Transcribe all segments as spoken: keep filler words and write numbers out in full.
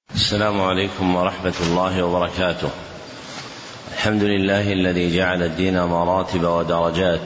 السلام عليكم ورحمة الله وبركاته. الحمد لله الذي جعل الدين مراتب ودرجات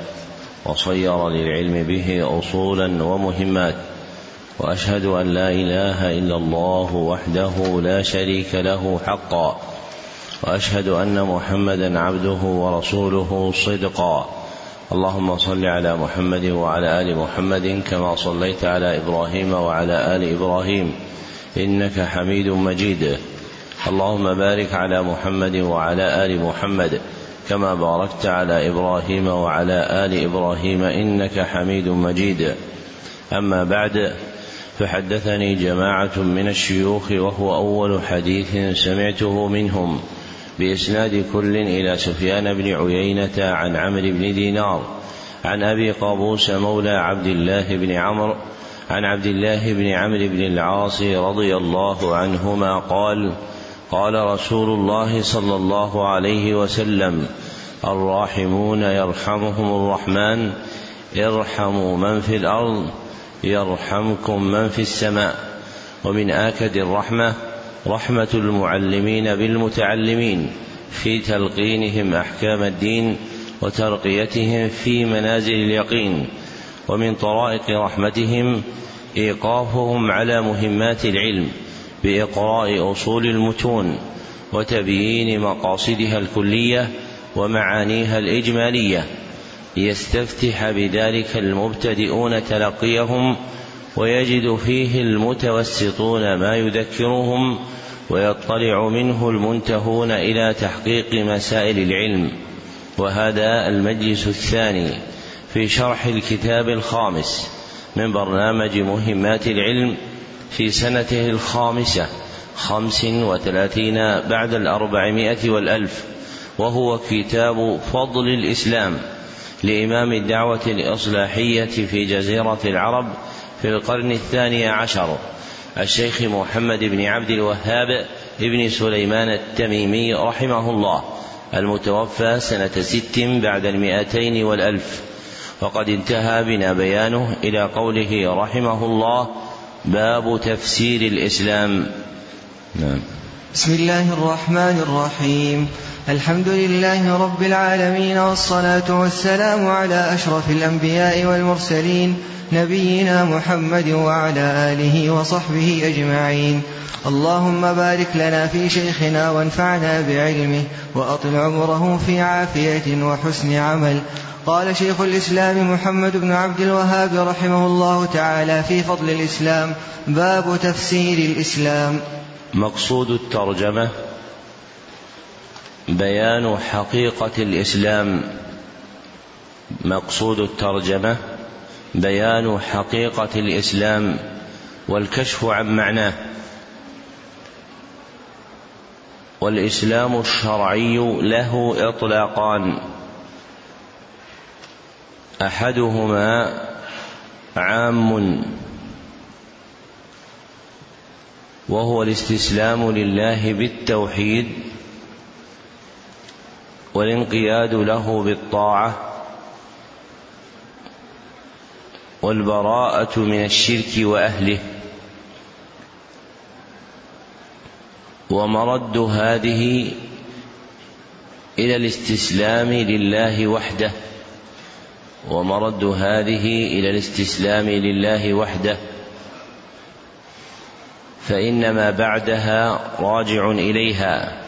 وصير للعلم به أصولا ومهمات، وأشهد أن لا إله إلا الله وحده لا شريك له حقا، وأشهد أن محمدا عبده ورسوله صدقا. اللهم صل على محمد وعلى آل محمد كما صليت على إبراهيم وعلى آل إبراهيم إنك حميد مجيد. اللهم بارك على محمد وعلى آل محمد كما باركت على إبراهيم وعلى آل إبراهيم إنك حميد مجيد. أما بعد، فحدثني جماعة من الشيوخ وهو أول حديث سمعته منهم بإسناد كل إلى سفيان بن عيينة عن عمرو بن دينار عن أبي قابوس مولى عبد الله بن عمرو عن عبد الله بن عمرو بن العاص رضي الله عنهما قال: قال رسول الله صلى الله عليه وسلم: الراحمون يرحمهم الرحمن، ارحموا من في الأرض يرحمكم من في السماء. ومن آكد الرحمة رحمة المعلمين بالمتعلمين في تلقينهم أحكام الدين وترقيتهم في منازل اليقين. ومن طرائق رحمتهم إيقافهم على مهمات العلم بإقراء أصول المتون وتبيين مقاصدها الكلية ومعانيها الإجمالية، ليستفتح بذلك المبتدئون تلقيهم ويجد فيه المتوسطون ما يذكرهم، ويطلع منه المنتهون إلى تحقيق مسائل العلم. وهذا المجلس الثاني في شرح الكتاب الخامس من برنامج مهمات العلم في سنته الخامسة خمس وثلاثين بعد الأربعمائة والألف، وهو كتاب فضل الإسلام لإمام الدعوة الإصلاحية في جزيرة العرب في القرن الثاني عشر الشيخ محمد بن عبد الوهاب ابن سليمان التميمي رحمه الله، المتوفى سنة ست بعد المئتين والألف. وقد انتهى بنا بيانه إلى قوله رحمه الله: باب تفسير الإسلام. نعم. بسم الله الرحمن الرحيم. الحمد لله رب العالمين، والصلاة والسلام على أشرف الأنبياء والمرسلين، نبينا محمد وعلى آله وصحبه أجمعين. اللهم بارك لنا في شيخنا وانفعنا بعلمه، وأطل عمره في عافية وحسن عمل. قال شيخ الإسلام محمد بن عبد الوهاب رحمه الله تعالى في فضل الإسلام: باب تفسير الإسلام. مقصود الترجمة بيان حقيقة الإسلام. مقصود الترجمة بيان حقيقة الإسلام والكشف عن معناه. والإسلام الشرعي له إطلاقان: أحدهما عام وهو الاستسلام لله بالتوحيد والانقياد له بالطاعة والبراءة من الشرك وأهله. ومرد هذه إلى الاستسلام لله وحده ومرد هذه إلى الاستسلام لله وحده فإن ما بعدها راجع إليها.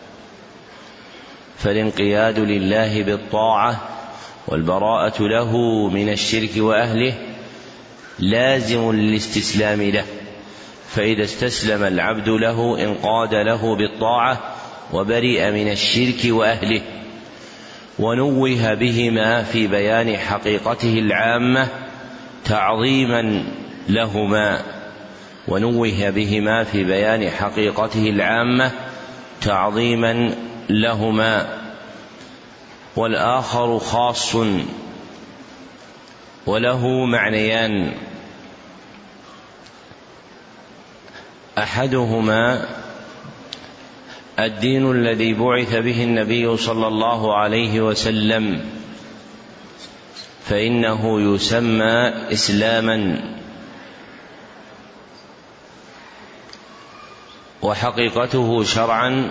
فالانقياد لله بالطاعة والبراءة له من الشرك وأهله لازم للاستسلام له، فإذا استسلم العبد له انقاد له بالطاعة وبرئ من الشرك وأهله. ونوه بهما في بيان حقيقته العامة تعظيما لهما ونوه بهما في بيان حقيقته العامة تعظيما لهما والآخر خاص وله معنيان: أحدهما الدين الذي بعث به النبي صلى الله عليه وسلم، فإنه يسمى إسلاما. وحقيقته شرعا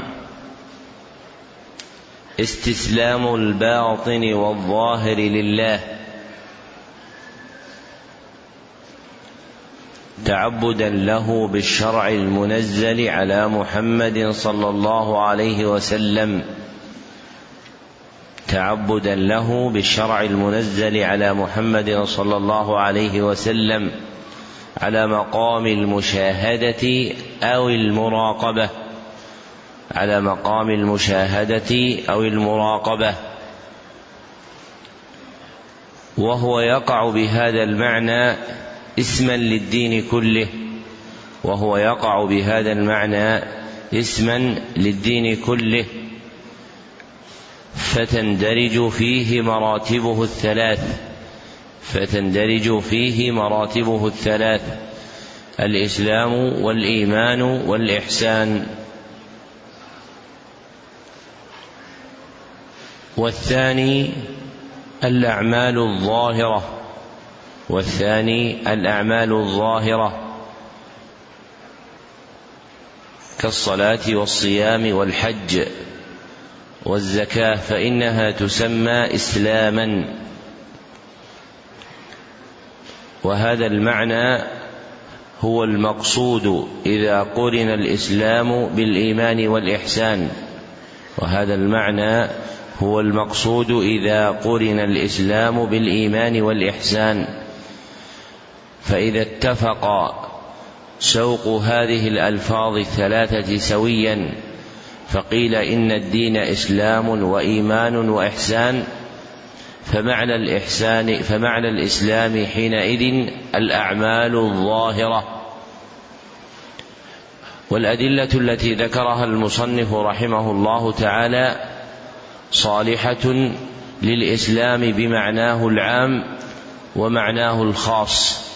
استسلام الباطن والظاهر لله تعبدا له بالشرع المنزل على محمد صلى الله عليه وسلم تعبدا له بالشرع المنزل على محمد صلى الله عليه وسلم على مقام المشاهدة أو المراقبة على مقام المشاهدة أو المراقبة وهو يقع بهذا المعنى اسما للدين كله وهو يقع بهذا المعنى اسما للدين كله فتندرج فيه مراتبه الثلاث فتندرج فيه مراتبه الثلاث الإسلام والإيمان والإحسان. والثاني الأعمال الظاهرة والثاني الأعمال الظاهرة كالصلاة والصيام والحج والزكاة فإنها تسمى إسلاما. وهذا المعنى هو المقصود إذا قرن الإسلام بالإيمان والإحسان وهذا المعنى هو المقصود إذا قرن الإسلام بالإيمان والإحسان. فإذا اتفق سوق هذه الألفاظ الثلاثة سويا فقيل إن الدين إسلام وإيمان وإحسان فمعنى الإحسان فمعنى الإسلام حينئذ الأعمال الظاهرة. والأدلة التي ذكرها المصنف رحمه الله تعالى صالحة للإسلام بمعناه العام ومعناه الخاص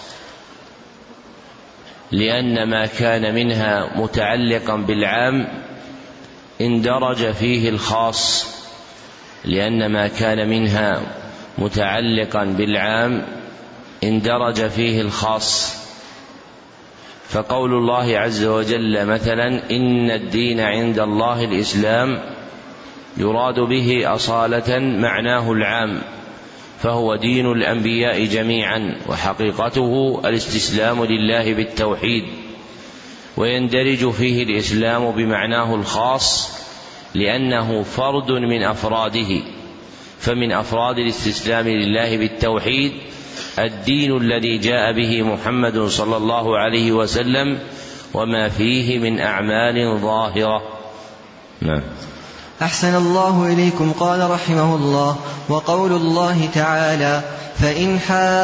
لأن ما كان منها متعلقا بالعام اندرج فيه الخاص لأن ما كان منها متعلقا بالعام اندرج فيه الخاص. فقول الله عز وجل مثلا إن الدين عند الله الإسلام يراد به أصالة معناه العام فهو دين الأنبياء جميعا وحقيقته الاستسلام لله بالتوحيد ويندرج فيه الإسلام بمعناه الخاص لأنه فرد من أفراده. فمن أفراد الاستسلام لله بالتوحيد الدين الذي جاء به محمد صلى الله عليه وسلم وما فيه من أعمال ظاهرة. نعم. أحسن الله إليكم. قال رحمه الله: وقول الله تعالى: فإن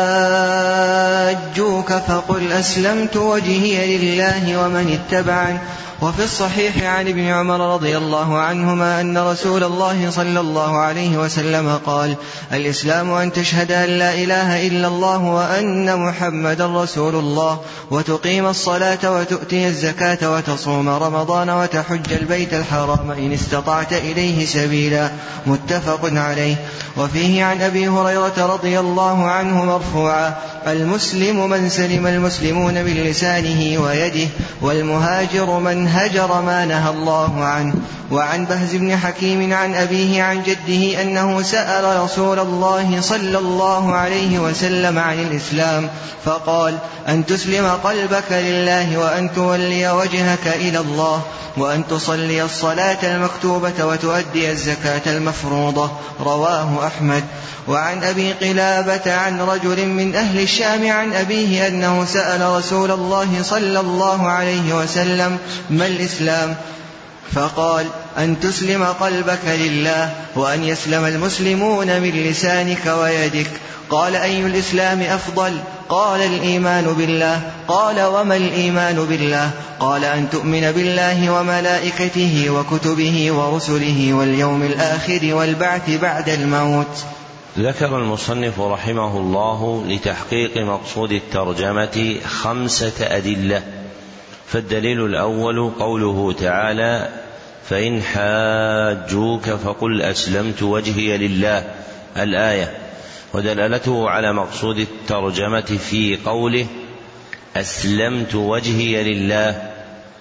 حاجوك فقل أسلمت وجهي لله ومن اتبعني. وفي الصحيح عن ابن عمر رضي الله عنهما أن رسول الله صلى الله عليه وسلم قال: الإسلام أن تشهد أن لا إله إلا الله وأن محمدا رسول الله وتقيم الصلاة وتؤتي الزكاة وتصوم رمضان وتحج البيت الحرام إن استطعت إليه سبيلا. متفق عليه. وفيه عن أبي هريرة رضي الله عنه مرفوعا: المسلم من سلم المسلمون من لسانه ويده والمهاجر من هجر ما نهى الله عنه. وعن بهز بن حكيم عن أبيه عن جده أنه سأل رسول الله صلى الله عليه وسلم عن الإسلام فقال: أن تسلم قلبك لله وأن تولي وجهك إلى الله وأن تصلي الصلاة المكتوبة وتؤدي الزكاة المفروضة. رواه أحمد. وعن أبي قلابة عن رجل من أهل الشام عن أبيه أنه سأل رسول الله صلى الله عليه وسلم: ما الإسلام؟ فقال: أن تسلم قلبك لله وأن يسلم المسلمون من لسانك ويدك. قال: أي الإسلام أفضل؟ قال: الإيمان بالله. قال: وما الإيمان بالله؟ قال: أن تؤمن بالله وملائكته وكتبه ورسله واليوم الآخر والبعث بعد الموت. ذكر المصنف رحمه الله لتحقيق مقصود الترجمة خمسة أدلة. فالدليل الأول قوله تعالى: فإن حاجوك فقل أسلمت وجهي لله، الآية، ودلالته على مقصود الترجمة في قوله أسلمت وجهي لله،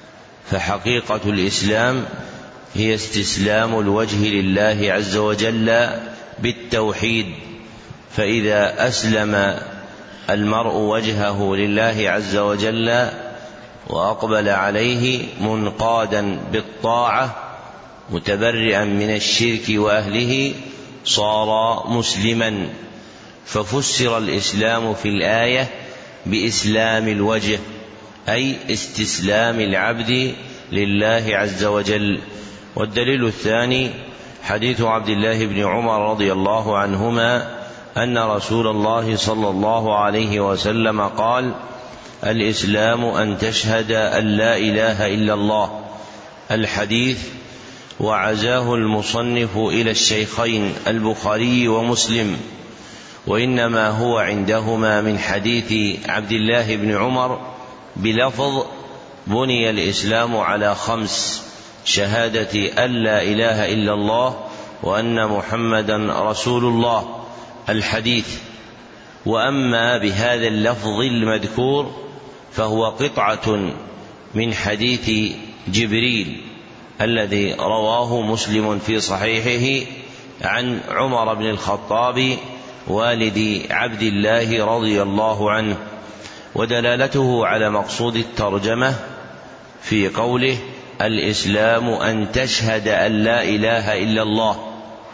فحقيقة الإسلام هي استسلام الوجه لله عز وجل بالتوحيد، فإذا أسلم المرء وجهه لله عز وجل وأقبل عليه منقادا بالطاعة متبرئا من الشرك وأهله صار مسلما. ففسر الإسلام في الآية بإسلام الوجه، أي استسلام العبد لله عز وجل. والدليل الثاني حديث عبد الله بن عمر رضي الله عنهما أن رسول الله صلى الله عليه وسلم قال: الإسلام أن تشهد أن لا إله إلا الله. الحديث وعزاه المصنف إلى الشيخين البخاري ومسلم، وإنما هو عندهما من حديث عبد الله بن عمر بلفظ: بني الإسلام على خمس: شهادة أن لا إله إلا الله وأن محمدا رسول الله. الحديث. وأما بهذا اللفظ المذكور فهو قطعة من حديث جبريل الذي رواه مسلم في صحيحه عن عمر بن الخطاب والد عبد الله رضي الله عنه، ودلالته على مقصود الترجمة في قوله: الإسلام أن تشهد أن لا إله إلا الله،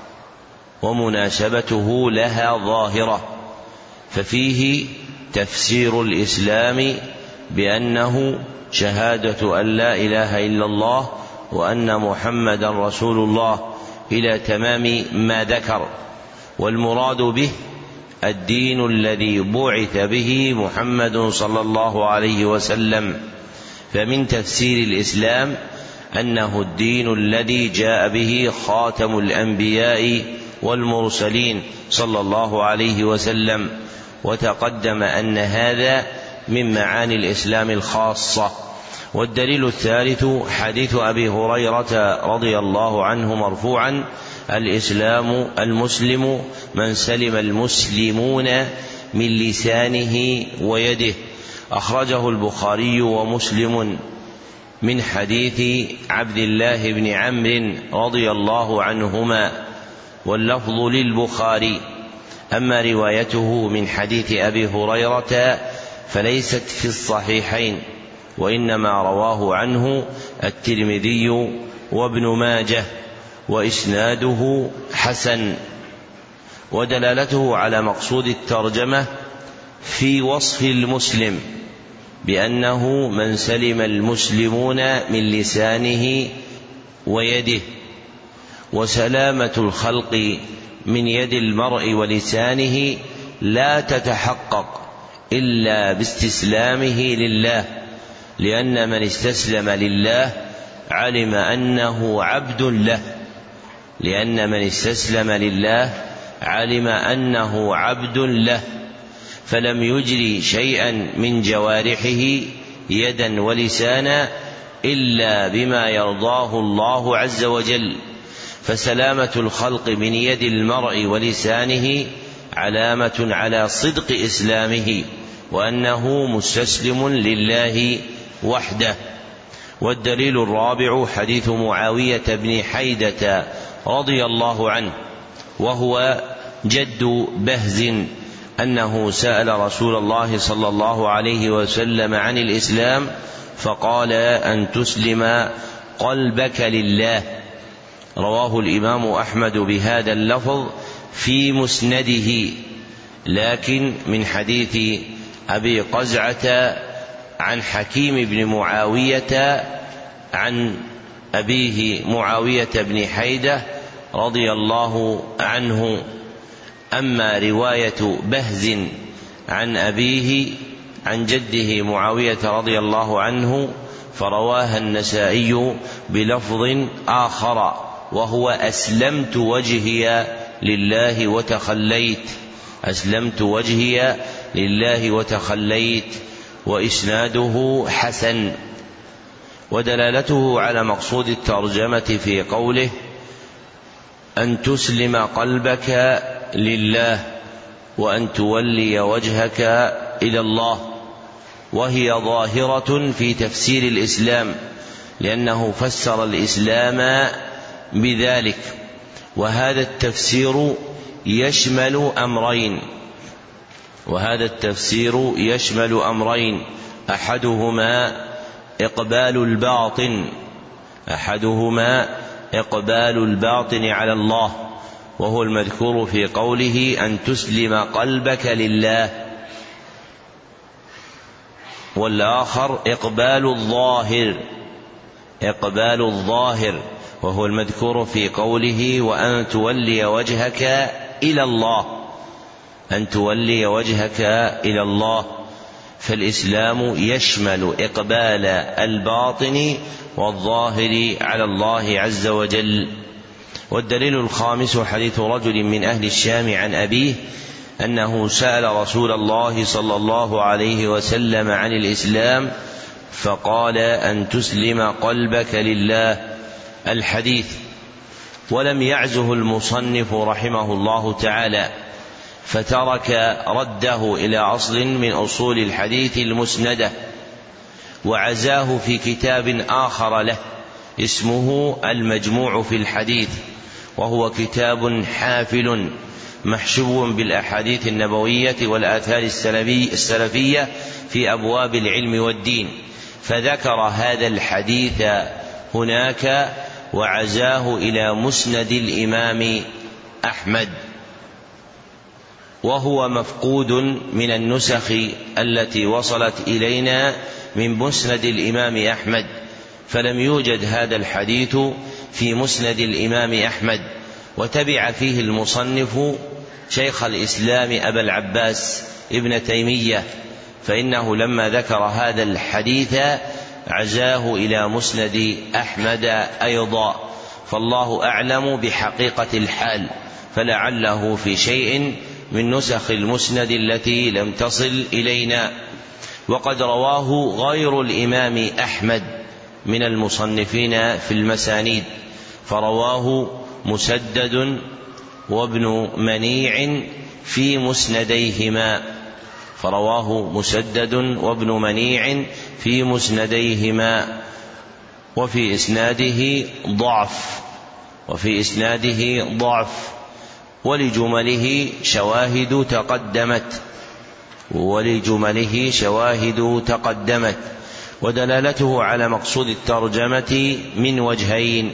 ومناسبته لها ظاهرة، ففيه تفسير الإسلام بأنه شهادة أن لا إله إلا الله وأن محمدا رسول الله إلى تمام ما ذكر. والمراد به الدين الذي بعث به محمد صلى الله عليه وسلم. فمن تفسير الإسلام أنه الدين الذي جاء به خاتم الأنبياء والمرسلين صلى الله عليه وسلم، وتقدم أن هذا من معاني الإسلام الخاصة. والدليل الثالث حديث أبي هريرة رضي الله عنه مرفوعا: الإسلام المسلم من سلم المسلمون من لسانه ويده. أخرجه البخاري ومسلم من حديث عبد الله بن عمرو رضي الله عنهما، واللفظ للبخاري. أما روايته من حديث أبي هريرة فليست في الصحيحين، وإنما رواه عنه الترمذي وابن ماجه، وإسناده حسن. ودلالته على مقصود الترجمة في وصف المسلم بأنه من سلم المسلمون من لسانه ويده. وسلامة الخلق من يد المرء ولسانه لا تتحقق إلا باستسلامه لله، لأن من استسلم لله علم أنه عبد له لأن من استسلم لله علم أنه عبد له فلم يجري شيئا من جوارحه يدا ولسانا إلا بما يرضاه الله عز وجل. فسلامة الخلق من يد المرء ولسانه علامة على صدق إسلامه وأنه مستسلم لله وحده. والدليل الرابع حديث معاوية بن حيدة رضي الله عنه، وهو جد بهز، أنه سأل رسول الله صلى الله عليه وسلم عن الإسلام فقال: أن تسلم قلبك لله. رواه الإمام أحمد بهذا اللفظ في مسنده، لكن من حديث أبي قزعة عن حكيم بن معاوية عن أبيه معاوية بن حيدة رضي الله عنه. أما رواية بهز عن أبيه عن جده معاوية رضي الله عنه فرواها النسائي بلفظ آخر، وهو: أسلمت وجهي لله وتخليت أسلمت وجهي لله وتخليت وإسناده حسن. ودلالته على مقصود الترجمة في قوله: أن تسلم قلبك لله وأن تولي وجهك إلى الله، وهي ظاهرة في تفسير الإسلام، لأنه فسر الإسلام بذلك. وهذا التفسير يشمل أمرين وهذا التفسير يشمل أمرين أحدهما إقبال الباطن أحدهما إقبال الباطن على الله، وهو المذكور في قوله أن تسلم قلبك لله، والآخر إقبال الظاهر إقبال الظاهر وهو المذكور في قوله وأن تولي وجهك إلى الله أن تولي وجهك إلى الله. فالإسلام يشمل إقبال الباطن والظاهر على الله عز وجل. والدليل الخامس حديث رجل من أهل الشام عن أبيه أنه سأل رسول الله صلى الله عليه وسلم عن الإسلام فقال أن تسلم قلبك لله الحديث. ولم يعزه المصنف رحمه الله تعالى، فترك رده إلى أصل من أصول الحديث المسندة، وعزاه في كتاب آخر له اسمه المجموع في الحديث، وهو كتاب حافل محشو بالأحاديث النبوية والآثار السلفية في أبواب العلم والدين، فذكر هذا الحديث هناك وعزاه إلى مسند الإمام أحمد، وهو مفقود من النسخ التي وصلت إلينا من مسند الإمام أحمد، فلم يوجد هذا الحديث في مسند الإمام أحمد. وتبع فيه المصنف شيخ الإسلام أبا العباس ابن تيمية، فإنه لما ذكر هذا الحديث عزاه إلى مسند أحمد أيضا، فالله أعلم بحقيقة الحال، فلعله في شيء من نسخ المسند التي لم تصل إلينا. وقد رواه غير الإمام أحمد من المصنفين في المسانيد، فرواه مسدد وابن منيع في مسنديهما فرواه مسدد وابن منيع في مسنديهما وفي إسناده ضعف وفي إسناده ضعف ولجمله شواهد تقدمت ولجمله شواهد تقدمت ودلالته على مقصود الترجمة من وجهين: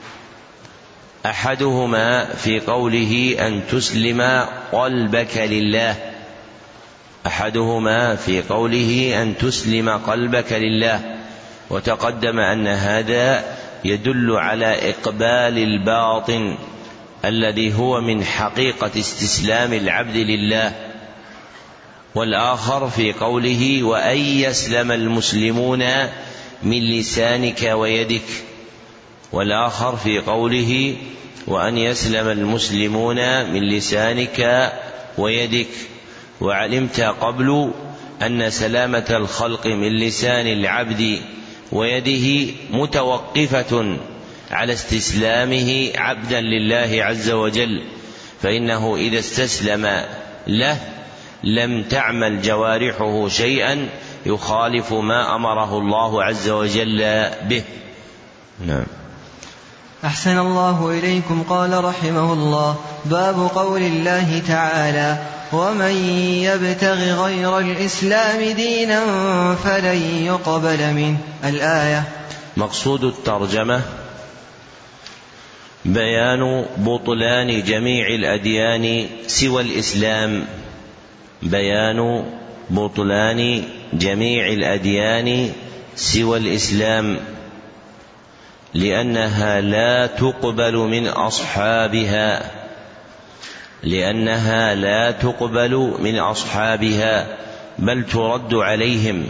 أحدهما في قوله أن تسلم قلبك لله أحدهما في قوله أن تسلم قلبك لله وتقدم أن هذا يدل على إقبال الباطن الذي هو من حقيقة استسلام العبد لله. والآخر في قوله وأن يسلم المسلمون من لسانك ويدك والآخر في قوله وأن يسلم المسلمون من لسانك ويدك. وعلمت قبل أن سلامة الخلق من لسان العبد ويده متوقفة على استسلامه عبدا لله عز وجل، فإنه إذا استسلم له لم تعمل جوارحه شيئا يخالف ما أمره الله عز وجل به. نعم. أحسن الله إليكم. قال رحمه الله: باب قول الله تعالى: ومن يبتغ غير الإسلام دينا فلن يقبل منه. الآية. مقصود الترجمة بيان بطلان جميع الأديان سوى الإسلام بيان بطلان جميع الأديان سوى الإسلام لأنها لا تقبل من أصحابها لأنها لا تقبل من أصحابها بل ترد عليهم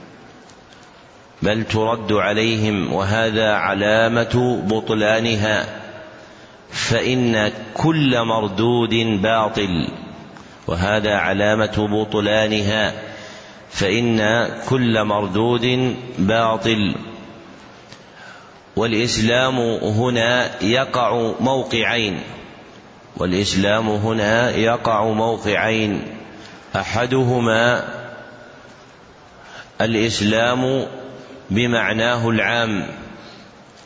بل ترد عليهم وهذا علامة بطلانها، فإن كل مردود باطل وهذا علامة بطلانها فإن كل مردود باطل. والإسلام هنا يقع موقعين والإسلام هنا يقع موقعين أحدهما الإسلام بمعناه العام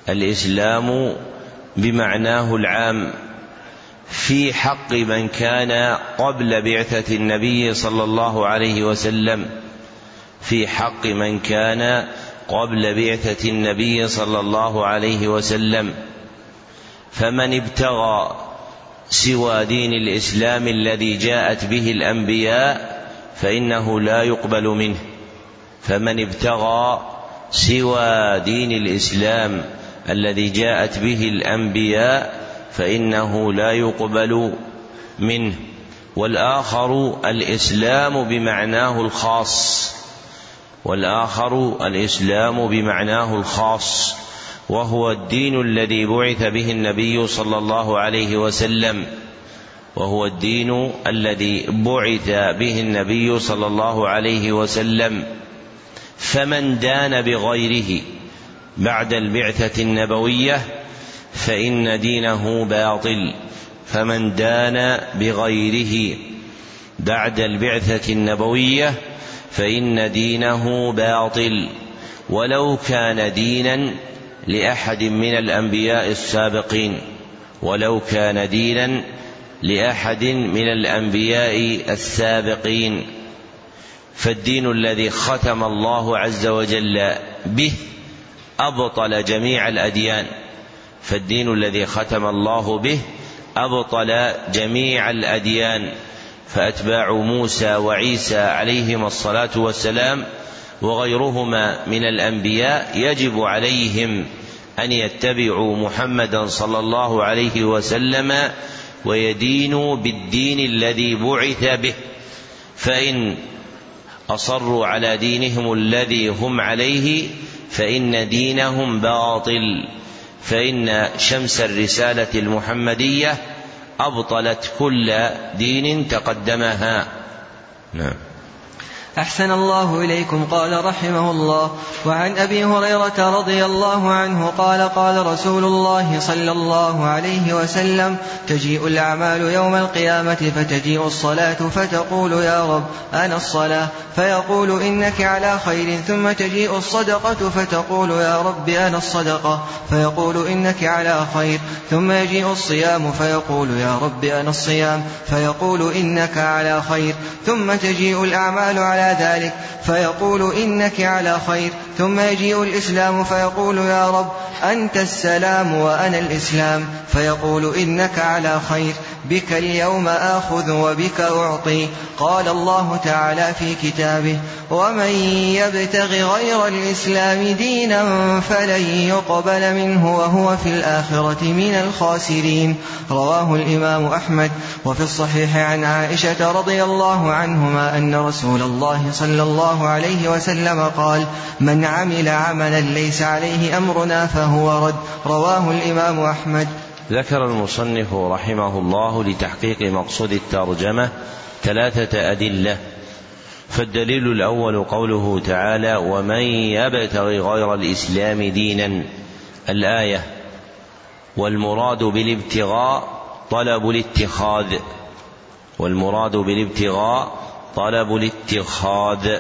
الإسلام بمعناه العام في حق من كان قبل بعثة النبي صلى الله عليه وسلم في حق من كان قبل بعثة النبي صلى الله عليه وسلم. فمن ابتغى سوى دين الإسلام الذي جاءت به الأنبياء فإنه لا يقبل منه فمن ابتغى سوى دين الإسلام الذي جاءت به الأنبياء فإنه لا يقبل منه. والآخر الإسلام بمعناه الخاص والآخر الإسلام بمعناه الخاص وهو الدين الذي بعث به النبي صلى الله عليه وسلم وهو الدين الذي بعث به النبي صلى الله عليه وسلم. فمن دان بغيره بعد البعثة النبوية فإن دينه باطل فمن دان بغيره بعد البعثة النبوية فإن دينه باطل ولو كان دينا لأحد من الأنبياء السابقين ولو كان دينا لأحد من الأنبياء السابقين. فالدين الذي ختم الله عز وجل به أبطل جميع الأديان فالدين الذي ختم الله به أبطل جميع الأديان. فأتباع موسى وعيسى عليهما الصلاة والسلام وغيرهما من الأنبياء يجب عليهم أن يتبعوا محمدا صلى الله عليه وسلم ويدينوا بالدين الذي بعث به. فإن أصروا على دينهم الذي هم عليه فإن دينهم باطل فإن شمس الرسالة المحمدية أبطلت كل دين تقدمها. نعم. أحسن الله إليكم. قال رحمه الله: وعن أبي هريرة رضي الله عنه قال قال رسول الله صلى الله عليه وسلم: تجيء الأعمال يوم القيامة فتجيء الصلاة فتقول يا رب أنا الصلاة فيقول إنك على خير، ثم تجيء الصدقة فتقول يا رب أنا الصدقة فيقول إنك على خير، ثم يجيء الصيام فيقول يا رب أنا الصيام فيقول إنك على خير، ثم تجيء الأعمال على ذلك فيقول إنك على خير، ثم يجيء الإسلام فيقول يا رب أنت السلام وأنا الإسلام فيقول إنك على خير، بك اليوم آخذ وبك أعطي. قال الله تعالى في كتابه: ومن يبتغ غير الإسلام دينا فلن يقبل منه وهو في الآخرة من الخاسرين. رواه الإمام أحمد. وفي الصحيح عن عائشة رضي الله عنهما أن رسول الله صلى الله عليه وسلم قال: من عمل عملا ليس عليه أمرنا فهو رد. رواه الإمام أحمد. ذكر المصنف رحمه الله لتحقيق مقصود الترجمة ثلاثة أدلة. فالدليل الأول قوله تعالى: ومن يبتغي غير الإسلام دينا، الآية. والمراد بالابتغاء طلب الاتخاذ والمراد بالابتغاء طلب الاتخاذ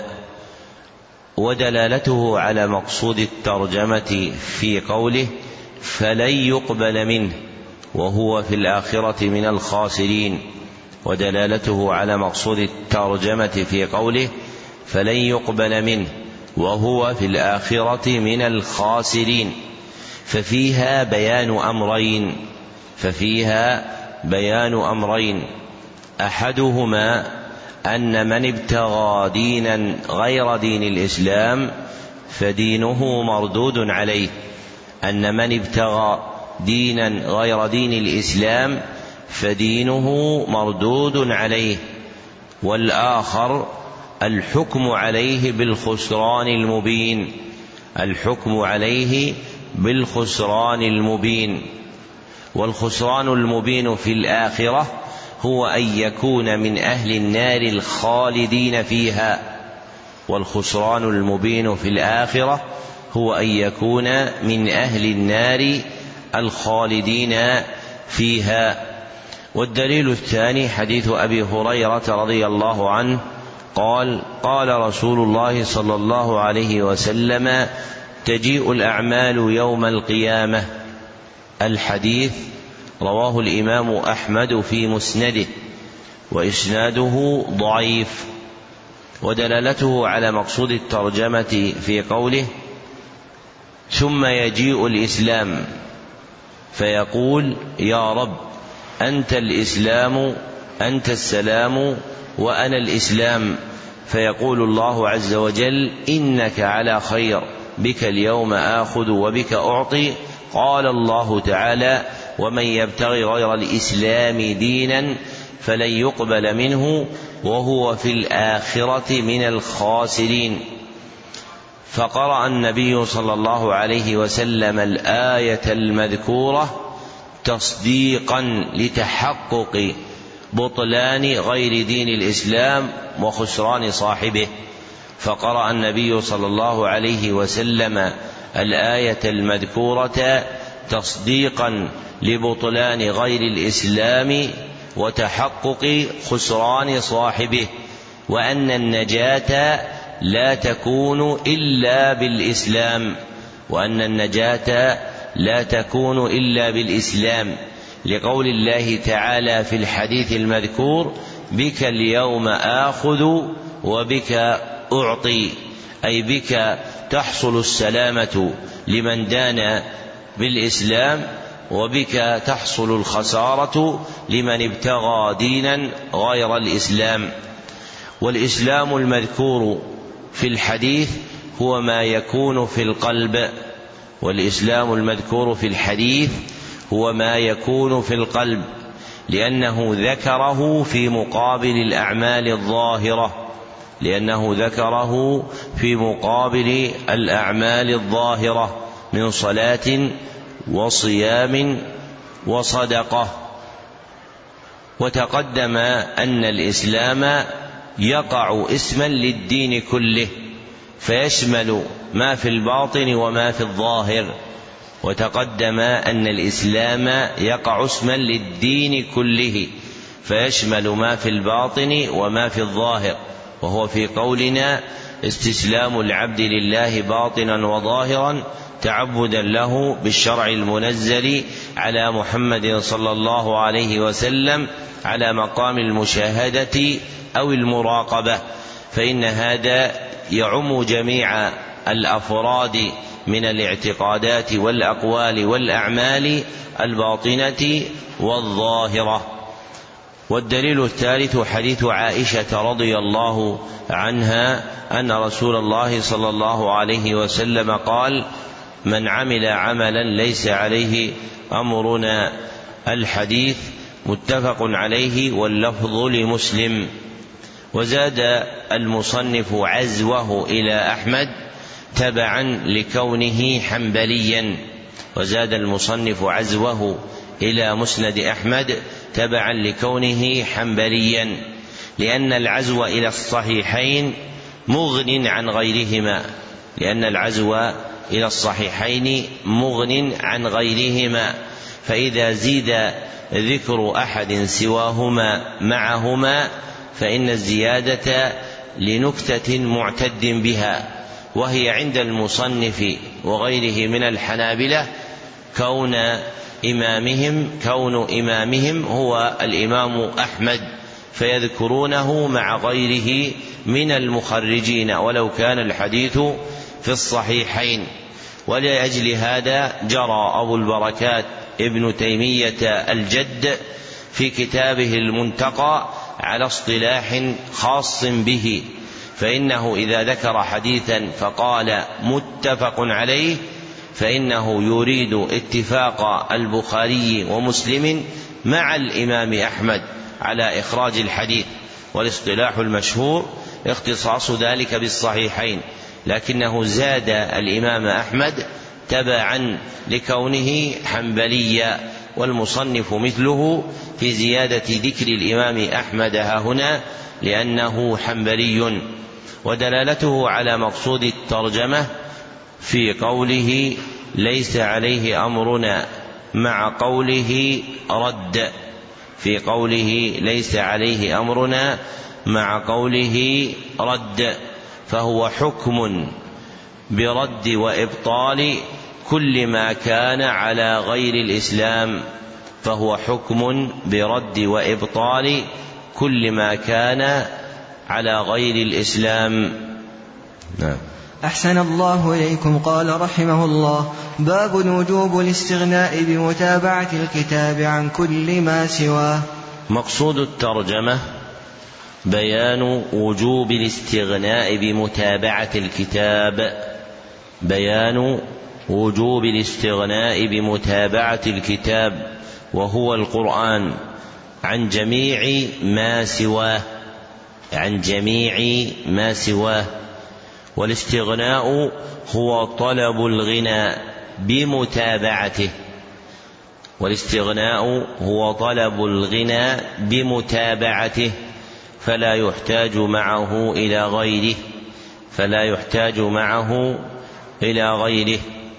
ودلالته على مقصود الترجمة في قوله: فلن يقبل منه وهو في الآخرة من الخاسرين. ودلالته على مقصود الترجمة في قوله: فلن يقبل منه وهو في الآخرة من الخاسرين. ففيها بيان أمرين ففيها بيان أمرين أحدهما أن من ابتغى دينا غير دين الإسلام فدينه مردود عليه أن من ابتغى دينا غير دين الإسلام فدينه مردود عليه. والآخر الحكم عليه بالخسران المبين الحكم عليه بالخسران المبين والخسران المبين في الآخرة هو أن يكون من أهل النار الخالدين فيها والخسران المبين في الآخرة هو أن يكون من أهل النار الخالدين فيها. والدليل الثاني حديث أبي هريرة رضي الله عنه قال: قال رسول الله صلى الله عليه وسلم: تجيء الأعمال يوم القيامة. الحديث رواه الإمام أحمد في مسنده وإسناده ضعيف، ودلالته على مقصود الترجمة في قوله ثم يجيء الإسلام فيقول يا رب أنت الإسلام أنت السلام وأنا الإسلام، فيقول الله عز وجل إنك على خير بك اليوم آخذ وبك أعطي. قال الله تعالى ومن يبتغي غير الإسلام دينا فلن يقبل منه وهو في الآخرة من الخاسرين. فقرأ النبي صلى الله عليه وسلم الآية المذكورة تصديقا لتحقق بطلان غير دين الإسلام وخسران صاحبه. فقرأ النبي صلى الله عليه وسلم الآية المذكورة تصديقا لبطلان غير الإسلام وتحقق خسران صاحبه، وأن النجاة لا تكون إلا بالإسلام وأن النجاة لا تكون إلا بالإسلام لقول الله تعالى في الحديث المذكور بك اليوم آخذ وبك أعطي، أي بك تحصل السلامة لمن دان بالإسلام وبك تحصل الخسارة لمن ابتغى دينا غير الإسلام. والإسلام المذكور في الحديث هو ما يكون في القلب والإسلام المذكور في الحديث هو ما يكون في القلب لأنه ذكره في مقابل الأعمال الظاهرة لأنه ذكره في مقابل الأعمال الظاهرة من صلاة وصيام وصدقة. وتقدم أن الإسلام يقع اسما للدين كله فيشمل ما في الباطن وما في الظاهر. وتقدم أن الإسلام يقع اسما للدين كله فيشمل ما في الباطن وما في الظاهر، وهو في قولنا استسلام العبد لله باطنا وظاهرا تعبدا له بالشرع المنزل على محمد صلى الله عليه وسلم على مقام المشاهدة أو المراقبة، فإن هذا يعم جميع الأفراد من الاعتقادات والأقوال والأعمال الباطنة والظاهرة. والدليل الثالث حديث عائشة رضي الله عنها أن رسول الله صلى الله عليه وسلم قال من عمل عملا ليس عليه أمرنا. الحديث متفق عليه واللفظ لمسلم. وزاد المصنف عزوه إلى أحمد تبعا لكونه حنبليا وزاد المصنف عزوه إلى مسند أحمد تبعا لكونه حنبليا لأن العزو إلى الصحيحين مغن عن غيرهما لأن العزو إلى الصحيحين مغن عن غيرهما فإذا زيد ذكر أحد سواهما معهما فإن الزيادة لنكتة معتد بها، وهي عند المصنف وغيره من الحنابلة كون إمامهم كون إمامهم هو الإمام أحمد فيذكرونه مع غيره من المخرجين ولو كان الحديث في الصحيحين. ولأجل هذا جرى أبو البركات ابن تيمية الجد في كتابه المنتقى على اصطلاح خاص به، فإنه إذا ذكر حديثا فقال متفق عليه فإنه يريد اتفاق البخاري ومسلم مع الإمام أحمد على إخراج الحديث، والاصطلاح المشهور اختصاص ذلك بالصحيحين، لكنه زاد الإمام أحمد تبعا لكونه حنبليا، والمصنف مثله في زيادة ذكر الإمام أحمد هنا لأنه حنبلي. ودلالته على مقصود الترجمة في قوله ليس عليه أمرنا مع قوله رد في قوله ليس عليه أمرنا مع قوله رد، فهو حكم برد وإبطال كل ما كان على غير الإسلام، فهو حكم برد وإبطال كل ما كان على غير الإسلام. نعم. أحسن الله إليكم. قال رحمه الله: باب وجوب الاستغناء بمتابعة الكتاب عن كل ما سواه. مقصود الترجمة بيان وجوب الاستغناء بمتابعة الكتاب، بيان وجوب الاستغناء بمتابعة الكتاب وهو القرآن عن جميع ما سواه، عن جميع ما سواه. والاستغناء هو طلب الغنى بمتابعته، والاستغناء هو طلب الغنى بمتابعته، فلا يحتاج معه إلى غيره، فلا يحتاج معه إلى غيره.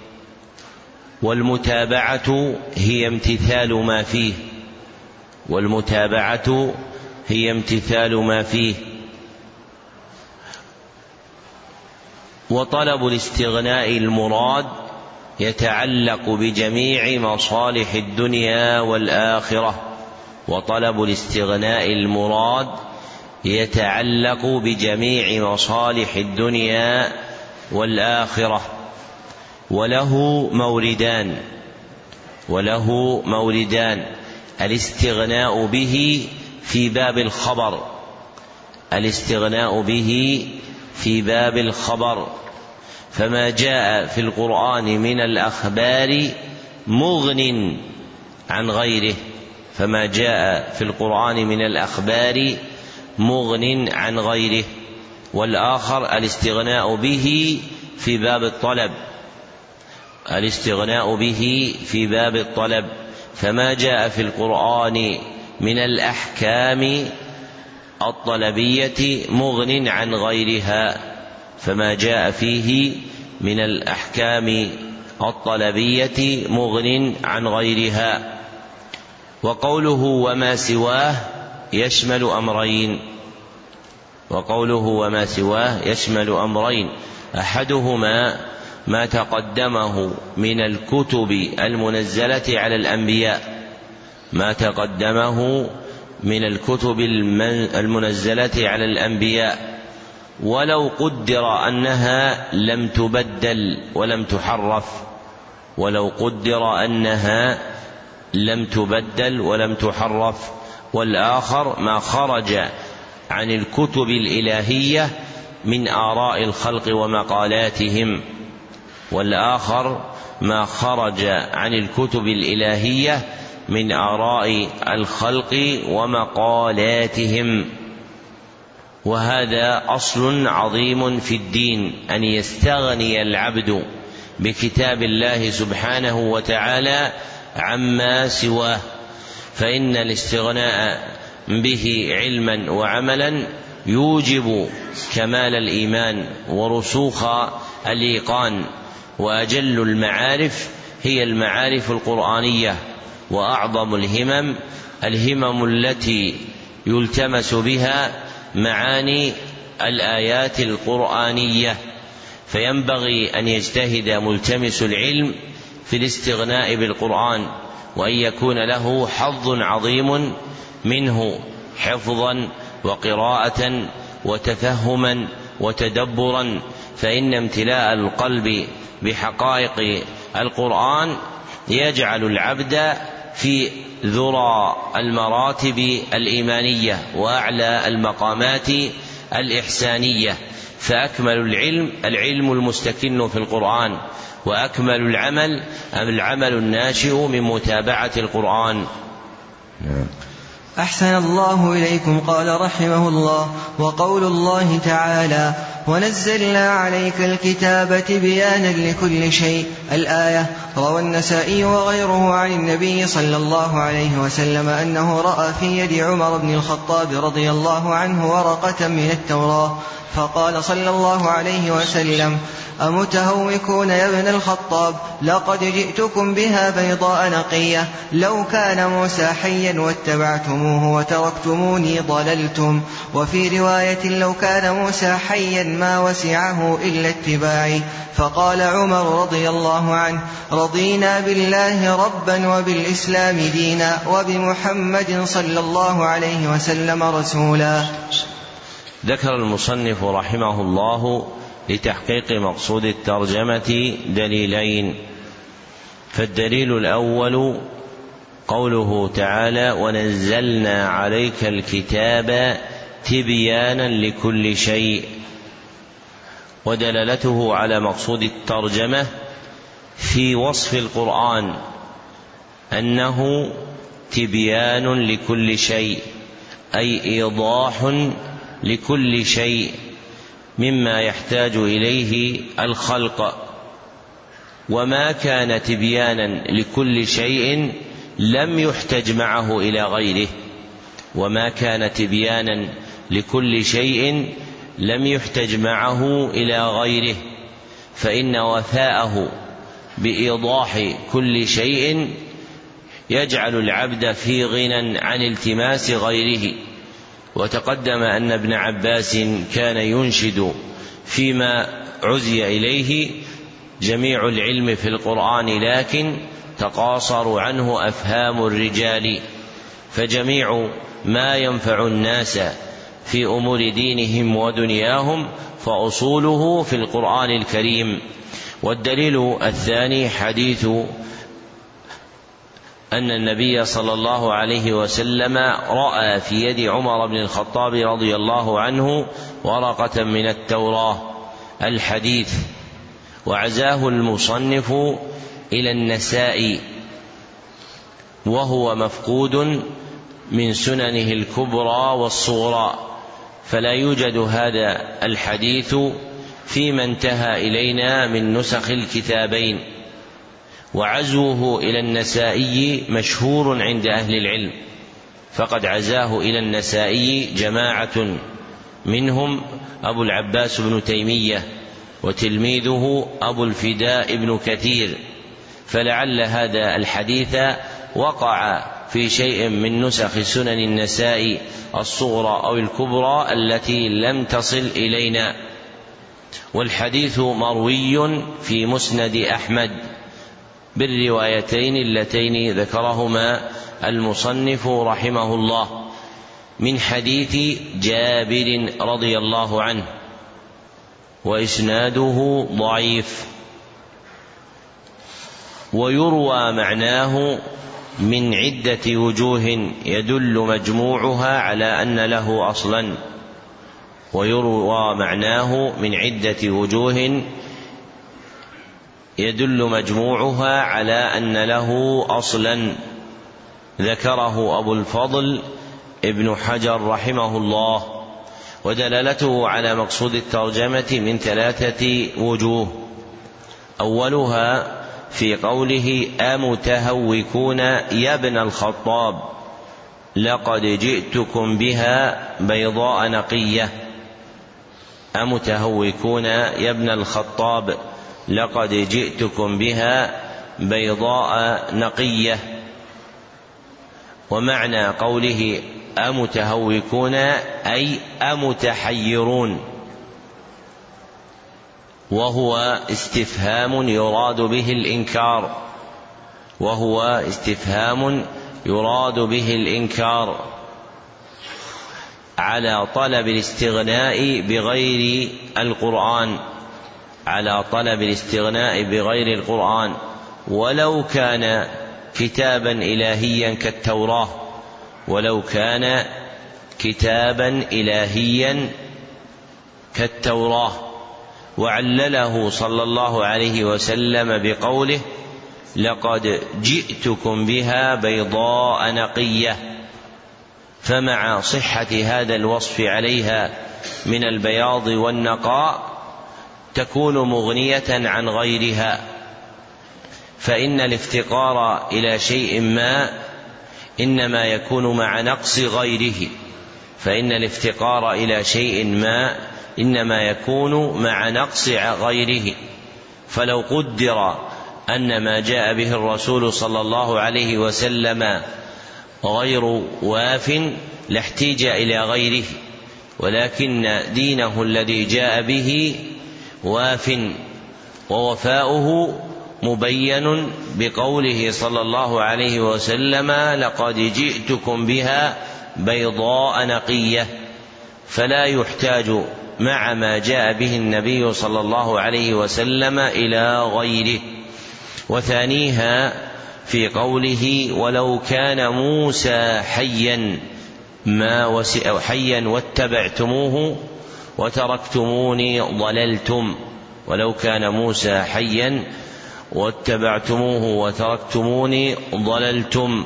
والمتابعة هي امتثال ما فيه، والمتابعة هي امتثال ما فيه. وطلب الاستغناء المراد يتعلق بجميع مصالح الدنيا والآخرة، وطلب الاستغناء المراد يتعلق بجميع مصالح الدنيا والآخرة. وله موردان، وله موردان: الاستغناء به في باب الخبر، الاستغناء به في باب الخبر، فما جاء في القرآن من الأخبار مغن عن غيره، فما جاء في القرآن من الأخبار مغن عن غيره. والآخر الاستغناء به في باب الطلب، الاستغناء به في باب الطلب، فما جاء في القرآن من الأحكام الطلبية مغن عن غيرها، فما جاء فيه من الأحكام الطلبية مغن عن غيرها. وقوله وما سواه يشمل أمرين، وقوله وما سواه يشمل أمرين: أحدهما ما تقدمه من الكتب المنزلة على الأنبياء، ما تقدمه من الكتب المنزلة على الأنبياء، ولو قدر أنها لم تبدل ولم تحرف، ولو قدر أنها لم تبدل ولم تحرف. والآخر ما خرج عن الكتب الإلهية من آراء الخلق ومقالاتهم، والآخر ما خرج عن الكتب الإلهية من آراء الخلق ومقالاتهم. وهذا أصل عظيم في الدين، أن يستغني العبد بكتاب الله سبحانه وتعالى عما سواه، فإن الاستغناء به علما وعملا يوجب كمال الإيمان ورسوخ الإيقان. وأجل المعارف هي المعارف القرآنية، وأعظم الهمم الهمم التي يلتمس بها معاني الآيات القرآنية. فينبغي أن يجتهد ملتمس العلم في الاستغناء بالقرآن، وأن يكون له حظ عظيم منه، حفظا وقراءة وتفهما وتدبرا، فإن امتلاء القلب بحقائق القرآن يجعل العبد في ذرى المراتب الإيمانية وأعلى المقامات الإحسانية. فأكمل العلم العلم المستكن في القرآن، وأكمل العمل العمل الناشئ من متابعة القرآن. أحسن الله إليكم. قال رحمه الله: وقول الله تعالى: ونزلنا عليك الكتاب تبيانا لكل شيء، الآية. روى النسائي وغيره عن النبي صلى الله عليه وسلم أنه رأى في يد عمر بن الخطاب رضي الله عنه ورقة من التوراة، فقال صلى الله عليه وسلم: أمتهوكون يا ابن الخطاب، لقد جئتكم بها بيضاء نقية، لو كان موسى حيا واتبعتموه وتركتموني ضللتم. وفي رواية: لو كان موسى حيا ما وسعه إلا اتباعي. فقال عمر رضي الله عنه: رضينا بالله ربا وبالإسلام دينا وبمحمد صلى الله عليه وسلم رسولا. ذكر المصنف رحمه الله لتحقيق مقصود الترجمة دليلين. فالدليل الأول قوله تعالى: ونزلنا عليك الكتاب تبيانا لكل شيء، ودلالته على مقصود الترجمة في وصف القرآن أنه تبيان لكل شيء، أي إيضاح لكل شيء مما يحتاج إليه الخلق. وما كان تبيانا لكل شيء لم يحتج معه إلى غيره، وما كان تبيانا لكل شيء لم يحتج معه إلى غيره، فإن وفاءه بإيضاح كل شيء يجعل العبد في غنى عن التماس غيره. وتقدم أن ابن عباس كان ينشد فيما عزي إليه جميع العلم في القرآن، لكن تقاصر عنه أفهام الرجال، فجميع ما ينفع الناس في أمور دينهم ودنياهم فأصوله في القرآن الكريم. والدليل الثاني حديث أن النبي صلى الله عليه وسلم رأى في يد عمر بن الخطاب رضي الله عنه ورقة من التوراة، الحديث. وعزاه المصنف إلى النسائي، وهو مفقود من سننه الكبرى والصغرى، فلا يوجد هذا الحديث فيما انتهى إلينا من نسخ الكتابين. وعزوه إلى النسائي مشهور عند أهل العلم، فقد عزاه إلى النسائي جماعة منهم أبو العباس بن تيمية وتلميذه أبو الفداء بن كثير، فلعل هذا الحديث وقع في شيء من نسخ سنن النساء الصغرى أو الكبرى التي لم تصل إلينا. والحديث مروي في مسند أحمد بالروايتين اللتين ذكرهما المصنف رحمه الله من حديث جابر رضي الله عنه، وإسناده ضعيف. ويروى معناه من عدة وجوه يدل مجموعها على أن له أصلا ويروى معناه من عدة وجوه يدل مجموعها على أن له أصلا، ذكره أبو الفضل ابن حجر رحمه الله. ودلالته على مقصود الترجمة من ثلاثة وجوه. أولها في قوله: أمتهوكون يا ابن الخطاب لقد جئتكم بها بيضاء نقية. أمتهوكون يا ابن الخطاب لقد جئتكم بها بيضاء نقية. ومعنى قوله أمتهوكون أي أمتحيرون، وهو استفهام يراد به الإنكار وهو استفهام يراد به الإنكار على طلب الاستغناء بغير القرآن على طلب الاستغناء بغير القرآن ولو كان كتابا إلهيا كالتوراة ولو كان كتابا إلهيا كالتوراة وعلله صلى الله عليه وسلم بقوله: لقد جئتكم بها بيضاء نقية. فمع صحة هذا الوصف عليها من البياض والنقاء تكون مغنية عن غيرها، فإن الافتقار إلى شيء ما إنما يكون مع نقص غيره فإن الافتقار إلى شيء ما إنما يكون مع نقص غيره. فلو قدر أن ما جاء به الرسول صلى الله عليه وسلم غير واف لاحتيج إلى غيره، ولكن دينه الذي جاء به واف، ووفاؤه مبين بقوله صلى الله عليه وسلم: لقد جئتكم بها بيضاء نقية. فلا يحتاج مع ما جاء به النبي صلى الله عليه وسلم إلى غيره. وثانيها في قوله: ولو كان موسى حيا ما وسع حيا واتبعتموه وتركتموني ضللتم. ولو كان موسى حيا واتبعتموه وتركتموني ضللتم.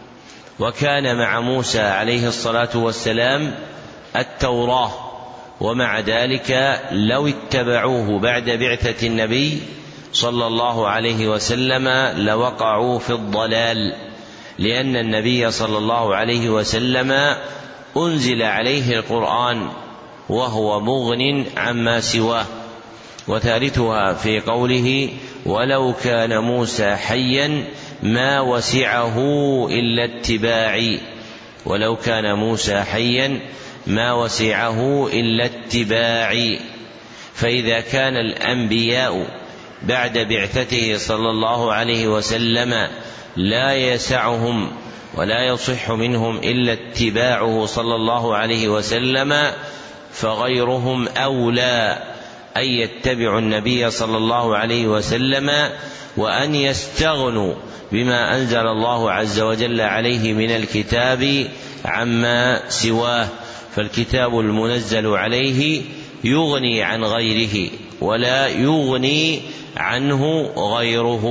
وكان مع موسى عليه الصلاة والسلام التوراة، ومع ذلك لو اتبعوه بعد بعثة النبي صلى الله عليه وسلم لوقعوا في الضلال، لأن النبي صلى الله عليه وسلم أنزل عليه القرآن وهو مغن عما سواه. وثالثها في قوله: ولو كان موسى حيا ما وسعه إلا اتباعي. ولو كان موسى حيا ما وسعه إلا اتباعي. فإذا كان الأنبياء بعد بعثته صلى الله عليه وسلم لا يسعهم ولا يصح منهم إلا اتباعه صلى الله عليه وسلم، فغيرهم أولى أن يتبعوا النبي صلى الله عليه وسلم وأن يستغنوا بما أنزل الله عز وجل عليه من الكتاب عما سواه. فالكتاب المنزل عليه يغني عن غيره ولا يغني عنه غيره.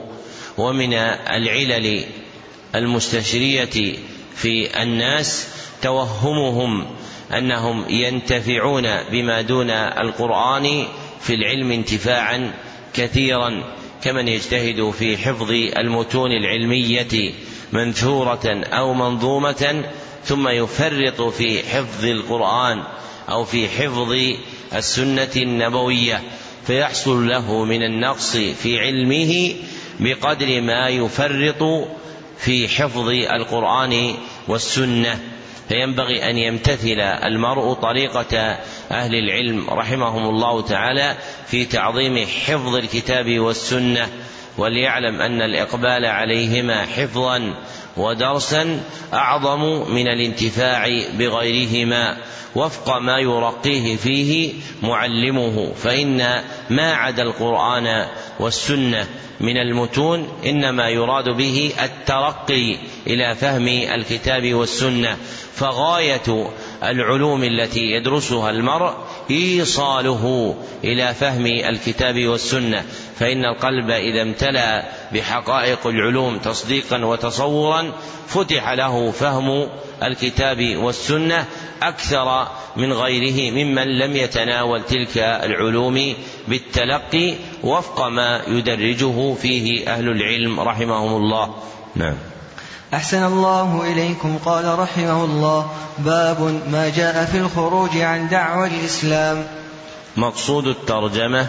ومن العلل المستشرية في الناس توهمهم أنهم ينتفعون بما دون القرآن في العلم انتفاعا كثيرا، كمن يجتهد في حفظ المتون العلمية منثورة أو منظومة ثم يفرط في حفظ القرآن أو في حفظ السنة النبوية، فيحصل له من النقص في علمه بقدر ما يفرط في حفظ القرآن والسنة. فينبغي أن يمتثل المرء طريقة أهل العلم رحمهم الله تعالى في تعظيم حفظ الكتاب والسنة، وليعلم أن الإقبال عليهما حفظا ودرسا أعظم من الانتفاع بغيرهما وفق ما يرقيه فيه معلمه. فإن ما عدا القرآن والسنة من المتون إنما يراد به الترقي إلى فهم الكتاب والسنة، فغاية العلوم التي يدرسها المرء إيصاله إلى فهم الكتاب والسنة. فإن القلب إذا امتلأ بحقائق العلوم تصديقا وتصورا فتح له فهم الكتاب والسنة أكثر من غيره ممن لم يتناول تلك العلوم بالتلقي وفق ما يدرجه فيه أهل العلم رحمهم الله. نعم. أحسن الله إليكم. قال رحمه الله: باب ما جاء في الخروج عن دعوى الإسلام. مقصود الترجمة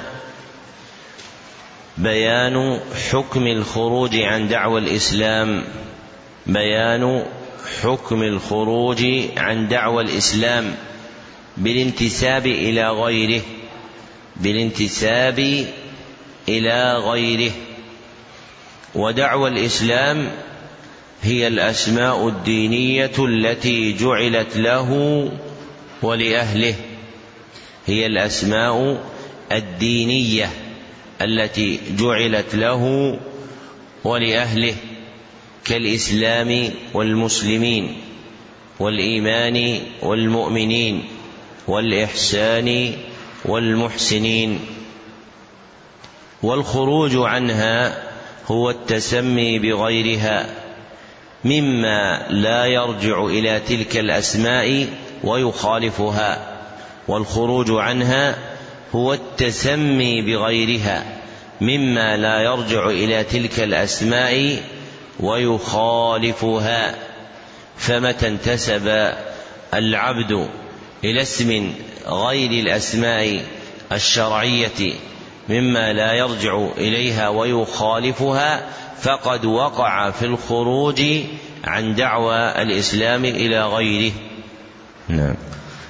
بيان حكم الخروج عن دعوى الإسلام، بيان حكم الخروج عن دعوى الإسلام بالانتساب إلى غيره، بالانتساب إلى غيره. ودعوى الإسلام هي الأسماء الدينية التي جعلت له ولأهله، هي الأسماء الدينية التي جعلت له ولأهله، كالإسلام والمسلمين والإيمان والمؤمنين والإحسان والمحسنين. والخروج عنها هو التسمي بغيرها مما لا يرجع إلى تلك الأسماء ويخالفها. والخروج عنها هو التسمي بغيرها مما لا يرجع إلى تلك الأسماء ويخالفها. فمتى انتسب العبد إلى اسم غير الأسماء الشرعية مما لا يرجع إليها ويخالفها فقد وقع في الخروج عن دعوى الإسلام إلى غيره. نعم.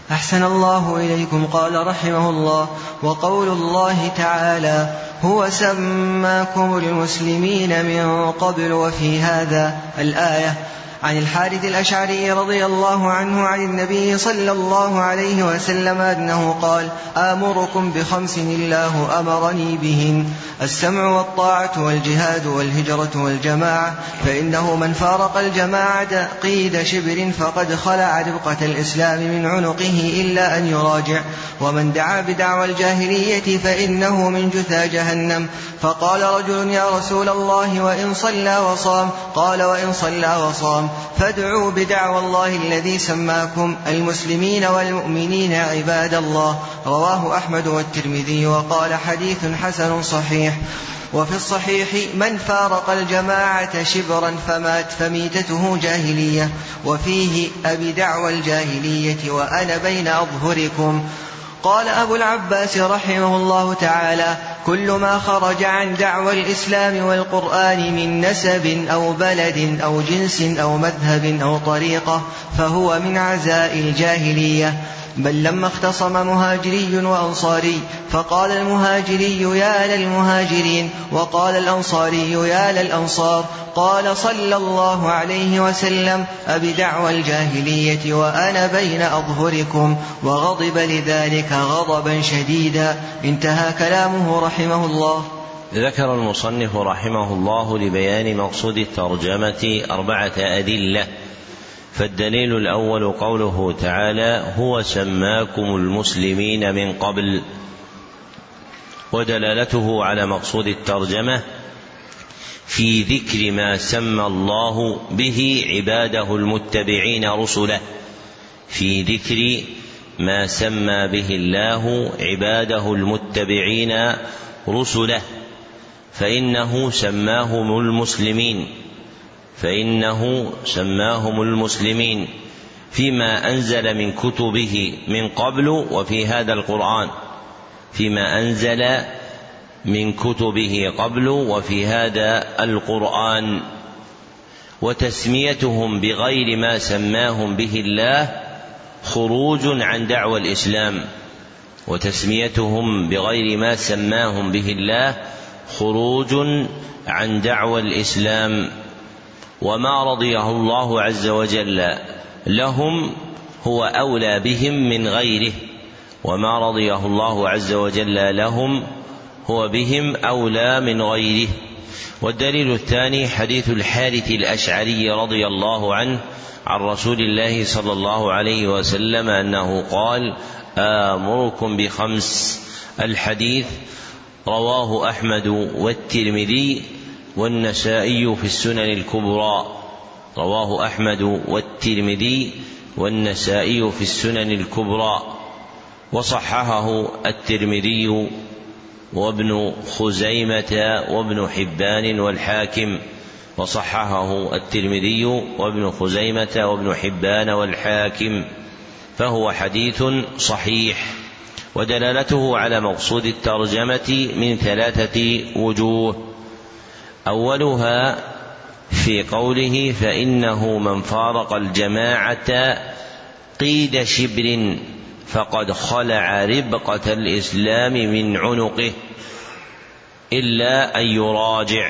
أحسن الله إليكم. قال رحمه الله: وقول الله تعالى: هو سماكم المسلمين من قبل وفي هذا، الآية. عن الحارث الأشعري رضي الله عنه عن النبي صلى الله عليه وسلم أنه قال: آمركم بخمس الله أمرني بهن: السمع والطاعة والجهاد والهجرة والجماعة، فإنه من فارق الجماعة قيد شبر فقد خلع ربقة الإسلام من عنقه إلا أن يراجع، ومن دعا بدعوى الجاهلية فإنه من جثى جهنم. فقال رجل: يا رسول الله، وإن صلى وصام؟ قال: وإن صلى وصام فادعوا بدعوى الله الذي سماكم المسلمين والمؤمنين عباد الله. رواه أحمد والترمذي وقال: حديث حسن صحيح. وفي الصحيح: من فارق الجماعة شبرا فمات فميتته جاهلية. وفيه: أبي دعوى الجاهلية وأنا بين أظهركم. قال أبو العباس رحمه الله تعالى: كل ما خرج عن دعوى الإسلام والقرآن من نسب أو بلد أو جنس أو مذهب أو طريقة فهو من عزاء الجاهلية. بل لما اختصم مهاجري وأنصاري فقال المهاجري: يا للمهاجرين، وقال الأنصاري: يا للأنصار، قال صلى الله عليه وسلم: أبدعوى الجاهلية وأنا بين أظهركم، وغضب لذلك غضبا شديدا. انتهى كلامه رحمه الله. ذكر المصنف رحمه الله لبيان مقصود الترجمة أربعة أدلة. فالدليل الأول قوله تعالى: هو سماكم المسلمين من قبل، ودلالته على مقصود الترجمة في ذكر ما سمى الله به عباده المتبعين رسله، في ذكر ما سمى به الله عباده المتبعين رسله، فإنه سماهم المسلمين فإنه سماهم المسلمين فيما أنزل من كتبه من قبل وفي هذا القرآن، فيما أنزل من كتبه قبل وفي هذا القرآن. وتسميتهم بغير ما سماهم به الله خروج عن دعوى الإسلام وتسميتهم بغير ما سماهم به الله خروج عن دعوى الإسلام. وما رضيه الله عز وجل لهم هو أولى بهم من غيره، وما رضيه الله عز وجل لهم هو بهم أولى من غيره. والدليل الثاني حديث الحارث الأشعري رضي الله عنه عن رسول الله صلى الله عليه وسلم أنه قال: آمركم بخمس. الحديث رواه أحمد والترمذي والنسائي في السنن الكبرى، رواه أحمد والترمذي والنسائي في السنن الكبرى، وصححه الترمذي وابن خزيمة وابن حبان والحاكم، وصححه الترمذي وابن خزيمة وابن حبان والحاكم، فهو حديث صحيح. ودلالته على مقصود الترجمة من ثلاثة وجوه: أولها في قوله: فإنه من فارق الجماعة قيد شبر فقد خلع ربقة الإسلام من عنقه إلا أن يراجع.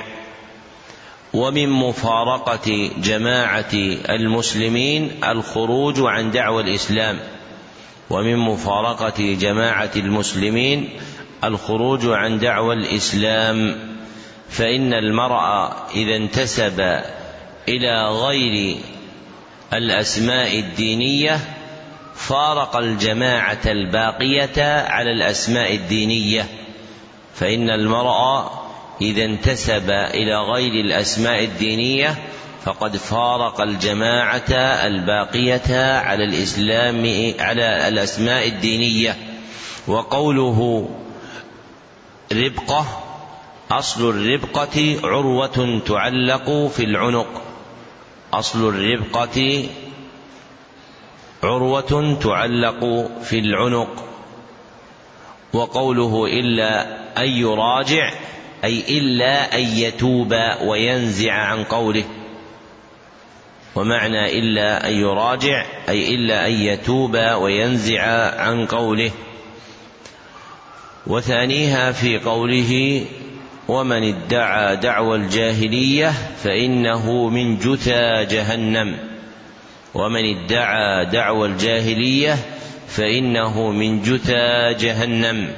ومن مفارقة جماعة المسلمين الخروج عن دعوى الإسلام ومن مفارقة جماعة المسلمين الخروج عن دعوى الإسلام فإن المرء إذا انتسب إلى غير الأسماء الدينية فارق الجماعة الباقية على الأسماء الدينية فإن المرء إذا انتسب إلى غير الأسماء الدينية فقد فارق الجماعة الباقية على الإسلام على الأسماء الدينية. وقوله ربقة، أصل الربقة عروة تعلق في العنق، أصل الربقة عروة تعلق في العنق. وقوله إلا أن يراجع أي إلا أن يتوب وينزع عن قوله، ومعنى إلا أن يراجع أي إلا أن يتوب وينزع عن قوله. وثانيها في قوله ومن ادعى دعوى الجاهلية فإنه من جثى جهنم. ومن ادعى دعوى الجاهلية فإنه من جثى جهنم.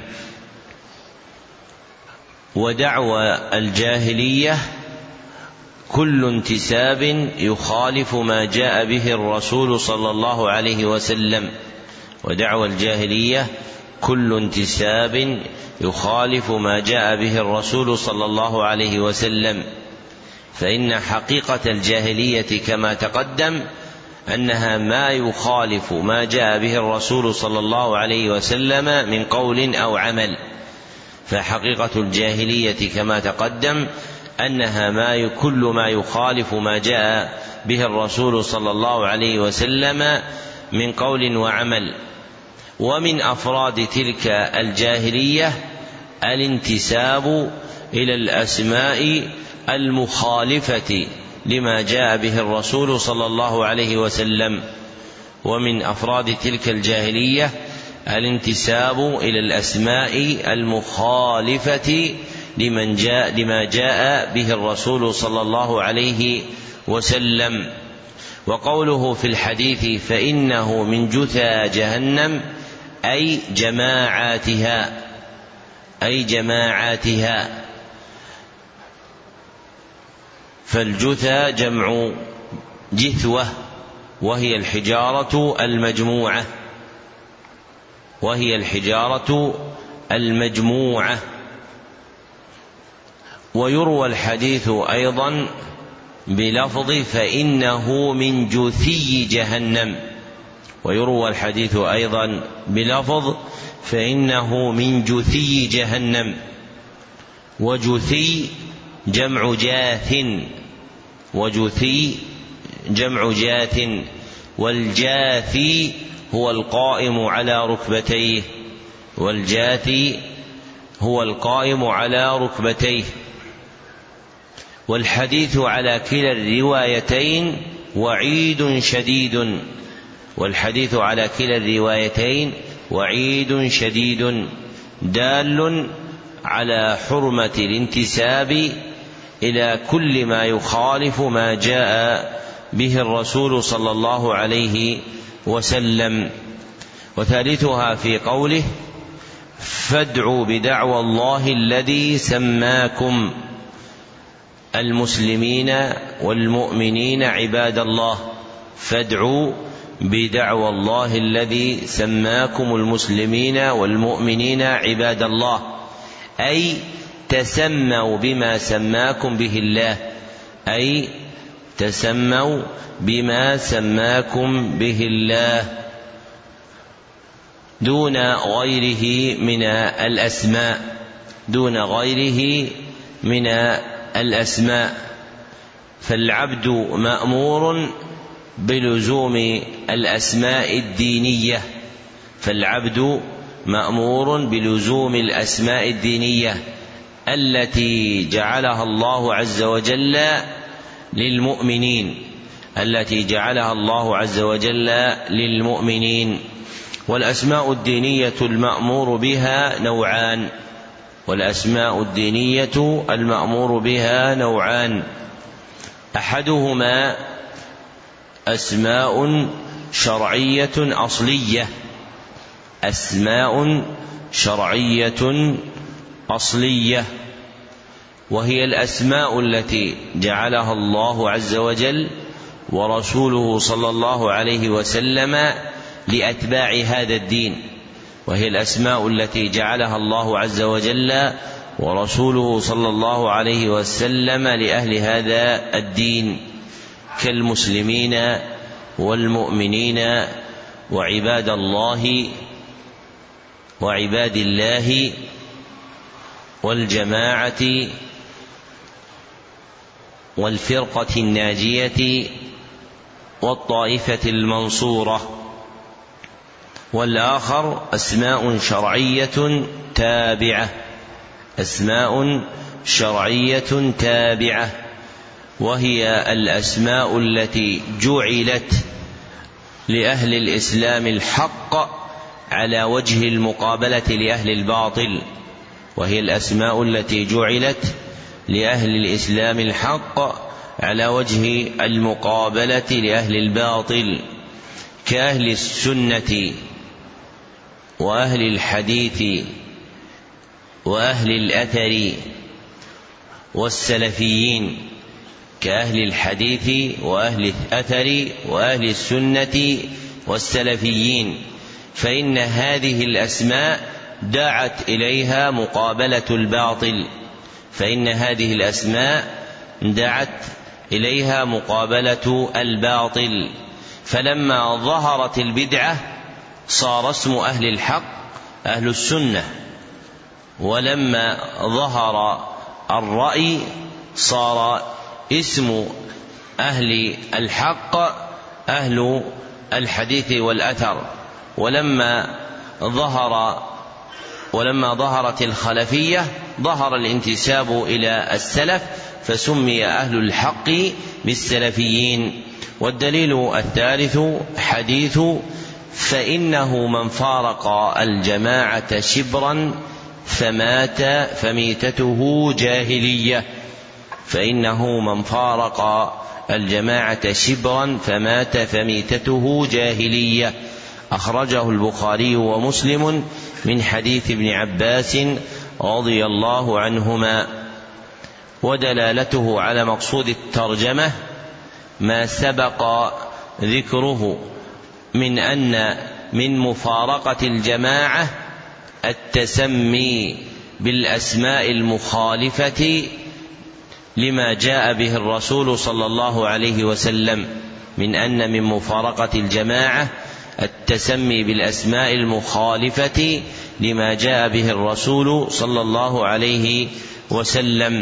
ودعوى الجاهلية كل انتساب يخالف ما جاء به الرسول صلى الله عليه وسلم. ودعوى الجاهلية كل انتساب يخالف ما جاء به الرسول صلى الله عليه وسلم، فإن حقيقة الجاهلية كما تقدم أنها ما يخالف ما جاء به الرسول صلى الله عليه وسلم من قول أو عمل. فحقيقة الجاهلية كما تقدم أنها ما كل ما يخالف ما جاء به الرسول صلى الله عليه وسلم من قول وعمل. ومن أفراد تلك الجاهلية الانتساب إلى الأسماء المخالفة لما جاء به الرسول صلى الله عليه وسلم. ومن أفراد تلك الجاهلية الانتساب إلى الأسماء المخالفة لمن جاء لما جاء به الرسول صلى الله عليه وسلم. وقوله في الحديث فإنه من جثى جهنم أي جماعاتها أي جماعاتها فالجثى جمع جثوة وهي الحجارة المجموعة وهي الحجارة المجموعة. ويروى الحديث أيضا بلفظ فإنه من جثي جهنم. ويروى الحديث أيضا بلفظ فإنه من جثي جهنم. وجثي جمع جاث وجثي جمع جاث والجاثي هو القائم على ركبتيه والجاثي هو القائم على ركبتيه. والحديث على كلا الروايتين وعيد شديد والحديث على كلا الروايتين وعيد شديد دال على حرمة الانتساب إلى كل ما يخالف ما جاء به الرسول صلى الله عليه وسلم. وثالثها في قوله فادعوا بدعوى الله الذي سماكم المسلمين والمؤمنين عباد الله. فادعوا بدعوى الله الذي سماكم المسلمين والمؤمنين عباد الله أي تسموا بما سماكم به الله أي تسموا بما سماكم به الله دون غيره من الأسماء دون غيره من الأسماء. فالعبد مأمور بلزوم الأسماء الدينية فالعبد مأمور بلزوم الأسماء الدينية التي جعلها الله عز وجل للمؤمنين التي جعلها الله عز وجل للمؤمنين. والأسماء الدينية المأمور بها نوعان والأسماء الدينية المأمور بها نوعان أحدهما أسماء شرعية أصلية أسماء شرعية أصلية وهي الأسماء التي جعلها الله عز وجل ورسوله صلى الله عليه وسلم لأتباع هذا الدين وهي الأسماء التي جعلها الله عز وجل ورسوله صلى الله عليه وسلم لأهل هذا الدين كالمسلمين والمؤمنين وعباد الله وعباد الله والجماعة والفرقة الناجية والطائفة المنصورة. والآخر أسماء شرعية تابعة أسماء شرعية تابعة وهي الأسماء التي جعلت لأهل الإسلام الحق على وجه المقابلة لأهل الباطل وهي الأسماء التي جعلت لأهل الإسلام الحق على وجه المقابلة لأهل الباطل كأهل السنة وأهل الحديث وأهل الأثر والسلفيين كأهل الحديث وأهل الأثر وأهل السنة والسلفيين، فإن هذه الأسماء دعت إليها مقابلة الباطل فإن هذه الأسماء دعت إليها مقابلة الباطل فلما ظهرت البدعة صار اسم أهل الحق أهل السنة، ولما ظهر الرأي صار اسم أهل الحق أهل الحديث والأثر، ولما ظهر ولما ظهرت الخلفية ظهر الانتساب إلى السلف فسمي أهل الحق بالسلفيين. والدليل الثالث حديث فإنه من فارق الجماعة شبرا فمات فميتته جاهلية فإنه من فارق الجماعة شبرا فمات فميتته جاهلية، أخرجه البخاري ومسلم من حديث ابن عباس رضي الله عنهما. ودلالته على مقصود الترجمة ما سبق ذكره من أن من مفارقة الجماعة التسمي بالأسماء المخالفة لما جاء به الرسول صلى الله عليه وسلم، من أن من مفارقة الجماعة التسمي بالأسماء المخالفة لما جاء به الرسول صلى الله عليه وسلم.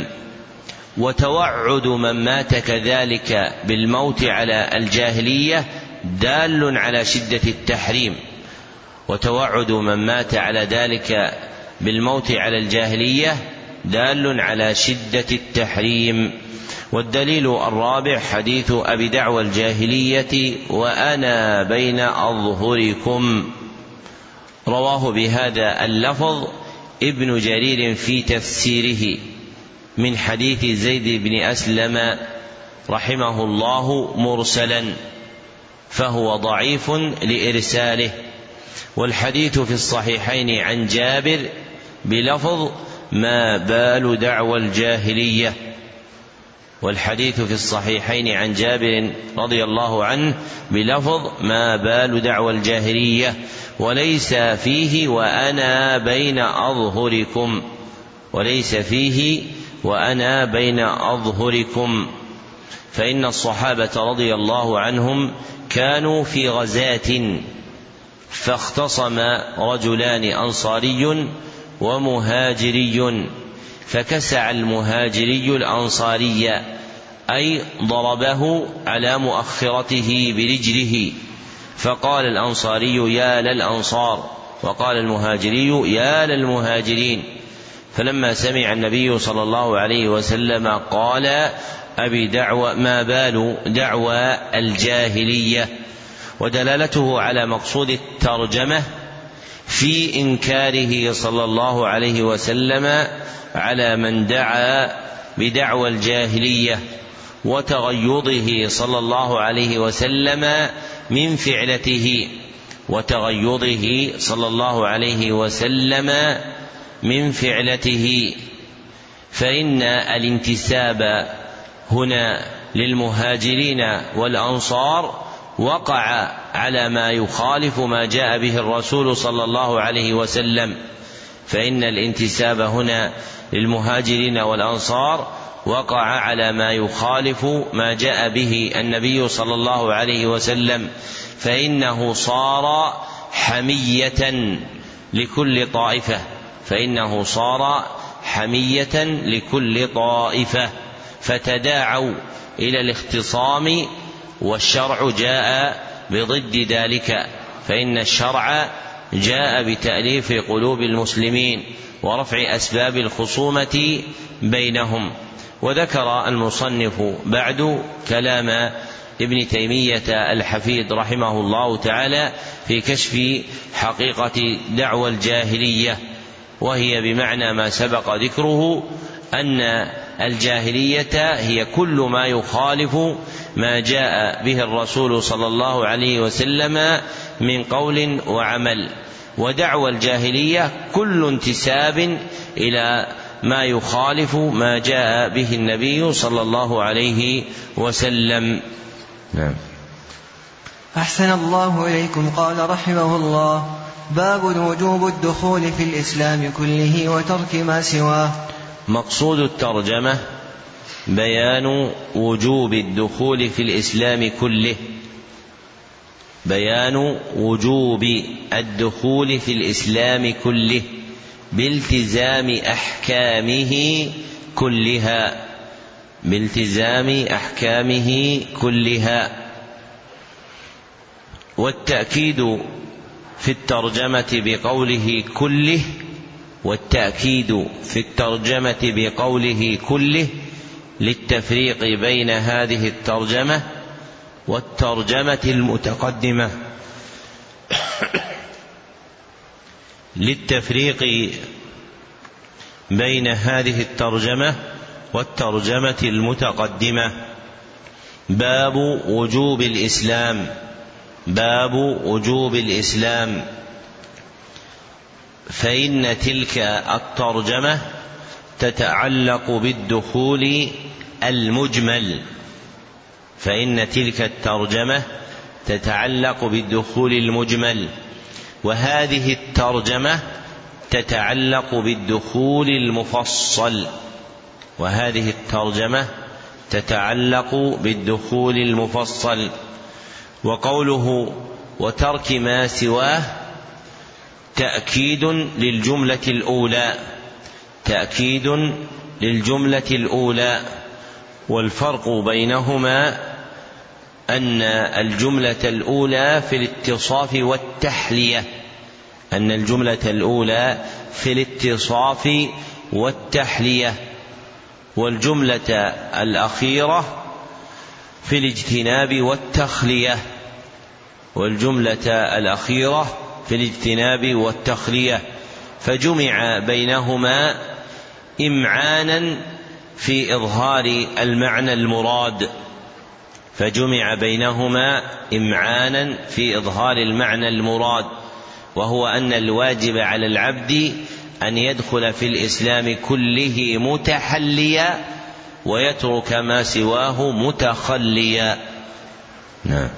وتوعد من مات كذلك بالموت على الجاهلية دال على شدة التحريم، وتوعد من مات على ذلك بالموت على الجاهلية دال على شدة التحريم. والدليل الرابع حديث أبي دعوى الجاهلية وأنا بين أظهركم، رواه بهذا اللفظ ابن جرير في تفسيره من حديث زيد بن أسلم رحمه الله مرسلا فهو ضعيف لإرساله. والحديث في الصحيحين عن جابر بلفظ ما بال دعوى الجاهلية، والحديث في الصحيحين عن جابر رضي الله عنه بلفظ ما بال دعوى الجاهلية، وليس فيه وأنا بين أظهركم وليس فيه وأنا بين أظهركم فإن الصحابة رضي الله عنهم كانوا في غزاة فاختصم رجلان أنصاري ومهاجري فكسع المهاجري الأنصاري أي ضربه على مؤخرته برجله، فقال الأنصاري يا للأنصار وقال المهاجري يا للمهاجرين. فلما سمع النبي صلى الله عليه وسلم قال أبي دعوى ما بال دعوى الجاهلية. ودلالته على مقصود الترجمة في إنكاره صلى الله عليه وسلم على من دعا بدعوى الجاهلية وتغيظه صلى الله عليه وسلم من فعلته وتغيظه صلى الله عليه وسلم من فعلته فإن الانتساب هنا للمهاجرين والأنصار وقع على ما يخالف ما جاء به الرسول صلى الله عليه وسلم فإن الانتساب هنا للمهاجرين والأنصار وقع على ما يخالف ما جاء به النبي صلى الله عليه وسلم فإنه صار حمية لكل طائفة فإنه صار حمية لكل طائفة فتداعوا إلى الاختصام، والشرع جاء بضد ذلك، فإن الشرع جاء بتأليف قلوب المسلمين ورفع أسباب الخصومة بينهم. وذكر المصنف بعد كلام ابن تيمية الحفيد رحمه الله تعالى في كشف حقيقة دعوى الجاهلية، وهي بمعنى ما سبق ذكره، أن الجاهلية هي كل ما يخالف ما جاء به الرسول صلى الله عليه وسلم من قول وعمل، ودعوى الجاهلية كل انتساب إلى ما يخالف ما جاء به النبي صلى الله عليه وسلم. نعم. أحسن الله إليكم. قال رحمه الله: باب وجوب الدخول في الإسلام كله وترك ما سواه. مقصود الترجمة بيان وجوب الدخول في الإسلام كله، بيان وجوب الدخول في الإسلام كله بالتزام أحكامه كلها، بالتزام أحكامه كلها. والتأكيد في الترجمة بقوله كله، والتأكيد في الترجمة بقوله كله للتفريق بين هذه الترجمة والترجمة المتقدمة، للتفريق بين هذه الترجمة والترجمة المتقدمة. باب وجوب الإسلام، باب وجوب الإسلام. فإن تلك الترجمة تتعلق بالدخول المجمل، فإن تلك الترجمة تتعلق بالدخول المجمل، وهذه الترجمة تتعلق بالدخول المفصل، وهذه الترجمة تتعلق بالدخول المفصل. وقوله وترك ما سواه تأكيد للجملة الأولى، تأكيد للجملة الأولى. والفرق بينهما أن الجملة الأولى في الاتصاف والتحلية، أن الجملة الأولى في الاتصاف والتحلية، والجملة الأخيرة في الاجتناب والتخلية، والجملة الأخيرة في الاجتناب والتخلية، فجمع بينهما إمعانا في إظهار المعنى المراد، فجمع بينهما إمعانا في إظهار المعنى المراد، وهو أن الواجب على العبد أن يدخل في الإسلام كله متحليا ويترك ما سواه متخليا. نعم.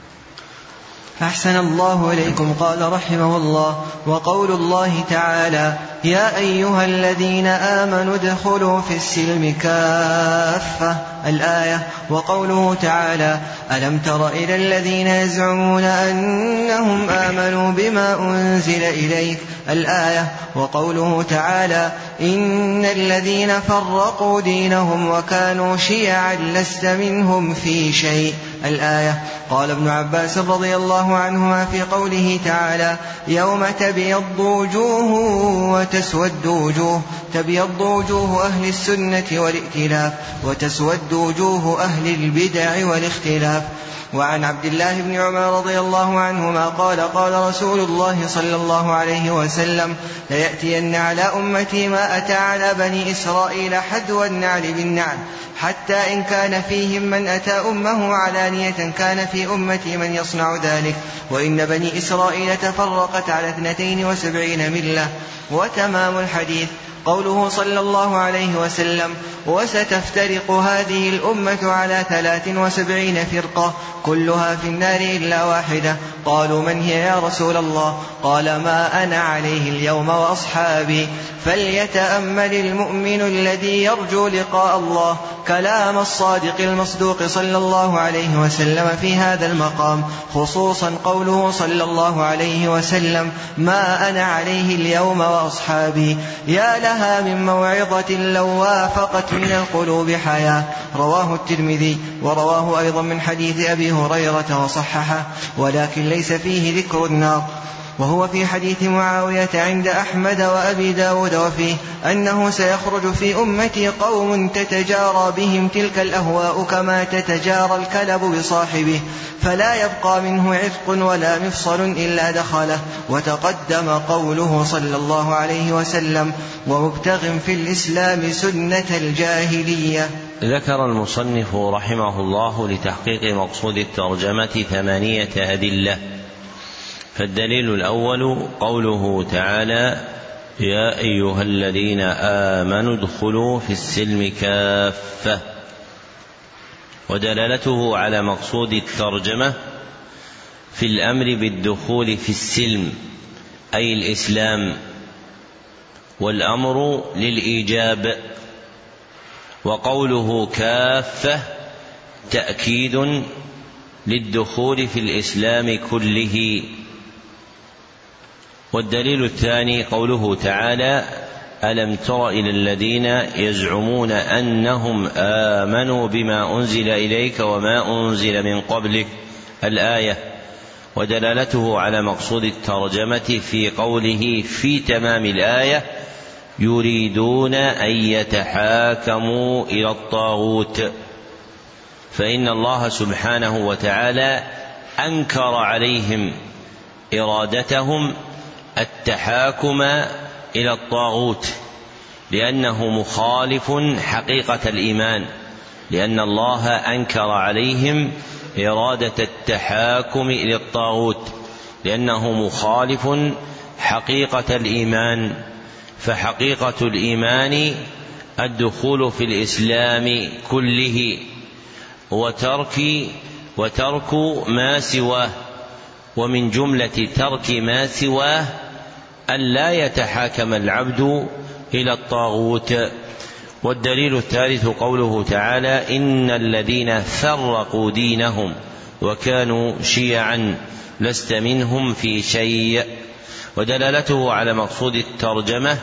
أحسن الله إليكم. قال رحمه الله: وقول الله تعالى: يا أيها الذين آمنوا ادخلوا في السلم كافة، الآية. وقوله تعالى: ألم تر إلى الذين يزعمون أنهم آمنوا بما أنزل إليك، الآية. وقوله تعالى: إن الذين فرقوا دينهم وكانوا شيعا لست منهم في شيء، الآية. قال ابن عباس رضي الله عنهما في قوله تعالى: يوم تبيض وجوه وتسود وجوه، تبيض وجوه أهل السنة والائتلاف، وتسود وجوه أهل البدع والاختلاف. وعن عبد الله بن عمر رضي الله عنهما قال: قال رسول الله صلى الله عليه وسلم: ليأتين على أمتي ما أتى على بني إسرائيل حذو النعل بالنعل، حتى إن كان فيهم من أتى أمه علانية كان في أمتي من يصنع ذلك، وإن بني إسرائيل تفرقت على اثنتين وسبعين ملة. وتمام الحديث قوله صلى الله عليه وسلم: وستفترق هذه الأمة على ثلاث وسبعين فرقة كلها في النار إلا واحدة. قالوا: من هي يا رسول الله؟ قال: ما أنا عليه اليوم وأصحابي. فليتأمل المؤمن الذي يرجو لقاء الله كلام الصادق المصدوق صلى الله عليه وسلم في هذا المقام، خصوصا قوله صلى الله عليه وسلم: ما أنا عليه اليوم وأصحابي. يا لها من موعظة لو وافقت من القلوب حياة. رواه الترمذي، ورواه أيضا من حديث أبي هريرة وصححه، ولكن ليس فيه ذكر النار. وهو في حديث معاوية عند أحمد وأبي داود وفيه أنه سيخرج في أمتي قوم تتجارى بهم تلك الأهواء كما تتجارى الكلب بصاحبه فلا يبقى منه عرق ولا مفصل إلا دخله. وتقدم قوله صلى الله عليه وسلم ومبتغ في الإسلام سنة الجاهلية. ذكر المصنف رحمه الله لتحقيق مقصود الترجمة ثمانية أدلة. فالدليل الأول قوله تعالى يا أيها الذين آمنوا ادخلوا في السلم كافة، ودلالته على مقصود الترجمة في الأمر بالدخول في السلم أي الإسلام، والأمر للإيجاب. وقوله كافة تأكيد للدخول في الإسلام كله. والدليل الثاني قوله تعالى ألم تر إلى الذين يزعمون أنهم آمنوا بما أنزل إليك وما أنزل من قبلك الآية. ودلالته على مقصود الترجمة في قوله في تمام الآية يريدون أن يتحاكموا إلى الطاغوت، فإن الله سبحانه وتعالى أنكر عليهم إرادتهم التحاكم إلى الطاغوت لأنه مخالف حقيقة الإيمان، لأن الله أنكر عليهم إرادة التحاكم إلى الطاغوت لأنه مخالف حقيقة الإيمان. فحقيقة الإيمان الدخول في الإسلام كله وترك وترك ما سواه، ومن جملة ترك ما سواه أن لا يتحاكم العبد إلى الطاغوت. والدليل الثالث قوله تعالى إن الذين فرقوا دينهم وكانوا شيعا لست منهم في شيء. ودلالته على مقصود الترجمة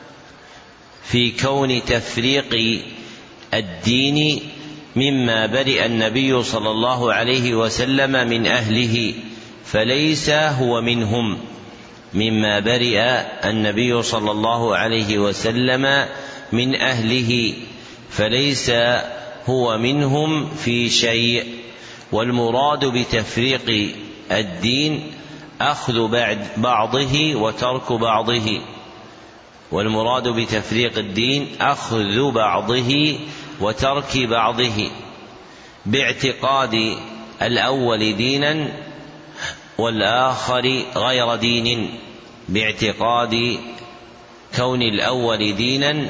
في كون تفريق الدين مما برئ النبي صلى الله عليه وسلم من أهله فليس هو منهم، مما برئ النبي صلى الله عليه وسلم من أهله فليس هو منهم في شيء. والمراد بتفريق الدين أخذ بعضه وترك بعضه، والمراد بتفريق الدين أخذ بعضه وترك بعضه، باعتقاد الأول دينا والآخر غير دين، باعتقاد كون الأول دينا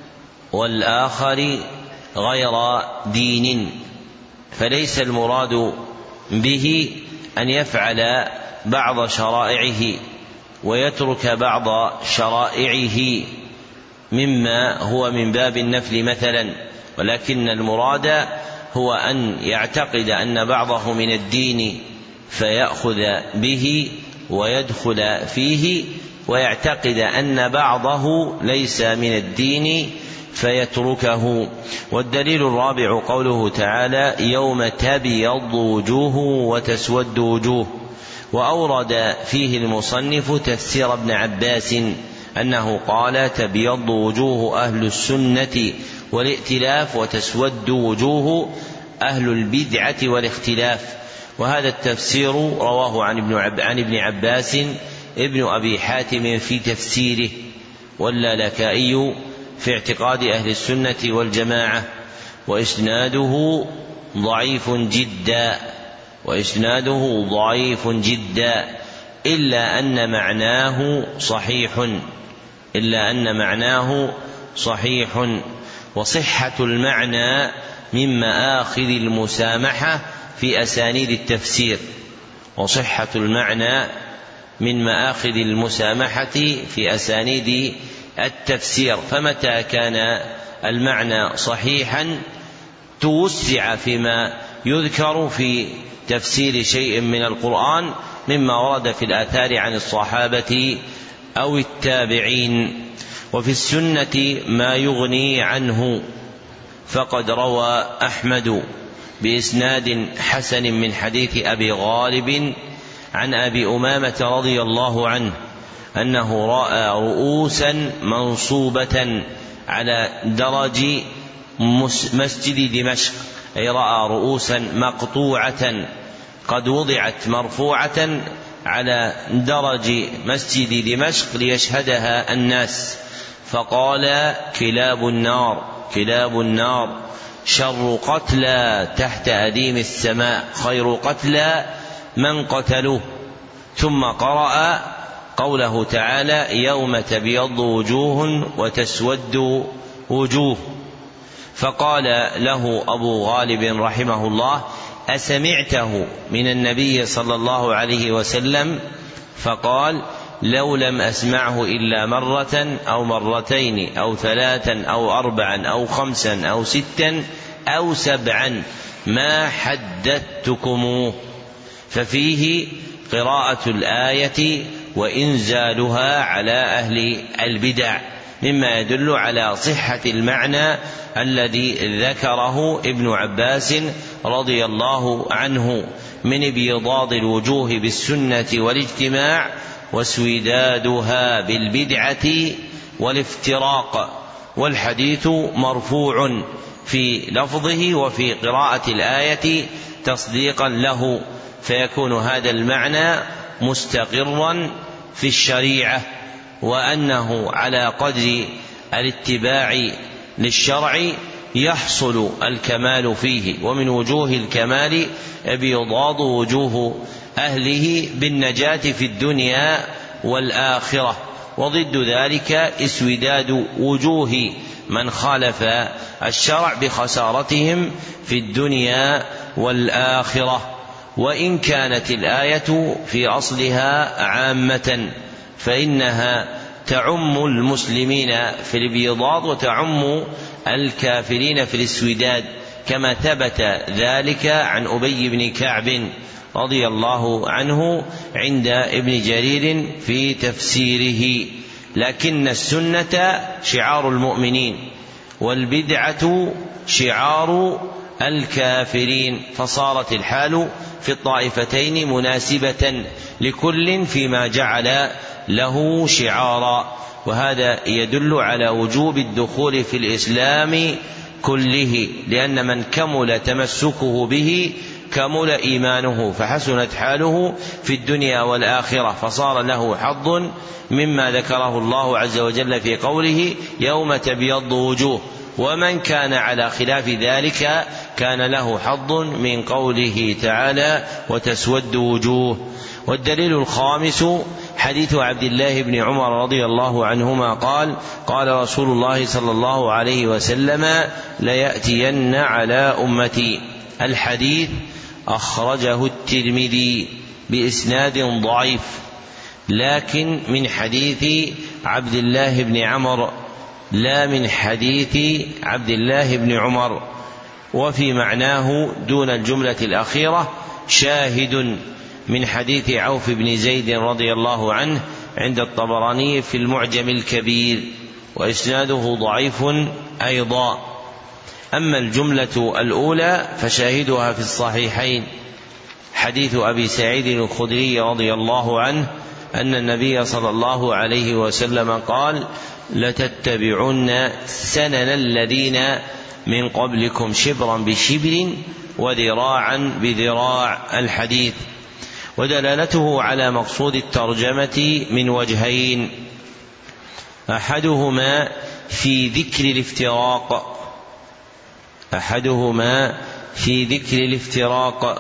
والآخر غير دين. فليس المراد به أن يفعل بعض شرائعه ويترك بعض شرائعه مما هو من باب النفل مثلا، ولكن المراد هو أن يعتقد أن بعضه من الدين فيأخذ به ويدخل فيه، ويعتقد أن بعضه ليس من الدين فيتركه. والدليل الرابع قوله تعالى يوم تبيض وجوه وتسود وجوه. وأورد فيه المصنف تفسير ابن عباس أنه قال تبيض وجوه أهل السنة والائتلاف وتسود وجوه أهل البدعة والاختلاف. وهذا التفسير رواه عن ابن, عب عن ابن عباس ابن أبي حاتم في تفسيره، واللالكائي في اعتقاد أهل السنة والجماعة، وإسناده ضعيف جدا وإسناده ضعيف جدا إلا أن معناه صحيح إلا أن معناه صحيح وصحة المعنى من مآخذ المسامحة في أسانيد التفسير وصحة المعنى من مآخذ المسامحة في أسانيد التفسير. فمتى كان المعنى صحيحا توسع فيما يذكر في تفسير شيء من القرآن مما ورد في الآثار عن الصحابة أو التابعين. وفي السنة ما يغني عنه، فقد روى أحمد بإسناد حسن من حديث أبي غالب عن أبي أمامة رضي الله عنه أنه رأى رؤوسا منصوبة على درج مسجد دمشق، أي رأى رؤوسا مقطوعة قد وضعت مرفوعة على درج مسجد دمشق ليشهدها الناس، فقال: كلاب النار كلاب النار شر قتلى تحت أديم السماء، خير قتلى من قتلوه. ثم قرأ قوله تعالى: يوم تبيض وجوه وتسود وجوه. فقال له أبو غالب رحمه الله: أسمعته من النبي صلى الله عليه وسلم؟ فقال: لو لم أسمعه إلا مرة أو مرتين أو ثلاثا أو أربعا أو خمسا أو ستا أو سبعا ما حدثتكموه. ففيه قراءة الآية وإنزالها على أهل البدع، مما يدل على صحة المعنى الذي ذكره ابن عباس رضي الله عنه من ابيضاض الوجوه بالسنة والاجتماع، واسودادها بالبدعة والافتراق. والحديث مرفوع في لفظه وفي قراءة الآية تصديقا له، فيكون هذا المعنى مستقرا في الشريعة، وأنه على قدر الاتباع للشرع يحصل الكمال فيه. ومن وجوه الكمال ابيضاض وجوه أهله بالنجاة في الدنيا والآخرة، وضد ذلك اسوداد وجوه من خالف الشرع بخسارتهم في الدنيا والآخرة. وإن كانت الآية في أصلها عامة فإنها تعم المسلمين في الابيضاض وتعم الكافرين في الاسوداد، كما ثبت ذلك عن أبي بن كعب رضي الله عنه عند ابن جرير في تفسيره. لكن السنة شعار المؤمنين والبدعة شعار الكافرين، فصارت الحال في الطائفتين مناسبة لكل فيما جعل له شعارا. وهذا يدل على وجوب الدخول في الإسلام كله، لأن من كمل تمسكه به كمل إيمانه، فحسنت حاله في الدنيا والآخرة، فصار له حظ مما ذكره الله عز وجل في قوله: يوم تبيض وجوه. ومن كان على خلاف ذلك كان له حظ من قوله تعالى: وتسود وجوه. والدليل الخامس حديث عبد الله بن عمر رضي الله عنهما قال: قال رسول الله صلى الله عليه وسلم: ليأتين على أمتي. الحديث أخرجه الترمذي بإسناد ضعيف، لكن من حديث عبد الله بن عمر لا من حديث عبد الله بن عمر، وفي معناه دون الجملة الأخيرة شاهد من حديث عوف بن زيد رضي الله عنه عند الطبراني في المعجم الكبير، وإسناده ضعيف أيضا. أما الجملة الأولى فشاهدها في الصحيحين، حديث أبي سعيد الخدري رضي الله عنه أن النبي صلى الله عليه وسلم قال: لتتبعن سنن الذين من قبلكم شبرا بشبر وذراعا بذراع. الحديث ودلالته على مقصود الترجمة من وجهين: أحدهما في ذكر الافتراق أحدهما في ذكر الافتراق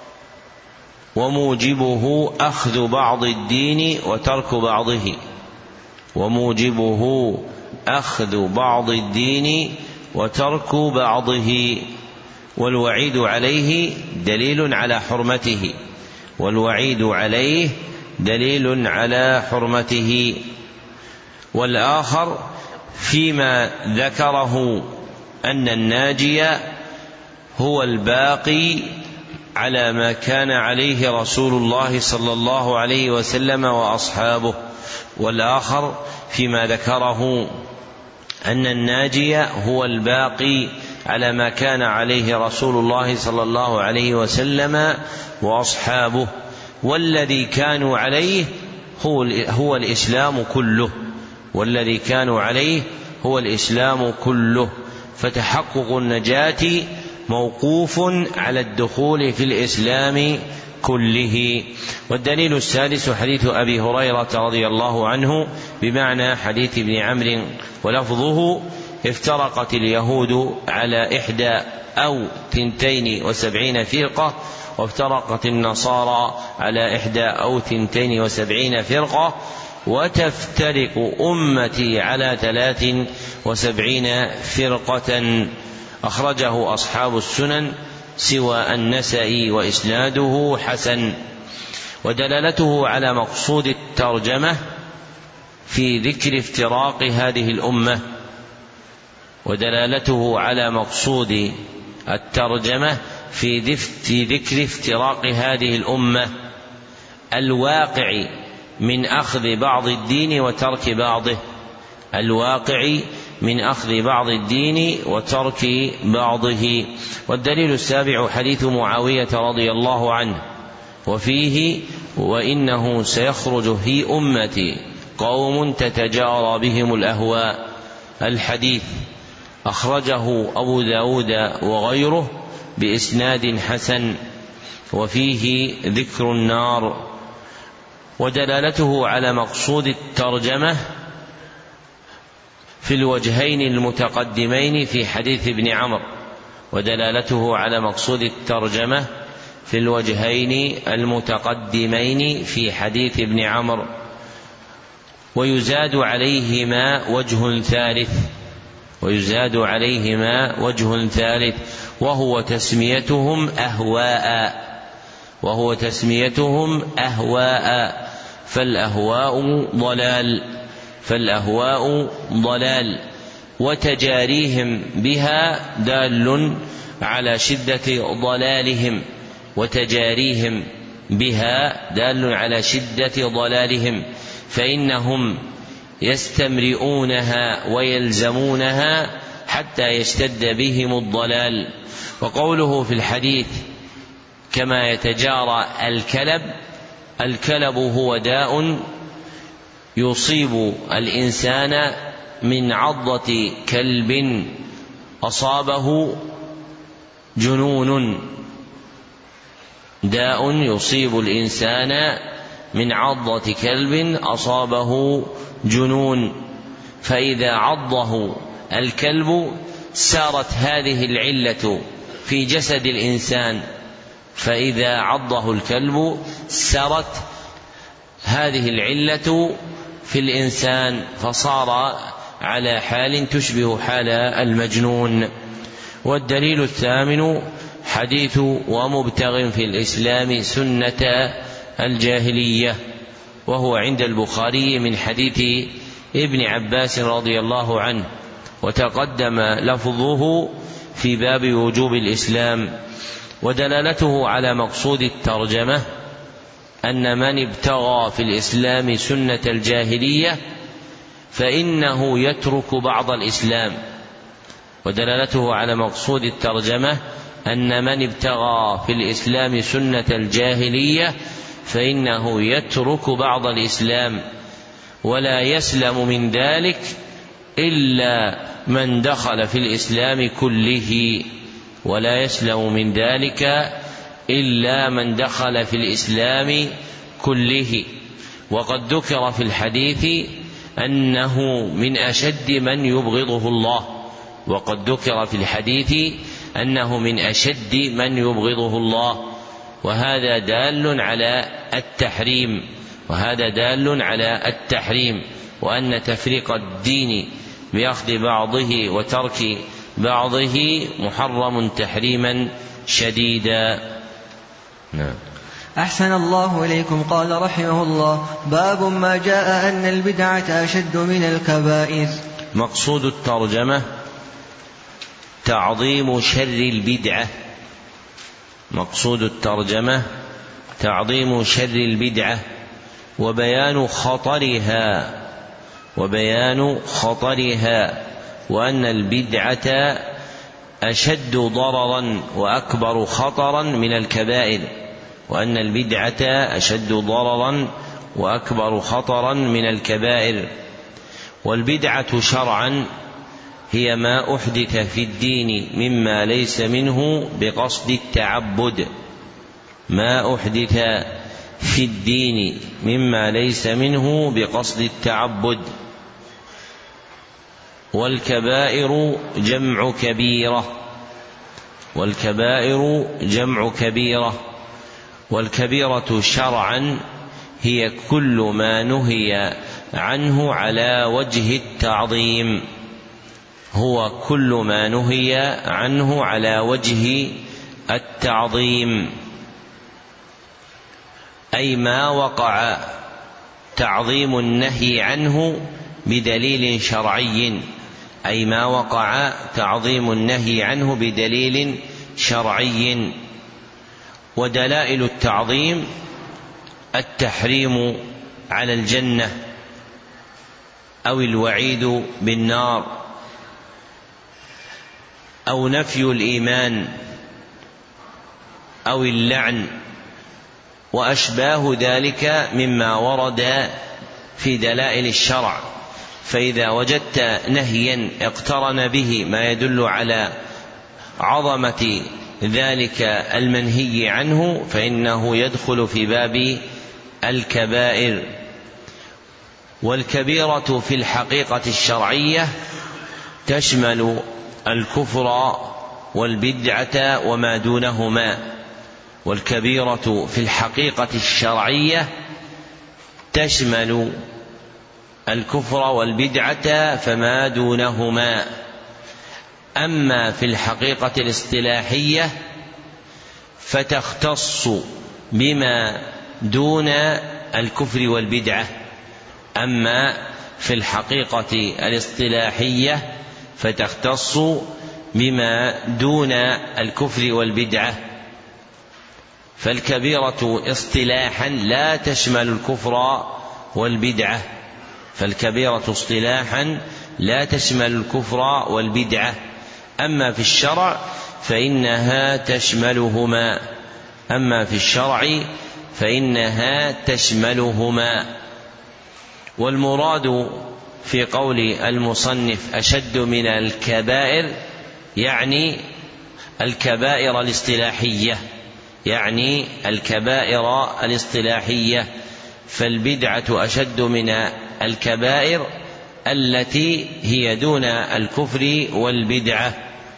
وموجبه أخذ بعض الدين وترك بعضه وموجبه أخذ بعض الدين وترك بعضه والوعيد عليه دليل على حرمته والوعيد عليه دليل على حرمته والآخر فيما ذكره أن الناجي هو الباقي على ما كان عليه رسول الله صلى الله عليه وسلم وأصحابه، والآخر فيما ذكره أن الناجي هو الباقي على ما كان عليه رسول الله صلى الله عليه وسلم وأصحابه. والذي كانوا عليه هو, هو الإسلام كله والذي كانوا عليه هو الإسلام كله، فتحقق النجاة موقوف على الدخول في الإسلام كله. والدليل السادس حديث أبي هريرة رضي الله عنه بمعنى حديث ابن عمرو، ولفظه: افترقت اليهود على إحدى أو تنتين وسبعين فرقة، وافترقت النصارى على إحدى أو تنتين وسبعين فرقة، وتفترق أمتي على ثلاث وسبعين فرقة. أخرجه أصحاب السنن سوى النسائي وإسناده حسن. ودلالته على مقصود الترجمة في ذكر افتراق هذه الأمة ودلالته على مقصود الترجمة في ذكر افتراق هذه الأمة الواقع من أخذ بعض الدين وترك بعضه الواقع من أخذ بعض الدين وترك بعضه. والدليل السابع حديث معاوية رضي الله عنه وفيه: وإنه سيخرج في أمتي قوم تتجارى بهم الأهواء. الحديث أخرجه أبو داود وغيره بإسناد حسن، وفيه ذكر النار. ودلالته على مقصود الترجمة في الوجهين المتقدمين في حديث ابن عمرو ودلالته على مقصود الترجمة في الوجهين المتقدمين في حديث ابن عمرو. ويزاد عليهما وجه ثالث ويزاد عليهما وجه ثالث وهو تسميتهم أهواء وهو تسميتهم أهواء فالأهواء ضلال فالأهواء ضلال وتجاريهم بها دال على شدة ضلالهم وتجاريهم بها دال على شدة ضلالهم فإنهم يستمرئونها ويلزمونها حتى يشتد بهم الضلال. وقوله في الحديث: كما يتجارى الكلب، الكلب هو داء يصيب الإنسان من عضة كلب أصابه جنون داء يصيب الإنسان من عضة كلب أصابه جنون، فإذا عضه الكلب سارت هذه العلة في جسد الإنسان فإذا عضه الكلب سرت هذه العلة في الإنسان فصار على حال تشبه حال المجنون. والدليل الثامن حديث: ومبتغ في الإسلام سنة الجاهلية، وهو عند البخاري من حديث ابن عباس رضي الله عنه، وتقدم لفظه في باب وجوب الإسلام. ودلالته على مقصود الترجمة أن من ابتغى في الإسلام سنة الجاهلية فإنه يترك بعض الإسلام. ودلالته على مقصود الترجمة أن من ابتغى في الإسلام سنة الجاهلية فإنه يترك بعض الإسلام، ولا يسلم من ذلك إلا من دخل في الإسلام كله ولا يسلم من ذلك إلا من دخل في الإسلام كله. وقد ذكر في الحديث أنه من أشد من يبغضه الله وقد ذكر في الحديث أنه من أشد من يبغضه الله وهذا دال على التحريم وهذا دال على التحريم وأن تفريق الدين بأخذ بعضه وترك بعضه محرم تحريما شديدا. نعم. أحسن الله إليكم. قال رحمه الله: باب ما جاء أن البدعة أشد من الكبائر. مقصود الترجمة تعظيم شر البدعة مقصود الترجمة تعظيم شر البدعة وبيان خطرها وبيان خطرها وأن البدعة أشد ضررا وأكبر خطرا من الكبائر وأن البدعة أشد ضررا وأكبر خطرا من الكبائر. والبدعة شرعا هي ما أحدث في الدين مما ليس منه بقصد التعبد، ما أحدث في الدين مما ليس منه بقصد التعبد. والكبائر جمع كبيرة، والكبائر جمع كبيرة. والكبيرة شرعا هي كل ما نهي عنه على وجه التعظيم، هو كل ما نهي عنه على وجه التعظيم، أي ما وقع تعظيم النهي عنه بدليل شرعي، أي ما وقع تعظيم النهي عنه بدليل شرعي. ودلائل التعظيم التحريم على الجنة أو الوعيد بالنار أو نفي الإيمان أو اللعن وأشباه ذلك مما ورد في دلائل الشرع. فإذا وجدت نهيا اقترن به ما يدل على عظمة ذلك المنهي عنه فإنه يدخل في باب الكبائر. والكبيرة في الحقيقة الشرعية تشمل الكفر والبدعة وما دونهما. والكبيرة في الحقيقة الشرعية تشمل الكفر والبدعة فما دونهما. أما في الحقيقة الاصطلاحية فتختص بما دون الكفر والبدعة. أما في الحقيقة الاصطلاحية فتختص بما دون الكفر والبدعة. فالكبيرة اصطلاحا لا تشمل الكفر والبدعة، فالكبيرة اصطلاحا لا تشمل الكفر والبدعة. أما في الشرع فإنها تشملهما، أما في الشرع فإنها تشملهما. والمراد في قول المصنف أشد من الكبائر يعني الكبائر الاصطلاحية، يعني الكبائر الاصطلاحية. فالبدعة أشد من الكبائر التي هي دون الكفر والبدعة.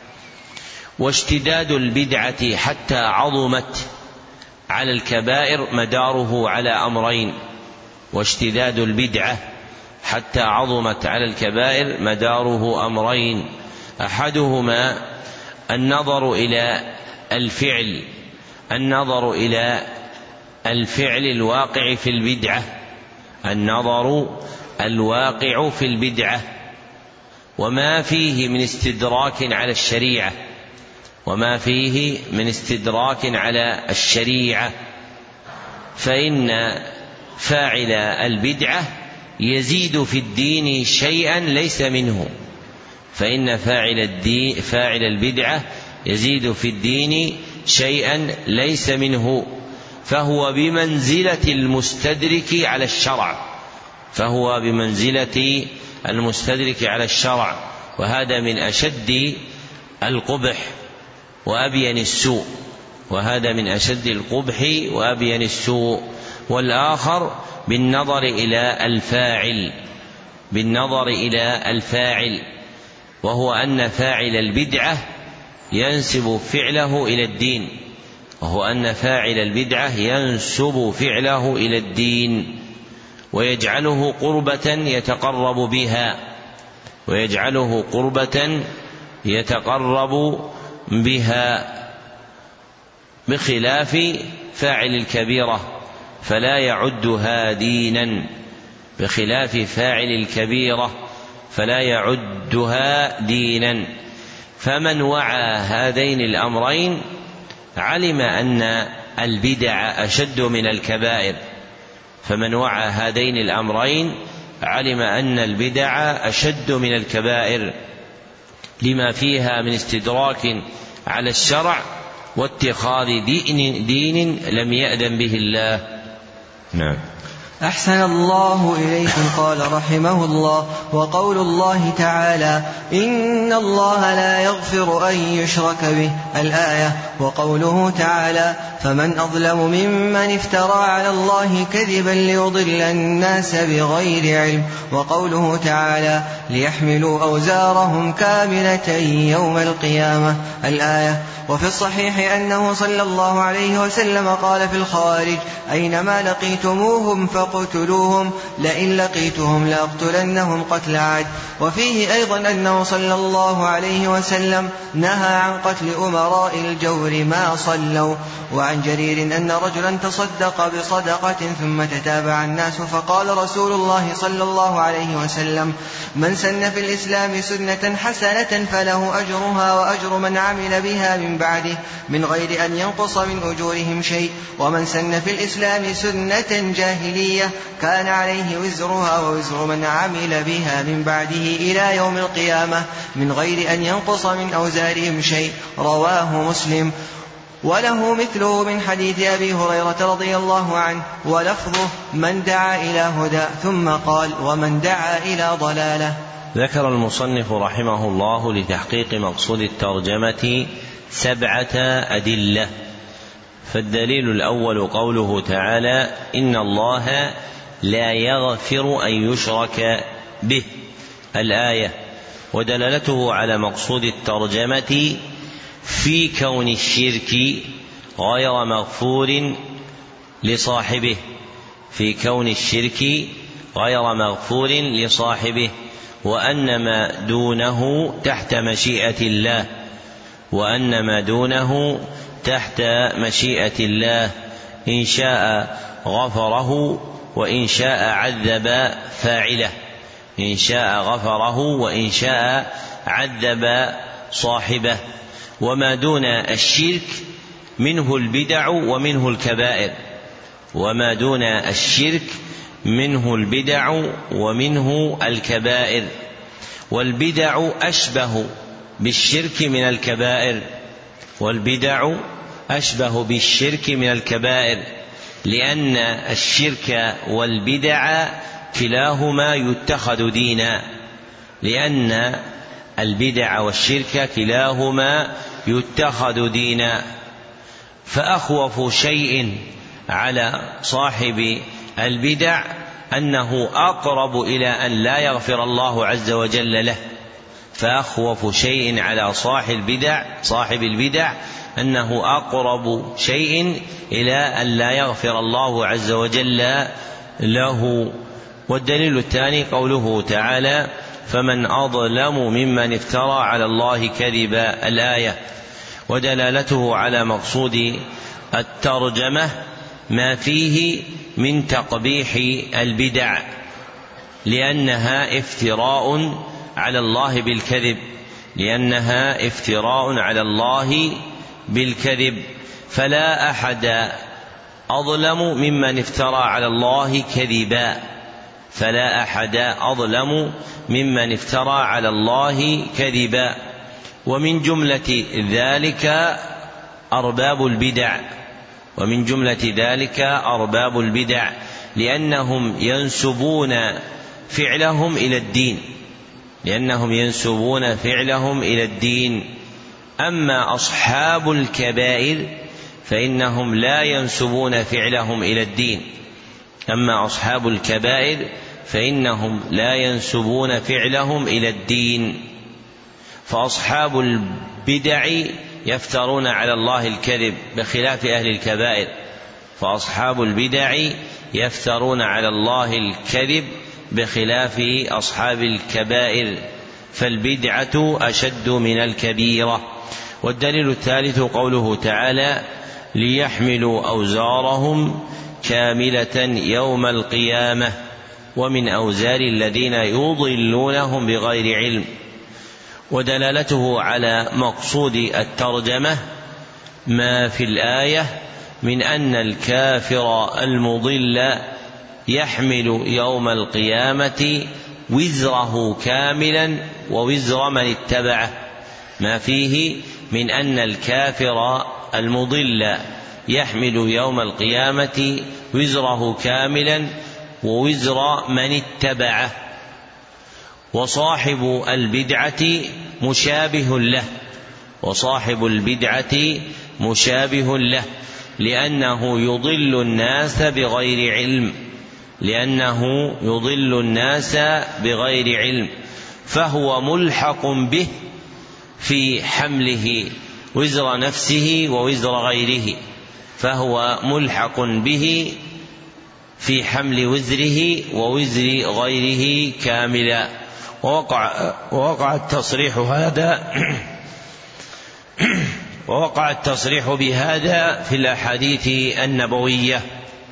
واشتداد البدعة حتى عظمت على الكبائر مداره على أمرين. واشتداد البدعة حتى عظمت على الكبائر مداره أمرين، أحدهما النظر إلى الفعل النظر إلى الفعل الواقع في البدعة النظر الواقع في البدعة وما فيه من استدراك على الشريعة وما فيه من استدراك على الشريعة فإن فاعل البدعة يزيد في الدين شيئا ليس منه فإن فاعل الدين فاعل البدعة يزيد في الدين شيئا ليس منه فهو بمنزلة المستدرك على الشرع فهو بمنزلة المستدرك على الشرع وهذا من أشد القبح وأبين السوء وهذا من أشد القبح وأبين السوء. والآخر بالنظر إلى الفاعل بالنظر إلى الفاعل وهو أن فاعل البدعة ينسب فعله إلى الدين وهو أن فاعل البدعة ينسب فعله إلى الدين ويجعله قربة يتقرب بها ويجعله قربة يتقرب بها بخلاف فاعل الكبيرة فلا يعدها دينا بخلاف فاعل الكبيرة فلا يعدها دينا. فمن وعى هذين الأمرين علم أن البدع أشد من الكبائر فمن وعى هذين الأمرين علم أن البدع أشد من الكبائر لما فيها من استدراك على الشرع واتخاذ دين, دين لم يأذن به الله. نعم. أحسن الله إليكم. قال رحمه الله: وقول الله تعالى: إن الله لا يغفر أن يشرك به، الآية. وقوله تعالى: فمن أظلم ممن افترى على الله كذبا ليضل الناس بغير علم. وقوله تعالى: ليحملوا أوزارهم كاملة يوم القيامة، الآية. وفي الصحيح أنه صلى الله عليه وسلم قال في الخوارج: أينما لقيتموهم فاقتلوهم، لئن لقيتهم لأقتلنهم قتل عاد. وفيه أيضا أنه صلى الله عليه وسلم نهى عن قتل أمراء الجور ما صلوا. وعن جرير أن رجلا تصدق بصدقة ثم تتابع الناس فقال رسول الله صلى الله عليه وسلم: من سن في الإسلام سنة حسنة فله أجرها وأجر من عمل بها من بعده من غير أن ينقص من أجورهم شيء، ومن سن في الإسلام سنة جاهلية كان عليه وزرها ووزر من عمل بها من بعده إلى يوم القيامة من غير أن ينقص من أوزارهم شيء. رواه مسلم. وله مثله من حديث أبي هريرة رضي الله عنه، ولفظه: من دعا إلى هدى، ثم قال: ومن دعا إلى ضلالة. ذكر المصنف رحمه الله لتحقيق مقصود الترجمة سبعة أدلة. فالدليل الأول قوله تعالى: إن الله لا يغفر أن يشرك به، الآية. ودلالته على مقصود الترجمة في كون الشرك غير مغفور لصاحبه، في كون الشرك غير مغفور لصاحبه، وأن ما دونه تحت مشيئة الله، وأن ما دونه تحت مشيئة الله، إن شاء غفره وإن شاء عذب فاعله، إن شاء غفره وإن شاء عذب صاحبه. وما دون الشرك منه البدع ومنه الكبائر، وما دون الشرك منه البدع ومنه الكبائر. والبدع أشبه بالشرك من الكبائر، والبدع أشبه بالشرك من الكبائر، لأن الشرك والبدع كلاهما يتخذ دينا، لأن البدع والشرك كلاهما يتخذ دينا. فأخوف شيء على صاحب البدع أنه أقرب إلى أن لا يغفر الله عز وجل له، فأخوف شيء على صاحب البدع صاحب البدع أنه أقرب شيء إلى أن لا يغفر الله عز وجل له. والدليل الثاني قوله تعالى: فمن أظلم ممن افترى على الله كذبا، الآية. ودلالته على مقصود الترجمة ما فيه من تقبيح البدع، لأنها افتراء على الله بالكذب، لأنها افتراء على الله بالكذب. فلا أحد أظلم ممن افترى على الله كذبا، فلا أحد أظلم ممن افترى على الله كذبا. ومن جملة ذلك أرباب البدع، ومن جملة ذلك أرباب البدع، لأنهم ينسبون فعلهم إلى الدين، لأنهم ينسبون فعلهم إلى الدين. أما أصحاب الكبائر فإنهم لا ينسبون فعلهم إلى الدين، أما أصحاب الكبائر فإنهم لا ينسبون فعلهم إلى الدين. فأصحاب البدع يفترون على الله الكذب بخلاف أهل الكبائر، فأصحاب البدع يفترون على الله الكذب بخلاف أصحاب الكبائر، فالبدعة أشد من الكبيرة. والدليل الثالث قوله تعالى: ليحملوا أوزارهم كاملة يوم القيامة ومن أوزار الذين يضلونهم بغير علم. ودلالته على مقصود الترجمة ما في الآية من أن الكافر المضل يحمل يوم القيامة وزره كاملا ووزر من اتبعه، ما فيه من أن الكافر المضل يحمل يوم القيامة وزره كاملا ووزر من اتبعه. وصاحب البدعة مشابه له وصاحب البدعة مشابه له لأنه يضل الناس بغير علم لأنه يضل الناس بغير علم فهو ملحق به في حمله وزر نفسه ووزر غيره فهو ملحق به في حمل وزره ووزر غيره كاملا. ووقع, ووقع التصريح هذا ووقع التصريح بهذا في الأحاديث النبوية.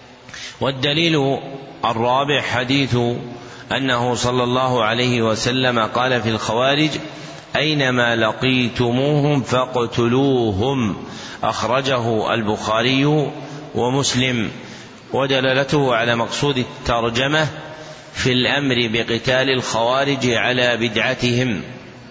والدليل الرابع حديث أنه صلى الله عليه وسلم قال في الخوارج: أينما لقيتموهم فاقتلوهم، أخرجه البخاري ومسلم. ودلالته على مقصود الترجمة في الأمر بقتال الخوارج على بدعتهم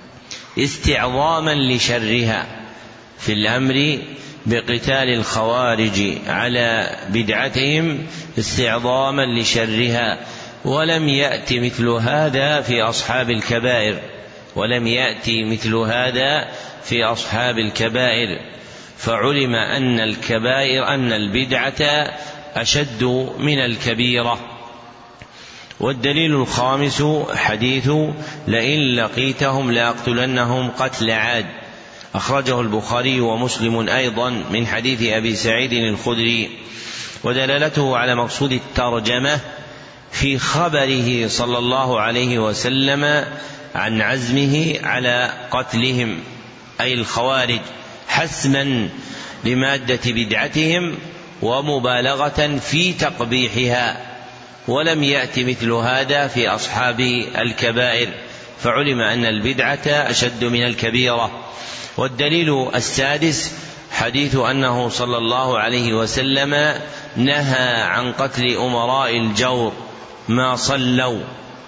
استعظاما لشرها في الأمر بقتال الخوارج على بدعتهم استعظاما لشرها. ولم يأتي مثل هذا في أصحاب الكبائر ولم يأتي مثل هذا في أصحاب الكبائر فعلم أن الكبائر أن البدعة أشد من الكبيرة. والدليل الخامس حديث: لئن لقيتهم لأقتلنهم قتل عاد، أخرجه البخاري ومسلم أيضا من حديث أبي سعيد الخدري. ودلالته على مقصود الترجمة في خبره صلى الله عليه وسلم عن عزمه على قتلهم أي الخوارج حسما لمادة بدعتهم ومبالغة في تقبيحها. ولم يأت مثل هذا في أصحاب الكبائر فعلم أن البدعة أشد من الكبيرة. والدليل السادس حديث أنه صلى الله عليه وسلم نهى عن قتل أمراء الجور ما صلوا،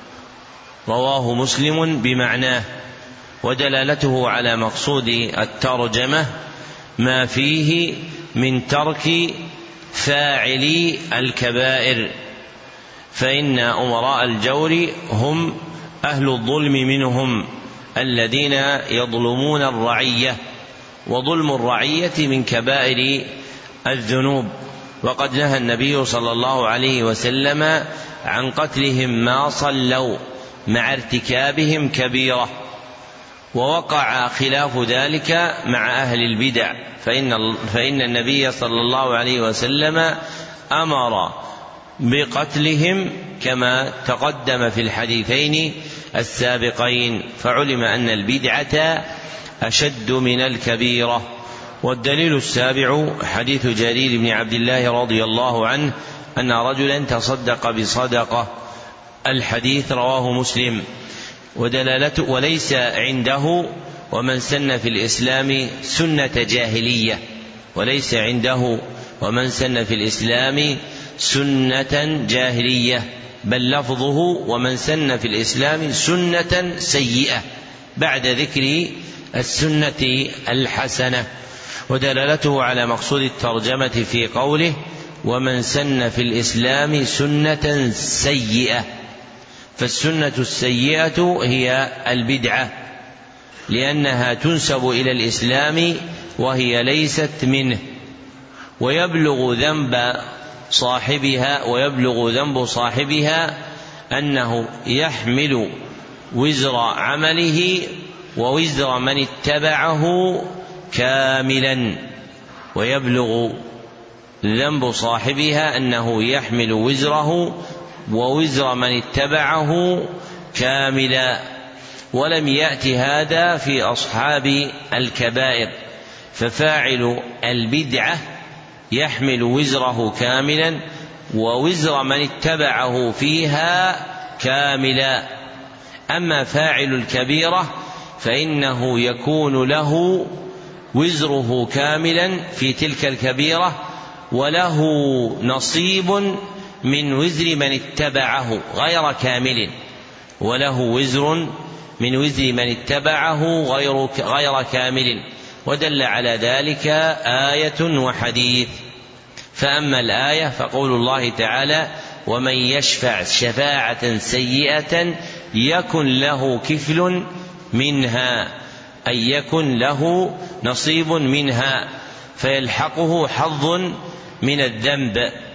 رواه مسلم بمعناه. ودلالته على مقصود الترجمة ما فيه من ترك فاعلي الكبائر، فإن أمراء الجور هم أهل الظلم منهم الذين يظلمون الرعية، وظلم الرعية من كبائر الذنوب. وقد نهى النبي صلى الله عليه وسلم عن قتلهم ما صلوا مع ارتكابهم كبيرة. ووقع خلاف ذلك مع أهل البدع، فإن, فإن النبي صلى الله عليه وسلم أمر بقتلهم كما تقدم في الحديثين السابقين، فعلم أن البدعة أشد من الكبيرة. والدليل السابع حديث جرير بن عبد الله رضي الله عنه أن رجلا تصدق بصدقة، الحديث رواه مسلم. ودلالته وليس عنده ومن سن في الإسلام سنة جاهلية وليس عنده ومن سن في الإسلام سنة جاهلية بل لفظه ومن سن في الإسلام سنة سيئة بعد ذكر السنة الحسنة. ودلالته على مقصود الترجمة في قوله ومن سن في الإسلام سنة سيئة، فالسنة السيئة هي البدعة لأنها تنسب إلى الإسلام وهي ليست منه، ويبلغ ذنب صاحبها ويبلغ ذنب صاحبها أنه يحمل وزر عمله ووزر من اتبعه كاملا، ويبلغ ذنب صاحبها أنه يحمل وزره ووزر من اتبعه كاملا. ولم يأت هذا في أصحاب الكبائر، ففاعل البدعة يحمل وزره كاملا ووزر من اتبعه فيها كاملا. أما فاعل الكبيرة فإنه يكون له وزره كاملا في تلك الكبيرة وله نصيب من وزر من اتبعه غير كامل وله وزر من وزر من اتبعه غير غير كامل ودل على ذلك آية وحديث. فأما الآية فقول الله تعالى: ومن يشفع شفاعة سيئة يكن له كفل منها، أي يكن له نصيب منها فيلحقه حظ من الذنب.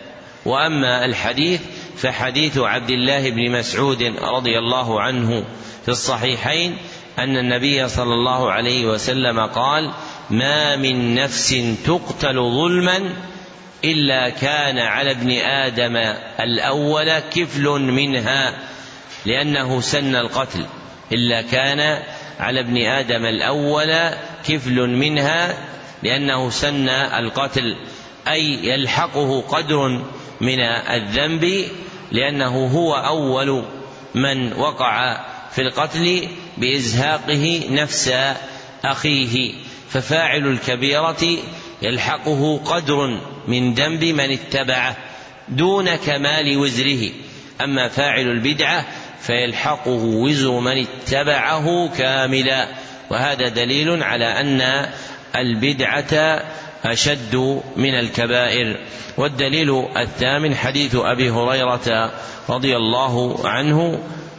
وأما الحديث فحديث عبد الله بن مسعود رضي الله عنه في الصحيحين أن النبي صلى الله عليه وسلم قال: ما من نفس تقتل ظلما إلا كان على ابن آدم الأول كفل منها، لأنه سن القتل، إلا كان على ابن آدم الأول كفل منها لأنه سن القتل، أي يلحقه قدر من الذنب لأنه هو أول من وقع في القتل بإزهاقه نفس أخيه. ففاعل الكبيرة يلحقه قدر من ذنب من اتبعه دون كمال وزره، أما فاعل البدعة فيلحقه وزر من اتبعه كاملا. وهذا دليل على أن البدعة أشد من الكبائر. والدليل الثامن حديث أبي هريرة رضي الله عنه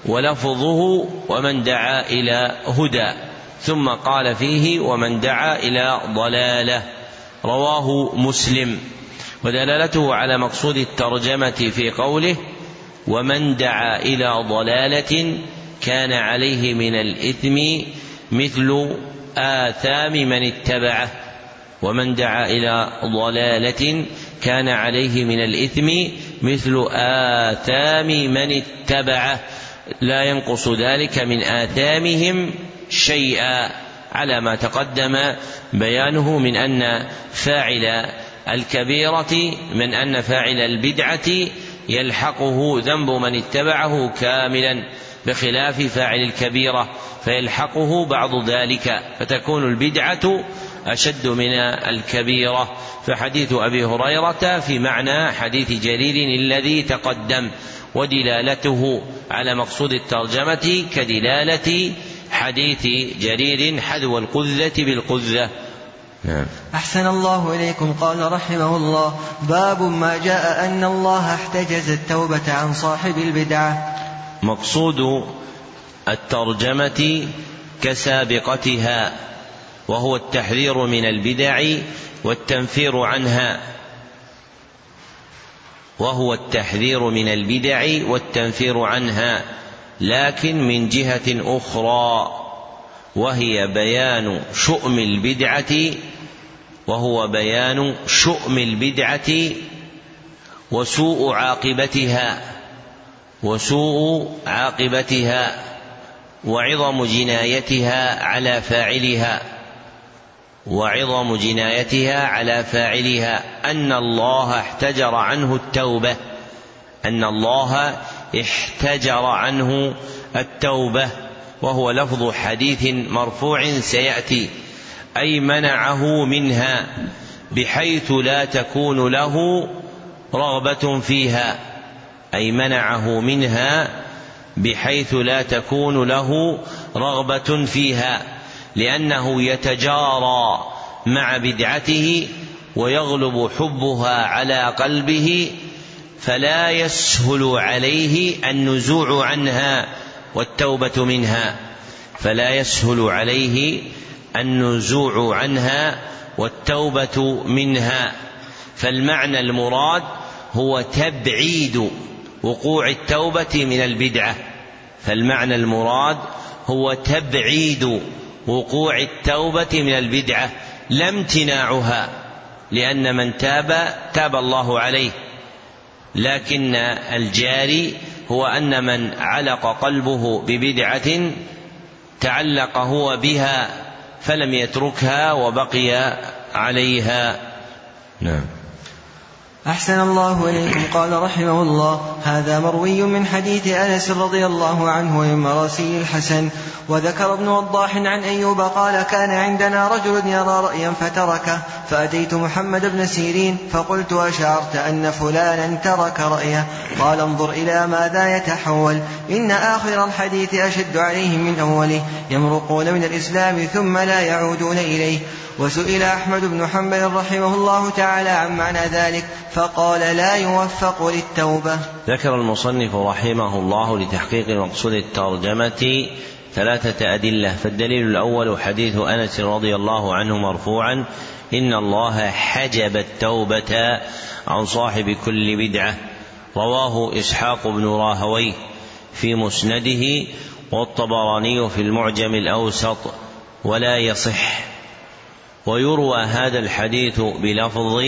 ولفظه: ومن دعا إلى هدى، ثم قال فيه: ومن دعا إلى ضلالة، رواه مسلم. ودلالته على مقصود الترجمة في قوله: ومن دعا إلى ضلالة كان عليه من الإثم مثل آثام من اتبعه. ومن دعا إلى ضلالة كان عليه من الإثم مثل آثام من اتبعه، لا ينقص ذلك من آثامهم شيئا، على ما تقدم بيانه من أن فاعل الكبيرة من أن فاعل البدعة يلحقه ذنب من اتبعه كاملا، بخلاف فاعل الكبيرة فيلحقه بعض ذلك، فتكون البدعة أشد من الكبيرة. فحديث أبي هريرة في معنى حديث جرير الذي تقدم، ودلالته على مقصود الترجمة كدلالة حديث جرير حذو القذة بالقذة. نعم. أحسن الله إليكم. قال رحمه الله: باب ما جاء أن الله احتجز التوبة عن صاحب البدعة. مقصود الترجمة كسابقتها، وهو التحذير من البدع والتنفير عنها وهو التحذير من البدع والتنفير عنها لكن من جهة أخرى، وهي بيان شؤم البدعة وهو بيان شؤم البدعة وسوء عاقبتها وسوء عاقبتها وعظم جنايتها على فاعلها وعظم جنايتها على فاعلها أن الله احتجر عنه التوبة أن الله احتجر عنه التوبة وهو لفظ حديث مرفوع سيأتي، أي منعه منها بحيث لا تكون له رغبة فيها أي منعه منها بحيث لا تكون له رغبة فيها، لأنه يتجارى مع بدعته ويغلب حبها على قلبه، فلا يسهل عليه النزوع عنها والتوبة منها فلا يسهل عليه النزوع عنها والتوبة منها. فالمعنى المراد هو تبعيد وقوع التوبة من البدعة فالمعنى المراد هو تبعيد وقوع التوبة من البدعة لا امتناعها، لأن من تاب تاب الله عليه، لكن الجاري هو أن من علق قلبه ببدعة تعلق هو بها فلم يتركها وبقي عليها. نعم. أحسن الله إليكم. قال رحمه الله: هذا مروي من حديث أنس رضي الله عنه ومن مراسيل الحسن. وذكر ابن وضاح عن أيوب قال: كان عندنا رجل يرى رأيا فتركه، فأتيت محمد بن سيرين فقلت: أشعرت أن فلانا ترك رأيه؟ قال: انظر إلى ماذا يتحول، إن آخر الحديث أشد عليهم من أوله، يمرقون من الإسلام ثم لا يعودون إليه. وسئل أحمد بن حنبل رحمه الله تعالى عن معنى ذلك فقال: لا يوفق للتوبة. ذكر المصنف رحمه الله لتحقيق مقصود الترجمة ثلاثة أدلة. فالدليل الأول حديث أنس رضي الله عنه مرفوعا: إن الله حجب التوبة عن صاحب كل بدعة، رواه إسحاق بن راهويه في مسنده والطبراني في المعجم الأوسط ولا يصح. ويروى هذا الحديث بلفظ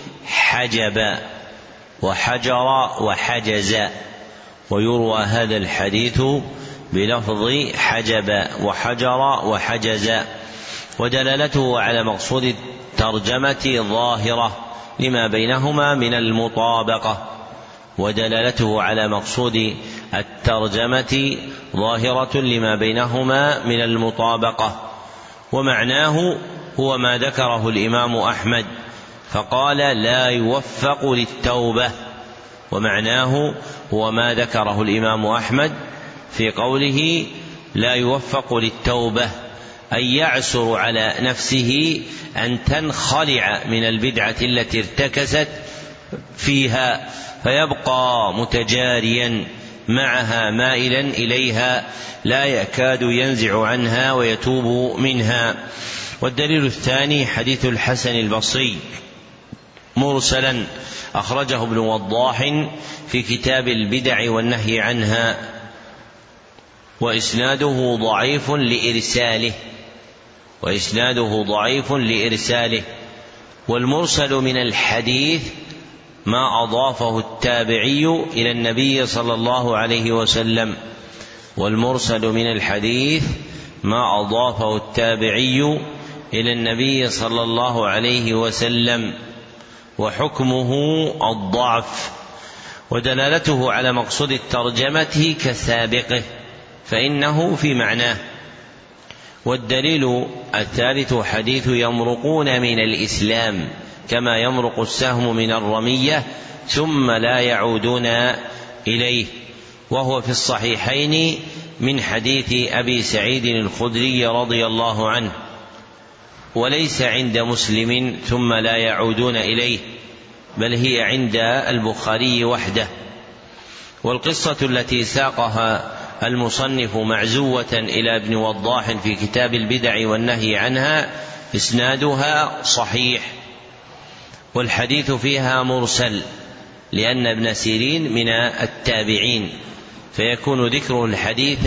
حجب وحجر وحجز، ويروى هذا الحديث بلفظ حجب وحجر وحجز. ودلالته على مقصود الترجمة ظاهرة لما بينهما من المطابقة ودلالته على مقصود الترجمة ظاهرة لما بينهما من المطابقة ومعناه هو ما ذكره الإمام أحمد فقال: لا يوفق للتوبة. ومعناه هو ما ذكره الإمام أحمد في قوله: لا يوفق للتوبة، أي يعسر على نفسه أن تنخلع من البدعة التي ارتكست فيها، فيبقى متجاريا معها مائلا إليها لا يكاد ينزع عنها ويتوب منها. والدليل الثاني حديث الحسن البصري مرسلا أخرجه ابن وضاح في كتاب البدع والنهي عنها، وإسناده ضعيف لإرساله وإسناده ضعيف لإرساله والمرسل من الحديث ما أضافه التابعي إلى النبي صلى الله عليه وسلم والمرسل من الحديث ما أضافه التابعي إلى النبي صلى الله عليه وسلم وحكمه الضعف. ودلالته على مقصود الترجمة كسابقه فإنه في معناه. والدليل الثالث حديث يمرقون من الإسلام كما يمرق السهم من الرمية ثم لا يعودون إليه، وهو في الصحيحين من حديث أبي سعيد الخدري رضي الله عنه، وليس عند مسلم ثم لا يعودون إليه، بل هي عند البخاري وحده. والقصة التي ساقها المصنف معزوة إلى ابن وضاح في كتاب البدع والنهي عنها إسنادها صحيح، والحديث فيها مرسل لأن ابن سيرين من التابعين، فيكون ذكر الحديث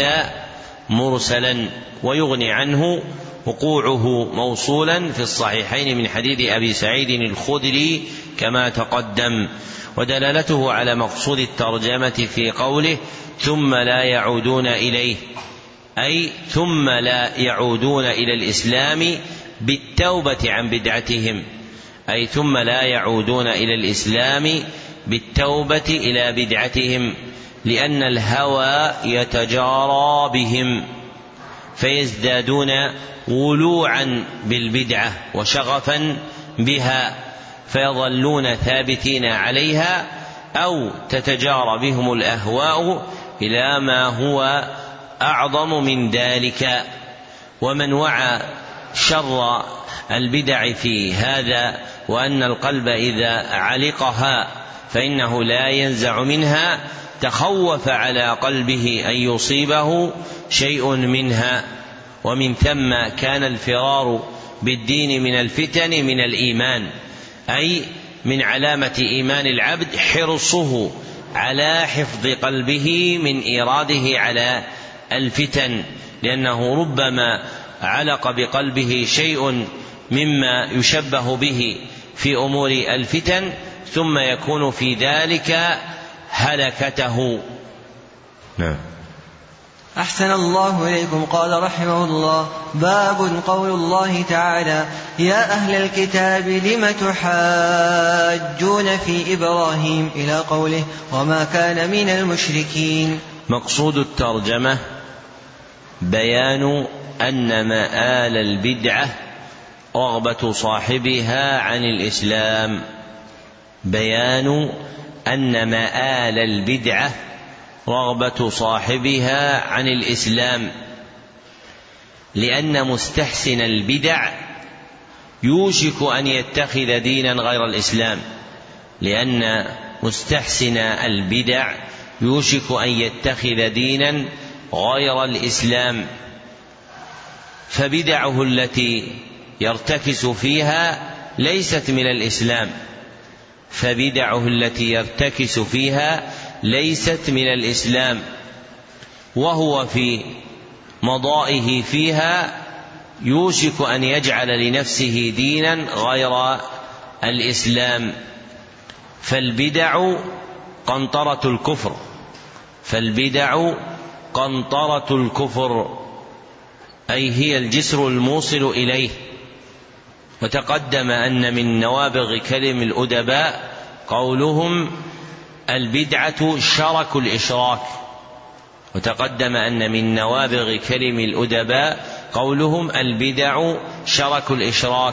مرسلا ويغني عنه وقوعه موصولا في الصحيحين من حديث أبي سعيد الخدري كما تقدم. ودلالته على مقصود الترجمة في قوله: ثم لا يعودون إليه، أي ثم لا يعودون إلى الإسلام بالتوبة عن بدعتهم، أي ثم لا يعودون إلى الإسلام بالتوبة إلى بدعتهم، لأن الهوى يتجارى بهم فيزدادون ولوعا بالبدعة وشغفا بها فيظلون ثابتين عليها، أو تتجارى بهم الأهواء إلى ما هو أعظم من ذلك. ومن وعى شر البدع في هذا وأن القلب إذا علقها فإنه لا ينزع منها تخوف على قلبه أن يصيبه شيء منها، ومن ثم كان الفرار بالدين من الفتن من الإيمان، أي من علامة إيمان العبد حرصه على حفظ قلبه من إراده على الفتن، لأنه ربما علق بقلبه شيء مما يشبه به في أمور الفتن ثم يكون في ذلك هلكته. نعم. أحسن الله إليكم. قال رحمه الله: باب قول الله تعالى: يا أهل الكتاب لم تحاجون في إبراهيم إلى قوله: وما كان من المشركين. مقصود الترجمة بيان أن مآل البدعة رغبة صاحبها عن الإسلام بيان أن مآل البدعة رغبة صاحبها عن الإسلام، لأن مستحسن البدع يوشك أن يتخذ دينا غير الإسلام لأن مستحسن البدع يوشك أن يتخذ دينا غير الإسلام، فبدعه التي يرتكس فيها ليست من الإسلام فبدعه التي يرتكس فيها ليست من الإسلام وهو في مضائه فيها يوشك أن يجعل لنفسه دينا غير الإسلام. فالبدع قنطرة الكفر فالبدع قنطرة الكفر أي هي الجسر الموصل إليه. وتقدم أن من نوابغ كلم الأدباء قولهم: البدعة شرك الإشراك. وتقدم أن من نوابغ كلم الأدباء قولهم: البدع شرك الإشراك،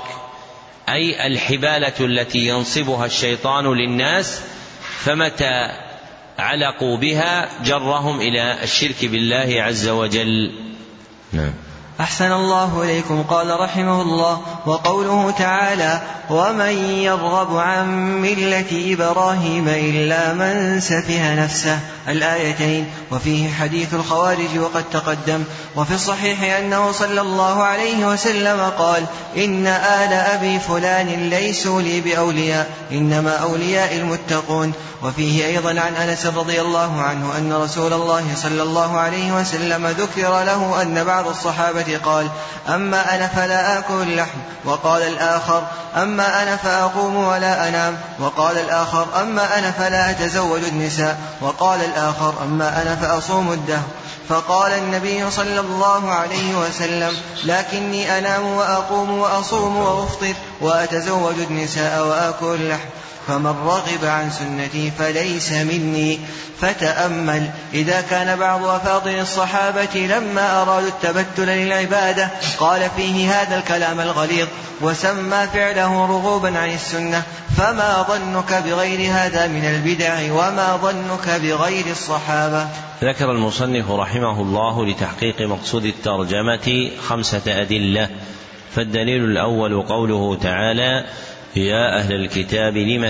أي الحبالة التي ينصبها الشيطان للناس، فمتى علقوا بها جرهم إلى الشرك بالله عز وجل. نعم. أحسن الله إليكم. قال رحمه الله: وقوله تعالى: ومن يرغب عن ملة إبراهيم إلا من سفه نفسه، الآيتين. وفيه حديث الخوارج وقد تقدم. وفي الصحيح أنه صلى الله عليه وسلم قال: إن آل أبي فلان ليسوا لي بأولياء، إنما أولياء المتقون. وفيه أيضا عن أنس رضي الله عنه أن رسول الله صلى الله عليه وسلم ذكر له أن بعض الصحابة قال: أما أنا فلا آكل اللحم، وقال الآخر: أما أنا فأقوم ولا أنام، وقال الآخر: أما أنا فلا أتزوج النساء، وقال الآخر: أما أنا فأصوم الدهر. فقال النبي صلى الله عليه وسلم: لكني أنام وأقوم وأصوم وأفطر وأتزوج النساء وآكل اللحم، فمن رغب عن سنتي فليس مني. فتأمل، إذا كان بعض أفاضل الصحابة لما أرادوا التبتل للعبادة قال فيه هذا الكلام الغليظ وسمى فعله رغوبا عن السنة، فما ظنك بغير هذا من البدع، وما ظنك بغير الصحابة؟ ذكر المصنف رحمه الله لتحقيق مقصود الترجمة خمسة أدلة. فالدليل الأول قوله تعالى: يا أهل الكتاب لم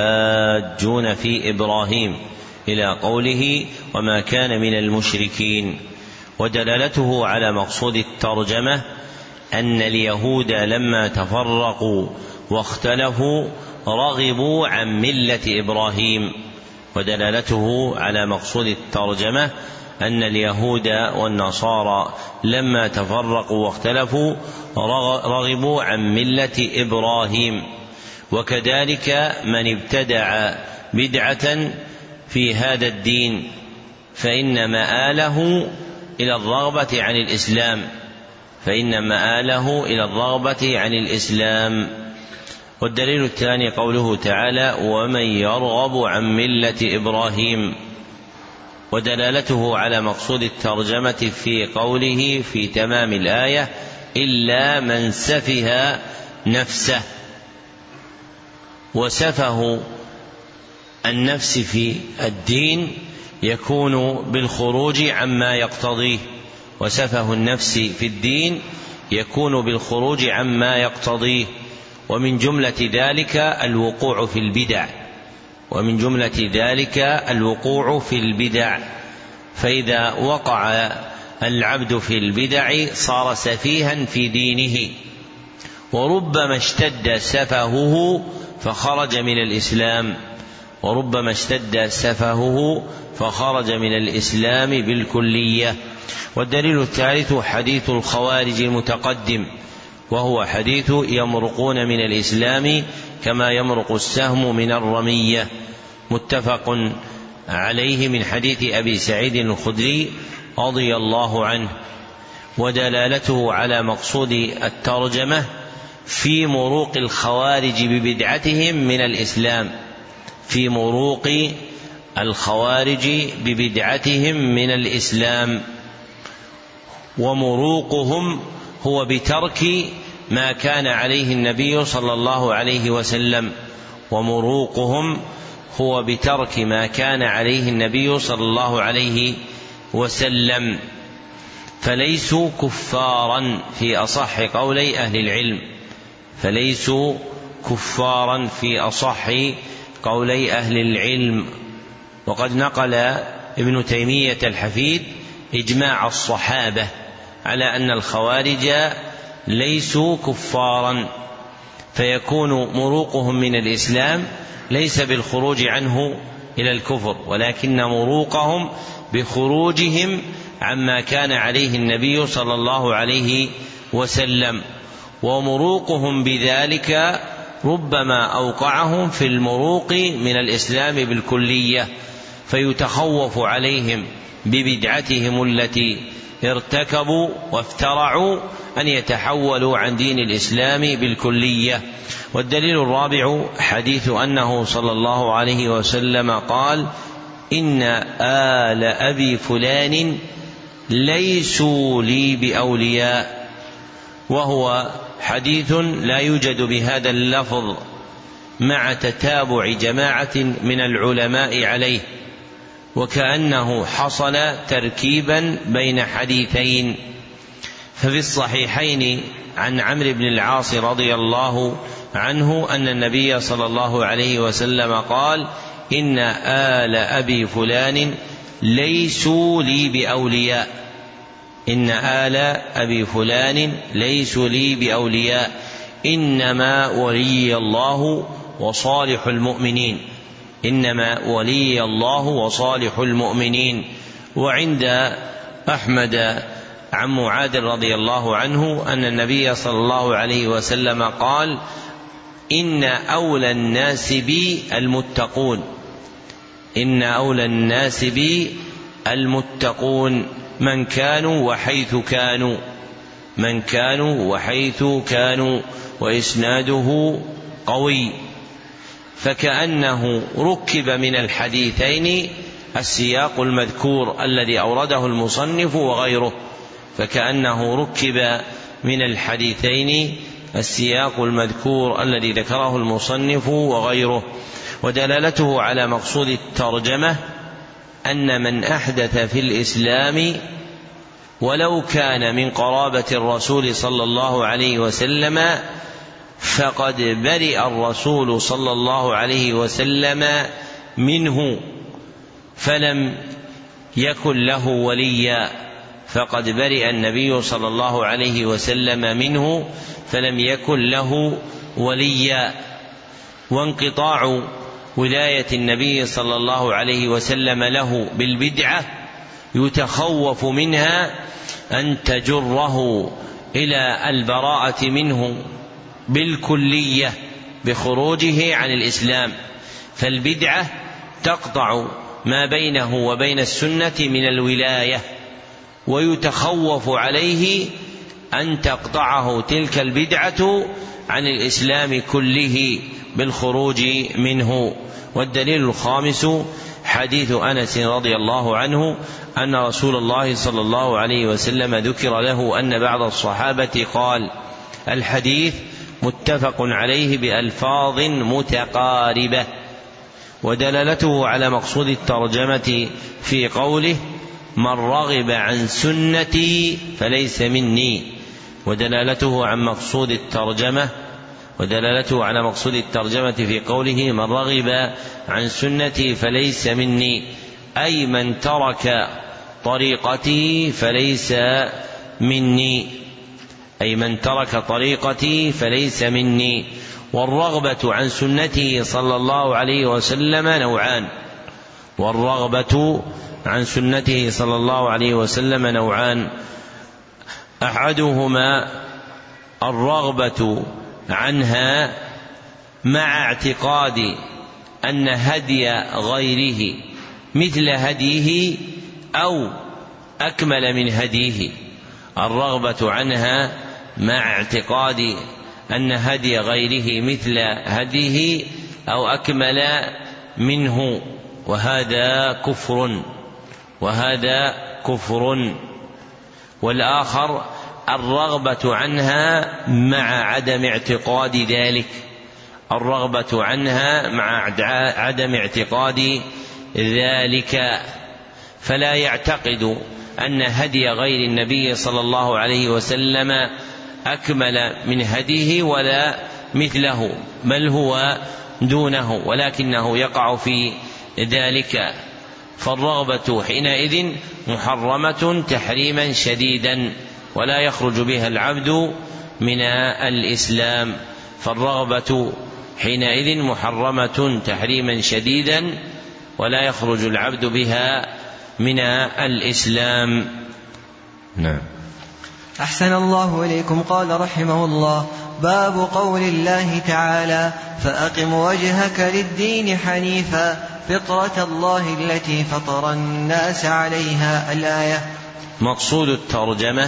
تحاجون في إبراهيم إلى قوله: وما كان من المشركين. ودلالته على مقصود الترجمة أن اليهود لما تفرقوا واختلفوا رغبوا عن ملة إبراهيم. ودلالته على مقصود الترجمة أن اليهود والنصارى لما تفرقوا واختلفوا رغبوا عن ملة إبراهيم. وكذلك من ابتدع بدعة في هذا الدين فإن مآله إلى الرغبة عن الإسلام فإن مآله إلى الرغبة عن الإسلام. والدليل الثاني قوله تعالى: ومن يرغب عن ملة إبراهيم. ودلالته على مقصود الترجمة في قوله في تمام الآية: إلا من سفه نفسه. وسفه النفس في الدين يكون بالخروج عما يقتضيه وسفه النفس في الدين يكون بالخروج عما يقتضيه ومن جملة ذلك الوقوع في البدع ومن جملة ذلك الوقوع في البدع فإذا وقع العبد في البدع صار سفيها في دينه. وربما اشتد سفهه فخرج من الإسلام وربما اشتد سفهه فخرج من الإسلام بالكلية. والدليل الثالث حديث الخوارج المتقدم، وهو حديث يمرقون من الإسلام كما يمرق السهم من الرمية، متفق عليه من حديث أبي سعيد الخدري رضي الله عنه. ودلالته على مقصود الترجمة في مروق الخوارج ببدعتهم من الإسلام، في مروق الخوارج ببدعتهم من الإسلام. ومروقهم هو بترك ما كان عليه النبي صلى الله عليه وسلم، ومروقهم هو بترك ما كان عليه النبي صلى الله عليه وسلم، فليسوا كفارا في أصح قولي أهل العلم، فليسوا كفارا في أصح قولي أهل العلم. وقد نقل ابن تيمية الحفيد إجماع الصحابة على أن الخوارج ليسوا كفارا، فيكون مروقهم من الإسلام ليس بالخروج عنه إلى الكفر، ولكن مروقهم بخروجهم عما كان عليه النبي صلى الله عليه وسلم. ومروقهم بذلك ربما أوقعهم في المروق من الإسلام بالكلية، فيتخوف عليهم ببدعتهم التي ارتكبوا وافترعوا أن يتحولوا عن دين الإسلام بالكلية. والدليل الرابع حديث أنه صلى الله عليه وسلم قال: إن آل أبي فلان ليسوا لي بأولياء، وهو حديث لا يوجد بهذا اللفظ مع تتابع جماعة من العلماء عليه، وكأنه حصل تركيبا بين حديثين. ففي الصحيحين عن عمرو بن العاص رضي الله عنه أن النبي صلى الله عليه وسلم قال: إن آل أبي فلان ليسوا لي بأولياء، إن آل أبي فلان ليسوا لي بأولياء، إنما ولي الله وصالح المؤمنين، إنما ولي الله وصالح المؤمنين. وعند أحمد عن معاذ رضي الله عنه أن النبي صلى الله عليه وسلم قال: إن أولى الناس بي المتقون، إن أولى الناس بي المتقون من كانوا وحيث كانوا، من كانوا وحيث كانوا. وإسناده قوي، فكأنه ركب من الحديثين السياق المذكور الذي أورده المصنف وغيره، فكأنه ركب من الحديثين السياق المذكور الذي ذكره المصنف وغيره. ودلالته على مقصود الترجمة أن من أحدث في الإسلام ولو كان من قرابة الرسول صلى الله عليه وسلم فقد برئ الرسول صلى الله عليه وسلم منه فلم يكن له وليا، فقد برئ النبي صلى الله عليه وسلم منه فلم يكن له وليا. وانقطاع ولاية النبي صلى الله عليه وسلم له بالبدعة يتخوف منها أن تجره إلى البراءة منه بالكلية بخروجه عن الإسلام، فالبدعة تقطع ما بينه وبين السنة من الولاية، ويتخوف عليه أن تقطعه تلك البدعة عن الإسلام كله بالخروج منه. والدليل الخامس حديث أنس رضي الله عنه أن رسول الله صلى الله عليه وسلم ذكر له أن بعض الصحابة قال. الحديث متفق عليه بألفاظ متقاربة. ودلالته على مقصود الترجمة في قوله: من رغب عن سنتي فليس مني. ودلالته عن مقصود الترجمة ودلالته على مقصود الترجمة في قوله: من رغب عن سنتي فليس مني، أي من ترك طريقتي فليس مني، أي من ترك طريقتي فليس مني. والرغبة عن سنته صلى الله عليه وسلم نوعان، والرغبة عن سنته صلى الله عليه وسلم نوعان، أحدهما الرغبة عنها مع اعتقاد أن هدي غيره مثل هديه أو أكمل من هديه، الرغبة عنها مع اعتقاد أن هدي غيره مثل هديه أو أكمل منه، وهذا كفر وهذا كفر. والآخر الرغبة عنها مع عدم اعتقاد ذلك، الرغبة عنها مع عدم اعتقاد ذلك، فلا يعتقد أن هدي غير النبي صلى الله عليه وسلم أكمل من هديه ولا مثله، بل هو دونه، ولكنه يقع في ذلك، فالرغبة حينئذ محرمة تحريما شديدا ولا يخرج بها العبد من الإسلام، فالرغبة حينئذ محرمة تحريما شديدا ولا يخرج العبد بها من الإسلام. نعم. أحسن الله إليكم. قال رحمه الله: باب قول الله تعالى: فأقم وجهك للدين حنيفا فطرة الله التي فطر الناس عليها. الآية. مقصود الترجمة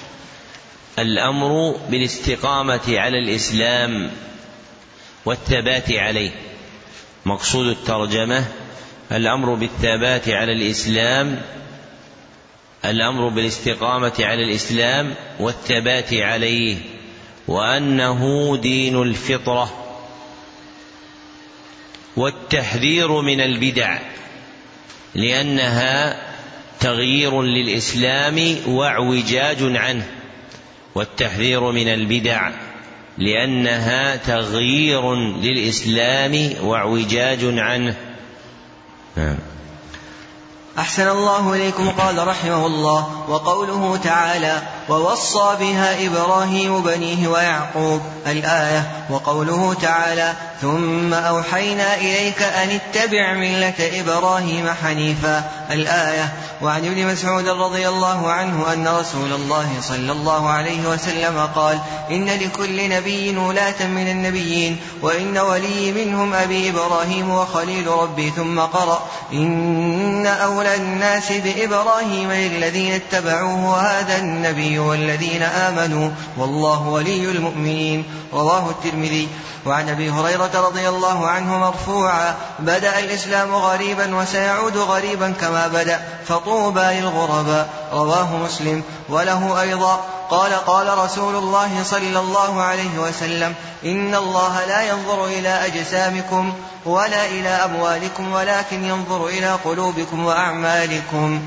الأمر بالاستقامة على الإسلام والثبات عليه. مقصود الترجمة الأمر بالثبات على الإسلام، الأمر بالاستقامة على الإسلام والثبات عليه، وأنه دين الفطرة، والتحذير من البدع لأنها تغيير للإسلام واعوجاج عنه، والتحذير من البدع لأنها تغيير للإسلام واعوجاج عنه. أحسن الله إليكم. قال رحمه الله: وقوله تعالى: ووصى بها إبراهيم بنيه ويعقوب. الآية. وقوله تعالى: ثم أوحينا إليك أن اتبع ملة إبراهيم حنيفا. الآية. وعن ابن مسعود رضي الله عنه أن رسول الله صلى الله عليه وسلم قال: إن لكل نبي ولاة من النبيين، وإن ولي منهم أبي إبراهيم وخليل ربي. ثم قرأ: إن أولى الناس بإبراهيم للذين اتبعوه وهذا النبي والذين آمنوا والله ولي المؤمنين. رواه الترمذي. وعن أبي هريرة رضي الله عنه مرفوعا: بدأ الإسلام غريبا وسيعود غريبا كما بدأ فطوبى للغرباء. رواه مسلم. وله أيضا قال: قال رسول الله صلى الله عليه وسلم: إن الله لا ينظر إلى أجسامكم ولا إلى أموالكم ولكن ينظر إلى قلوبكم وأعمالكم.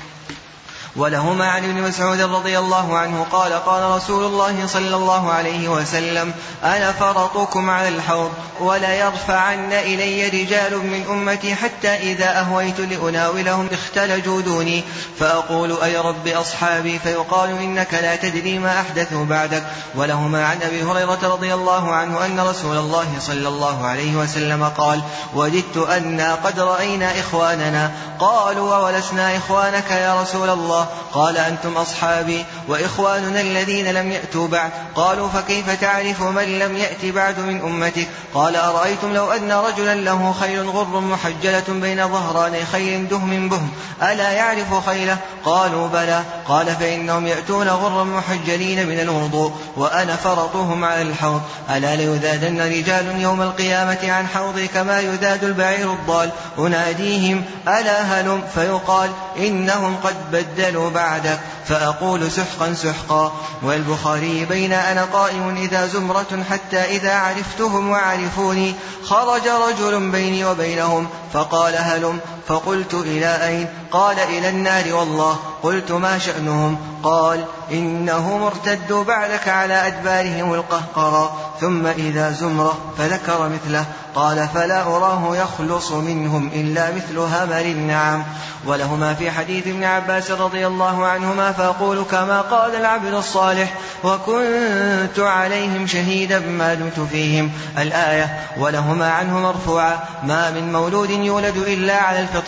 ولهما عن ابن مسعود رضي الله عنه قال: قال رسول الله صلى الله عليه وسلم: أنا فرطكم على الحوض ولا يرفعن إلي رجال من أمتي حتى إذا أهويت لأناولهم اختلجوا دوني فأقول: أي رب أصحابي، فيقال: إنك لا تدري ما أحدثوا بعدك. ولهما عن أبي هريرة رضي الله عنه أن رسول الله صلى الله عليه وسلم قال: وددت أنا قد رأينا إخواننا. قالوا: وولسنا إخوانك يا رسول الله؟ قال: أنتم أصحابي وإخواننا الذين لم يأتوا بعد. قالوا: فكيف تعرف من لم يأت بعد من أمتك؟ قال: أرأيتم لو أن رجلا له خيل غر محجلة بين ظهراني خيل دهم بهم ألا يعرف خيله؟ قالوا: بلى. قال: فإنهم يأتون غرا محجلين من الوضوء وأنا فرطهم على الحوض. ألا ليذادن رجال يوم القيامة عن حوضي كما يذاد البعير الضال. أناديهم: ألا هلم؟ فيقال: إنهم قد بدلوا بعدك. فأقول: سحقا سحقا. والبخاري: بين أنا قائم إذا زمرة حتى إذا عرفتهم وعرفوني خرج رجل بيني وبينهم فقال: هلم؟ فقلت: إلى أين؟ قال: إلى النار والله. قلت: ما شأنهم؟ قال: إنهم ارتدوا بعدك على أدبارهم القهقرى. ثم إذا زمرة، فذكر مثله. قال: فلا أراه يخلص منهم إلا مثل همر النعم. ولهما في حديث ابن عباس رضي الله عنهما: فأقول كما قال العبد الصالح وكنت عليهم شهيدا ما دمت فيهم. الآية. ولهما عنه مرفوعا: ما من مولود يولد إلا على الفطرة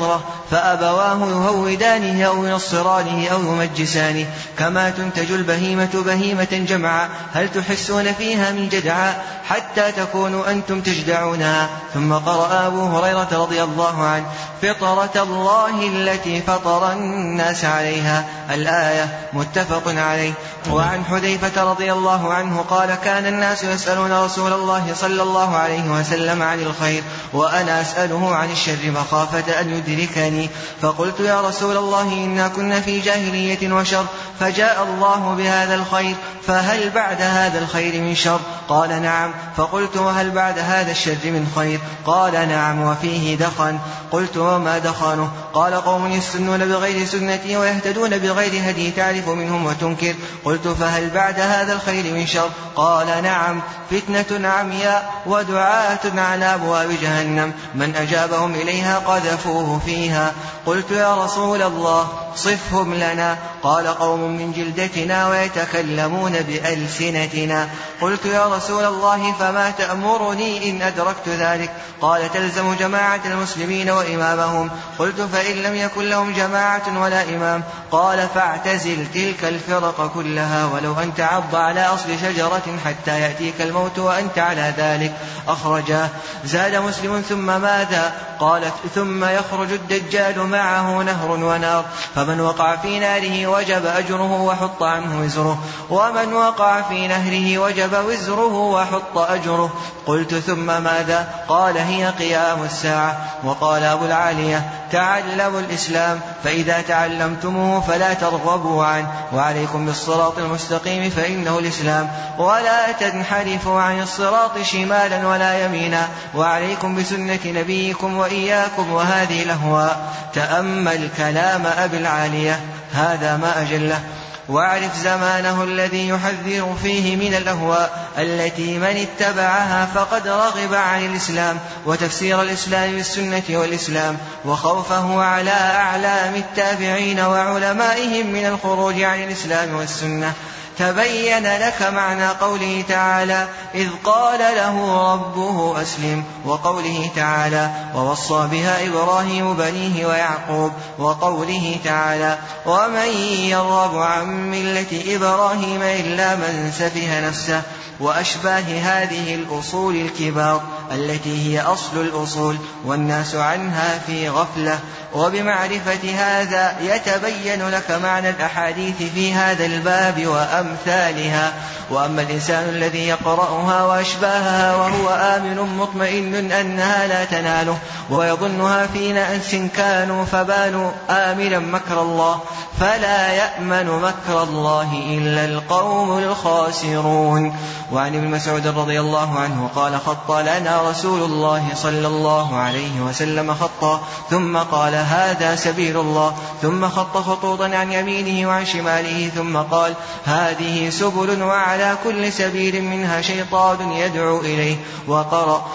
فأبواه يهودانه أو ينصرانه أو يمجسانه كما تنتج البهيمة بهيمة جمعاء هل تحسون فيها من جدعاء حتى تكونوا أنتم تجدعونها. ثم قرأ أبو هريرة رضي الله عنه فطرة الله التي فطر الناس عليها الآية متفق عليه. وعن حذيفة رضي الله عنه قال كان الناس يسألون رسول الله صلى الله عليه وسلم عن الخير وأنا أسأله عن الشر مخافة أن يدركني فقلت يا رسول الله إنا كنا في جاهلية وشر فجاء الله بهذا الخير فهل بعد هذا الخير من شر؟ قال نعم. فقلت وهل بعد هذا الشر من خير؟ قال نعم وفيه دخن. قلت وما دخنه؟ قال قوم يسنون بغير سنتي ويهتدون بغير هدي تعرف منهم وتنكر. قلت فهل بعد هذا الخير من شر؟ قال نعم فتنة عمياء ودعاة على أبواب جهنم من أجابهم إليها قذفوه فيها. قلت يا رسول الله صفهم لنا. قال قوم من جلدتنا ويتكلمون بألسنتنا. قلت يا رسول الله فما تأمرني إن أدركت ذلك؟ قال تلزم جماعة المسلمين وإمامهم. قلت فإن لم يكن لهم جماعة ولا إمام؟ قال فاعتزل تلك الفرق كلها ولو أن تعض على أصل شجرة حتى يأتيك الموت وأنت على ذلك. أخرجاه. زاد مسلم ثم ماذا؟ قالت ثم يخرج الدجال معه نهر ونار فمن وقع في ناره وجب أجره وحط عنه وزره ومن وقع في نهره وجب وزره وحط أجره. قلت ثم ماذا؟ قال هي قيام الساعة. وقال أبو العالية تعلموا الإسلام فإذا تعلمتموه فلا ترغبوا عنه وعليكم بالصراط المستقيم فإنه الإسلام ولا تنحرفوا عن الصراط شمالا ولا يمينا وعليكم بسنة نبيكم وإياكم وهذه الأهواء. تأمل كلام أبي العالية هذا ما أجله. واعرف زمانه الذي يحذر فيه من الأهواء التي من اتبعها فقد رغب عن الإسلام وتفسير الإسلام بالسنة والإسلام وخوفه على أعلام التابعين وعلمائهم من الخروج عن الإسلام والسنة. تبين لك معنى قوله تعالى إذ قال له ربه أسلم وقوله تعالى ووصى بها إبراهيم بنيه ويعقوب وقوله تعالى ومن يرغب عن ملة إبراهيم إلا من سفه نفسه وأشباه هذه الأصول الكبار التي هي أصل الأصول والناس عنها في غفلة. وبمعرفة هذا يتبين لك معنى الأحاديث في هذا الباب وأمثالها. وأما الإنسان الذي يقرأها وأشباهها وهو آمن مطمئن أنها لا تناله ويظنها في نأس كانوا فبانوا آمنا مكر الله فلا يأمن مكر الله إلا القوم الخاسرون. وعن ابن مسعود رضي الله عنه قال خط لنا رسول الله صلى الله عليه وسلم خطا ثم قال هذا سبيل الله ثم خط خطوطا عن يمينه وعن شماله ثم قال هذه سبل وعلى كل سبيل منها شيطان يدعو إليه. وقرأ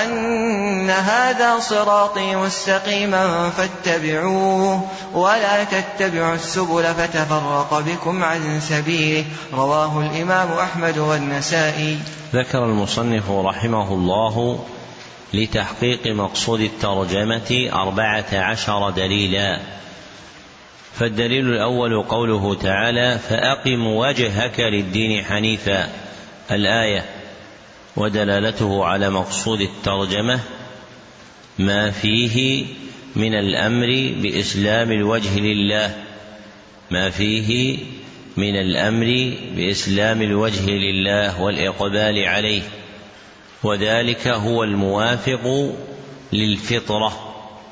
وأن هذا صراطي مستقيما فاتبعوه ولا تتبعوا السبل فتفرق بكم عن سبيله. رواه الإمام أحمد والنسائي. ذكر المصنف رحمه الله لتحقيق مقصود الترجمة أربعة عشر دليلا. فالدليل الأول قوله تعالى فأقم وجهك للدين حنيفا الآية ودلالته على مقصود الترجمة ما فيه من الأمر بإسلام الوجه لله ما فيه من الأمر بإسلام الوجه لله والإقبال عليه وذلك هو الموافق للفطرة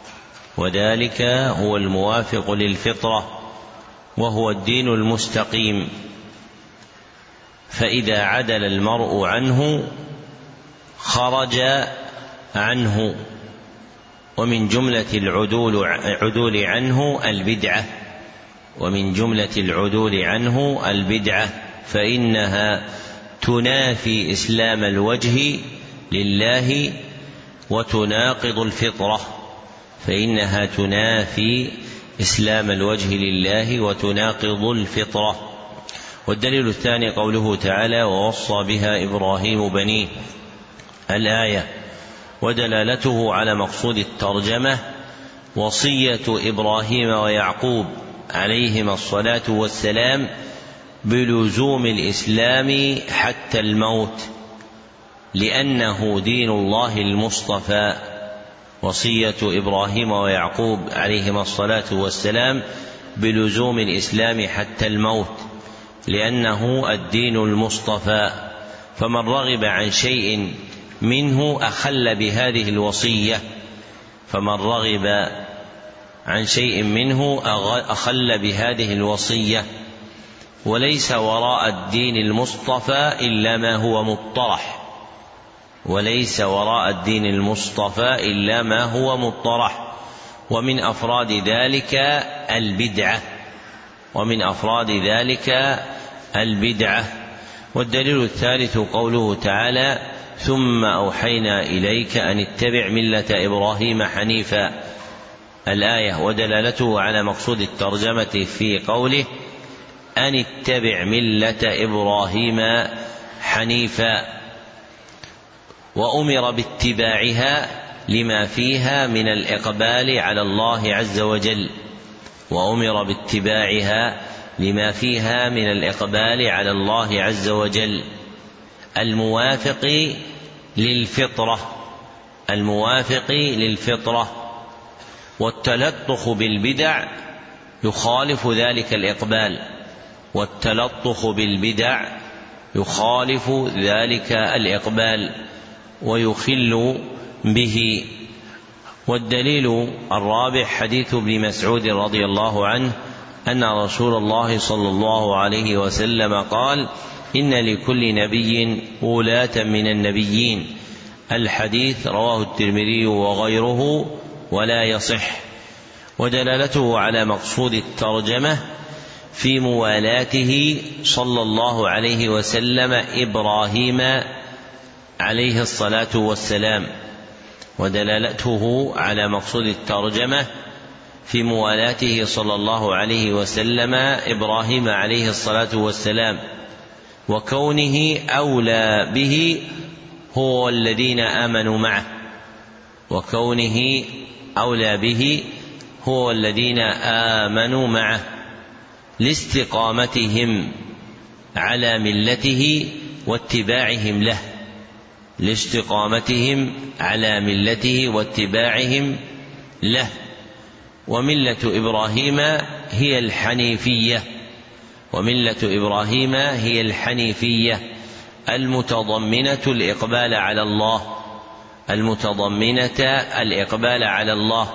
وذلك هو الموافق للفطرة وهو الدين المستقيم. فإذا عدل المرء عنه خرج عنه ومن جملة العدول عدول عنه البدعة ومن جملة العدول عنه البدعة فإنها تنافي إسلام الوجه لله وتناقض الفطرة فإنها تنافي إسلام الوجه لله وتناقض الفطرة. والدليل الثاني قوله تعالى ووصى بها إبراهيم بنيه الآية ودلالته على مقصود الترجمة وصية إبراهيم ويعقوب عليهما الصلاة والسلام بلزوم الإسلام حتى الموت لأنه دين الله المصطفى. وصية إبراهيم ويعقوب عليهما الصلاة والسلام بلزوم الإسلام حتى الموت لأنه الدين المصطفى، فمن رغب عن شيء منه أخل بهذه الوصية فمن رغب عن شيء منه أخل بهذه الوصية. وليس وراء الدين المصطفى إلا ما هو مطرح وليس وراء الدين المصطفى إلا ما هو مطرح ومن أفراد ذلك البدعة ومن أفراد ذلك البدعة. والدليل الثالث قوله تعالى: ثم أوحينا إليك أن اتبع ملة إبراهيم حنيفا، الآية، ودلالته على مقصود الترجمة في قوله أن اتبع ملة إبراهيم حنيفا، وأمر باتباعها لما فيها من الإقبال على الله عز وجل وأمر باتباعها لما فيها من الإقبال على الله عز وجل الموافق للفطرة الموافق للفطرة والتلطخ بالبدع يخالف ذلك الإقبال والتلطخ بالبدع يخالف ذلك الإقبال ويخل به. والدليل الرابع حديث ابن مسعود رضي الله عنه أن رسول الله صلى الله عليه وسلم قال: إن لكل نبي ولاة من النبيين. الحديث رواه الترمذي وغيره ولا يصح. ودلالته على مقصود الترجمة في موالاته صلى الله عليه وسلم إبراهيم عليه الصلاة والسلام ودلالته على مقصود الترجمة في موالاته صلى الله عليه وسلم إبراهيم عليه الصلاة والسلام وكونه أولى به هو الذين آمنوا معه وكونه أولى به هو الذين آمنوا معه لاستقامتهم على ملته واتباعهم له لاستقامتهم على ملته واتباعهم له. وملة إبراهيم هي الحنيفية وملة إبراهيم هي الحنيفية المتضمنة الإقبال على الله المتضمنة الإقبال على الله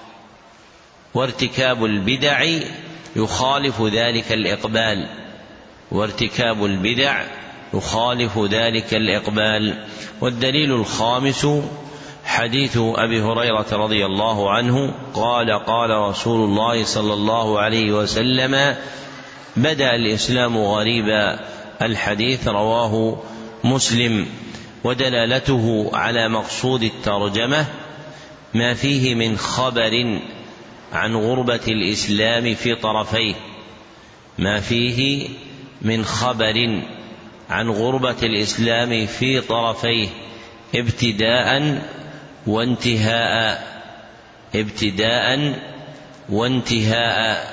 وارتكاب البدع يخالف ذلك الإقبال وارتكاب البدع يخالف ذلك الإقبال. والدليل الخامس حديث أبي هريرة رضي الله عنه قال: قال رسول الله صلى الله عليه وسلم: بدأ الإسلام غريبا. الحديث رواه مسلم. ودلالته على مقصود الترجمة ما فيه من خبر عن غربة الإسلام في طرفيه ما فيه من خبر عن غربة الإسلام في طرفيه ابتداء وانتهاء ابتداء وانتهاء.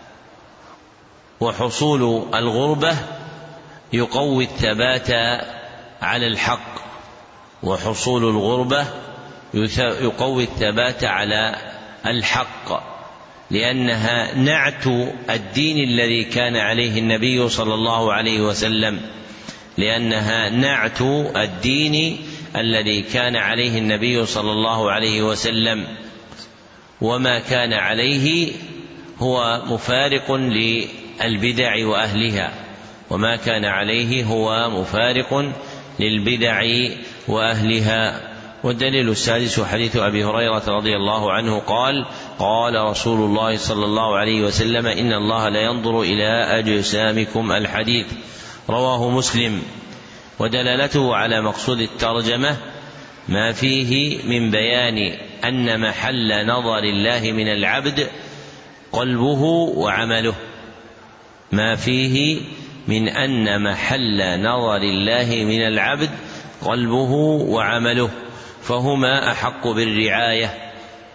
وحصول الغربة يقوي الثبات على الحق وحصول الغربة يقوي الثبات على الحق لأنها نعت الدين الذي كان عليه النبي صلى الله عليه وسلم لأنها نعت الدين الذي كان عليه النبي صلى الله عليه وسلم وما كان عليه هو مفارق للبدع وأهلها وما كان عليه هو مفارق للبدع وأهلها. والدليل السادس حديث أبي هريرة رضي الله عنه قال: قال رسول الله صلى الله عليه وسلم: إن الله لا ينظر إلى أجسامكم. الحديث رواه مسلم. ودلالته على مقصود الترجمة ما فيه من بيان أن محل نظر الله من العبد قلبه وعمله ما فيه من أن محل نظر الله من العبد قلبه وعمله فهما أحق بالرعاية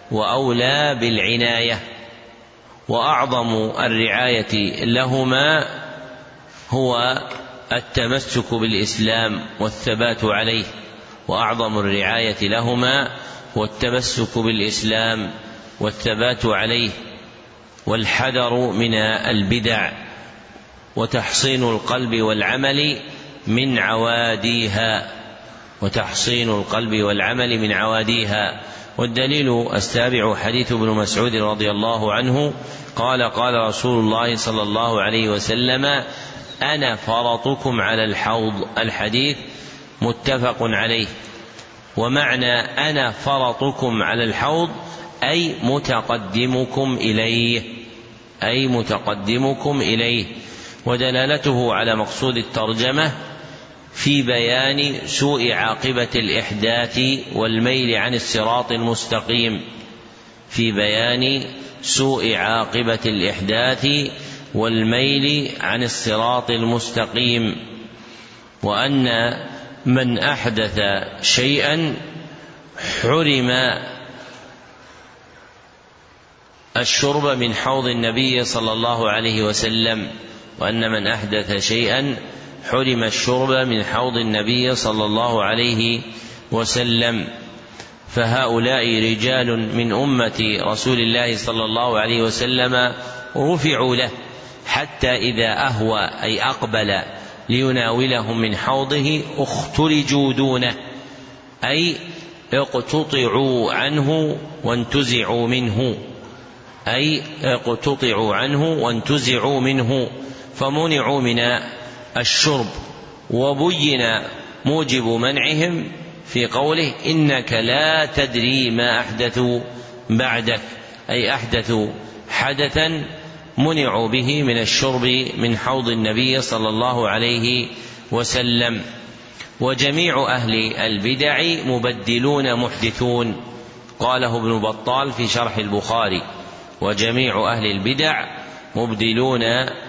وأولى بالعناية. وأعظم الرعاية لهما هو التمسك بالإسلام والثبات عليه، وأعظم الرعاية لهما هو التمسك بالإسلام والثبات عليه، والحذر من البدع، وتحصين القلب والعمل من عواديها وتحصين القلب والعمل من عواديها. والدليل السابع حديث ابن مسعود رضي الله عنه قال قال رسول الله صلى الله عليه وسلم: أنا فرطكم على الحوض. الحديث متفق عليه. ومعنى أنا فرطكم على الحوض أي متقدمكم إليه أي متقدمكم إليه. ودلالته على مقصود الترجمة في بيان سوء عاقبة الإحداث والميل عن الصراط المستقيم في بيان سوء عاقبة الإحداث والميل عن الصراط المستقيم، وأن من أحدث شيئا حرم الشرب من حوض النبي صلى الله عليه وسلم وأن من أحدث شيئا حرم الشرب من حوض النبي صلى الله عليه وسلم. فهؤلاء رجال من أمة رسول الله صلى الله عليه وسلم رفعوا له حتى إذا أهوى أي أقبل ليناولهم من حوضه اخترجوا دونه أي اقتطعوا عنه وانتزعوا منه أي اقتطعوا عنه وانتزعوا منه فمنعوا من الشرب. وبين موجب منعهم في قوله: إنك لا تدري ما أحدثوا بعدك، أي أحدثوا حدثا منعوا به من الشرب من حوض النبي صلى الله عليه وسلم. وجميع أهل البدع مبدلون محدثون، قاله ابن بطال في شرح البخاري: وجميع أهل البدع مبدلون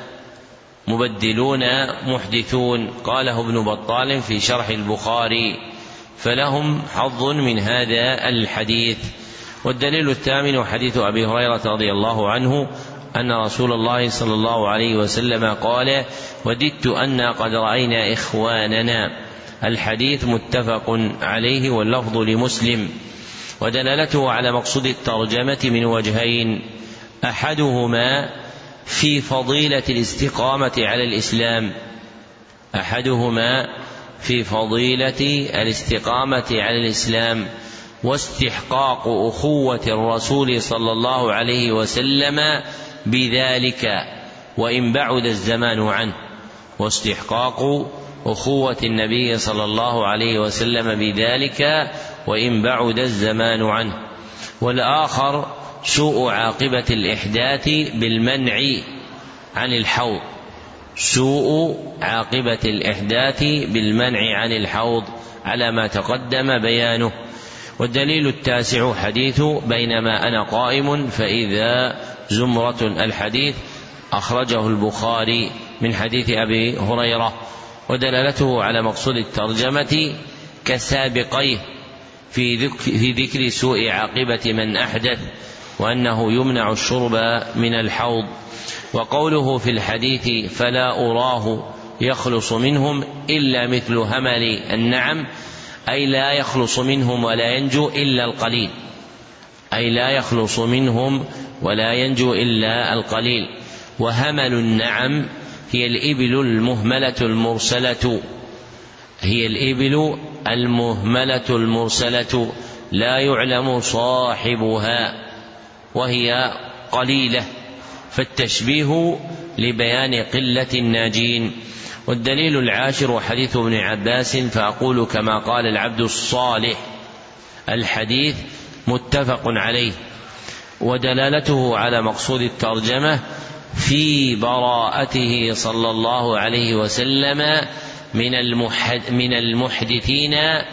مبدلون محدثون، قاله ابن بطال في شرح البخاري، فلهم حظ من هذا الحديث. والدليل الثامن حديث أبي هريرة رضي الله عنه أن رسول الله صلى الله عليه وسلم قال: وددت أنا قد رأينا إخواننا. الحديث متفق عليه واللفظ لمسلم. ودلالته على مقصود الترجمة من وجهين: أحدهما في فضيلة الاستقامة على الإسلام أحدهما في فضيلة الاستقامة على الإسلام واستحقاق أخوة الرسول صلى الله عليه وسلم بذلك وإن بعد الزمان عنه واستحقاق أخوة النبي صلى الله عليه وسلم بذلك وإن بعد الزمان عنه. والآخر سوء عاقبة الإحداث بالمنع عن الحوض سوء عاقبة الإحداث بالمنع عن الحوض على ما تقدم بيانه. والدليل التاسع حديث بينما أنا قائم فإذا زمرة. الحديث أخرجه البخاري من حديث أبي هريرة. ودلالته على مقصود الترجمة كسابقيه في ذكر, في ذكر سوء عاقبة من أحدث وأنه يمنع الشرب من الحوض. وقوله في الحديث فلا أراه يخلص منهم إلا مثل همل النعم أي لا يخلص منهم ولا ينجو إلا القليل أي لا يخلص منهم ولا ينجو إلا القليل. وهمل النعم هي الإبل المهملة المرسلة هي الإبل المهملة المرسلة لا يعلم صاحبها وهي قليلة، فالتشبيه لبيان قلة الناجين. والدليل العاشر حديث ابن عباس فأقول كما قال العبد الصالح. الحديث متفق عليه. ودلالته على مقصود الترجمة في براءته صلى الله عليه وسلم من من المحدثين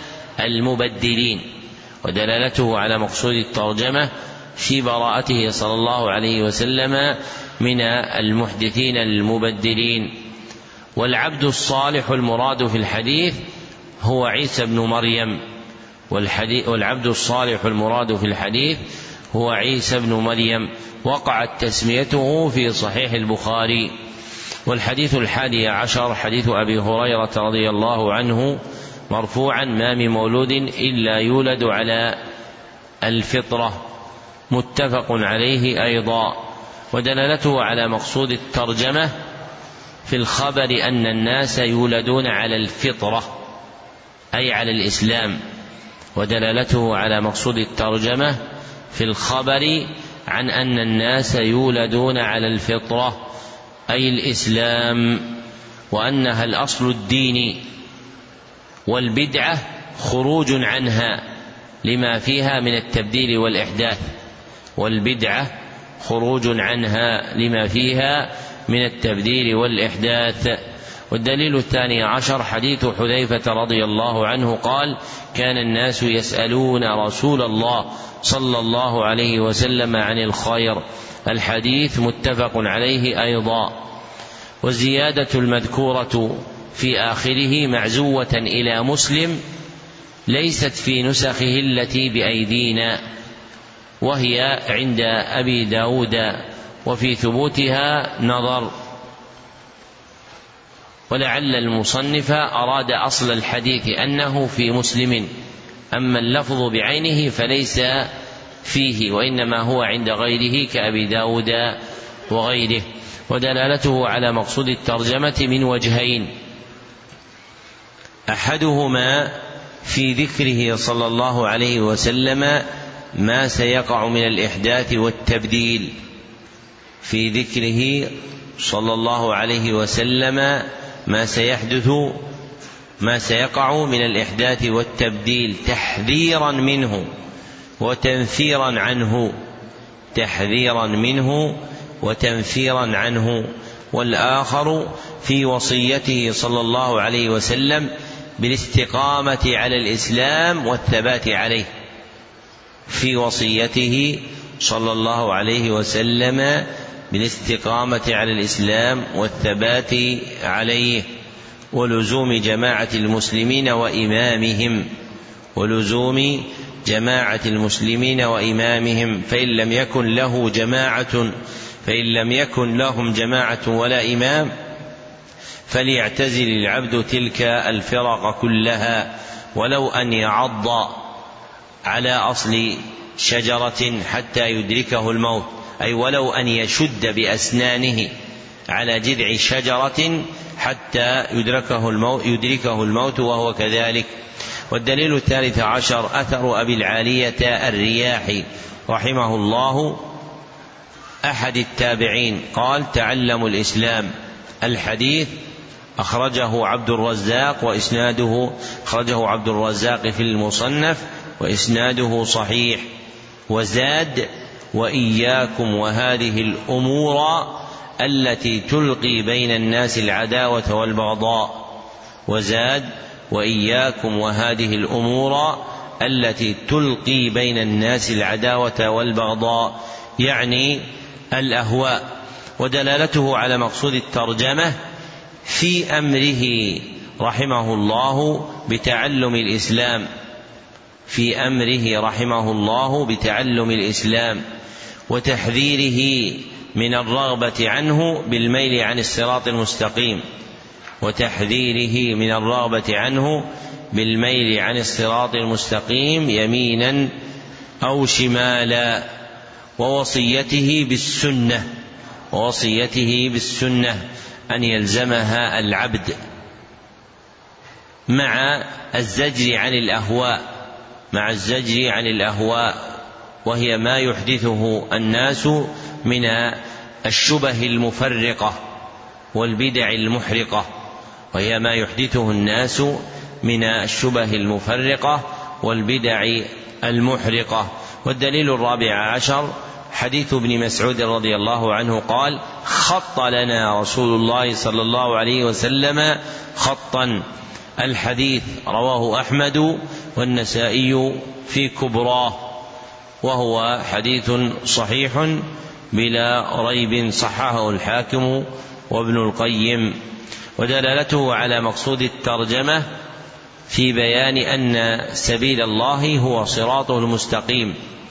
المبدلين. ودلالته على مقصود الترجمة في براءته صلى الله عليه وسلم من المحدثين المبدلين. والعبد الصالح المراد في الحديث هو عيسى بن مريم والعبد الصالح المراد في الحديث هو عيسى بن مريم، وقعت تسميته في صحيح البخاري. والحديث الحادي عشر حديث أبي هريرة رضي الله عنه مرفوعا: ما من مولود إلا يولد على الفطرة، متفق عليه أيضا. ودلالته على مقصود الترجمة في الخبر أن الناس يولدون على الفطرة أي على الإسلام، ودلالته على مقصود الترجمة في الخبر عن أن الناس يولدون على الفطرة أي الإسلام، وأنها الأصل الديني، والبدعة خروج عنها لما فيها من التبديل والإحداث، والبدعة خروج عنها لما فيها من التبديل والإحداث. والدليل الثاني عشر حديث حذيفة رضي الله عنه قال: كان الناس يسألون رسول الله صلى الله عليه وسلم عن الخير. الحديث متفق عليه أيضا. والزيادة المذكورة في آخره معزوة إلى مسلم، ليست في نسخه التي بأيدينا، وهي عند أبي داود، وفي ثبوتها نظر، ولعل المصنف أراد أصل الحديث أنه في مسلم، أما اللفظ بعينه فليس فيه، وإنما هو عند غيره كأبي داود وغيره. ودلالته على مقصود الترجمة من وجهين: أحدهما في ذكره صلى الله عليه وسلم ما سيقع من الإحداث والتبديل، في ذكره صلى الله عليه وسلم ما سيحدث ما سيقع من الإحداث والتبديل تحذيرا منه وتنفيرا عنه، تحذيرا منه وتنفيرا عنه. والآخر في وصيته صلى الله عليه وسلم بالاستقامة على الإسلام والثبات عليه، في وصيته صلى الله عليه وسلم بالاستقامة على الإسلام والثبات عليه، ولزوم جماعة المسلمين وإمامهم، ولزوم جماعة المسلمين وإمامهم، فإن لم يكن له جماعة فإن لم يكن لهم جماعة ولا إمام فليعتزل العبد تلك الفرق كلها، ولو أن يعض على أصل شجرة حتى يدركه الموت، أي ولو أن يشد بأسنانه على جذع شجرة حتى يدركه الموت, يدركه الموت وهو كذلك. والدليل الثالث عشر أثر أبي العالية الرياحي رحمه الله أحد التابعين قال: تعلموا الإسلام. الحديث أخرجه عبد الرزاق وإسناده أخرجه عبد الرزاق في المصنف وإسناده صحيح. وزاد: وإياكم وهذه الأمور التي تلقي بين الناس العداوة والبغضاء. وزاد: وإياكم وهذه الأمور التي تلقي بين الناس العداوة والبغضاء، يعني الأهواء. ودلالته على مقصود الترجمة في أمره رحمه الله بتعلم الإسلام، في أمره رحمه الله بتعلم الإسلام وتحذيره من الرغبة عنه بالميل عن الصراط المستقيم، وتحذيره من الرغبة عنه بالميل عن الصراط المستقيم يمينا أو شمالا. ووصيته بالسنة ووصيته بالسنة أن يلزمها العبد مع الزجر عن الأهواء مع الزجر عن الأهواء وهي ما يحدثه الناس من الشبه المفرقة والبدع المحرقة وهي ما يحدثه الناس من الشبه المفرقة والبدع المحرقة. والدليل الرابع عشر حديث ابن مسعود رضي الله عنه قال: خط لنا رسول الله صلى الله عليه وسلم خطا. الحديث رواه أحمد والنسائي في كبراه، وهو حديث صحيح بلا ريب، صححه الحاكم وابن القيم. ودلالته على مقصود الترجمة في بيان أن سبيل الله هو صراطه المستقيم،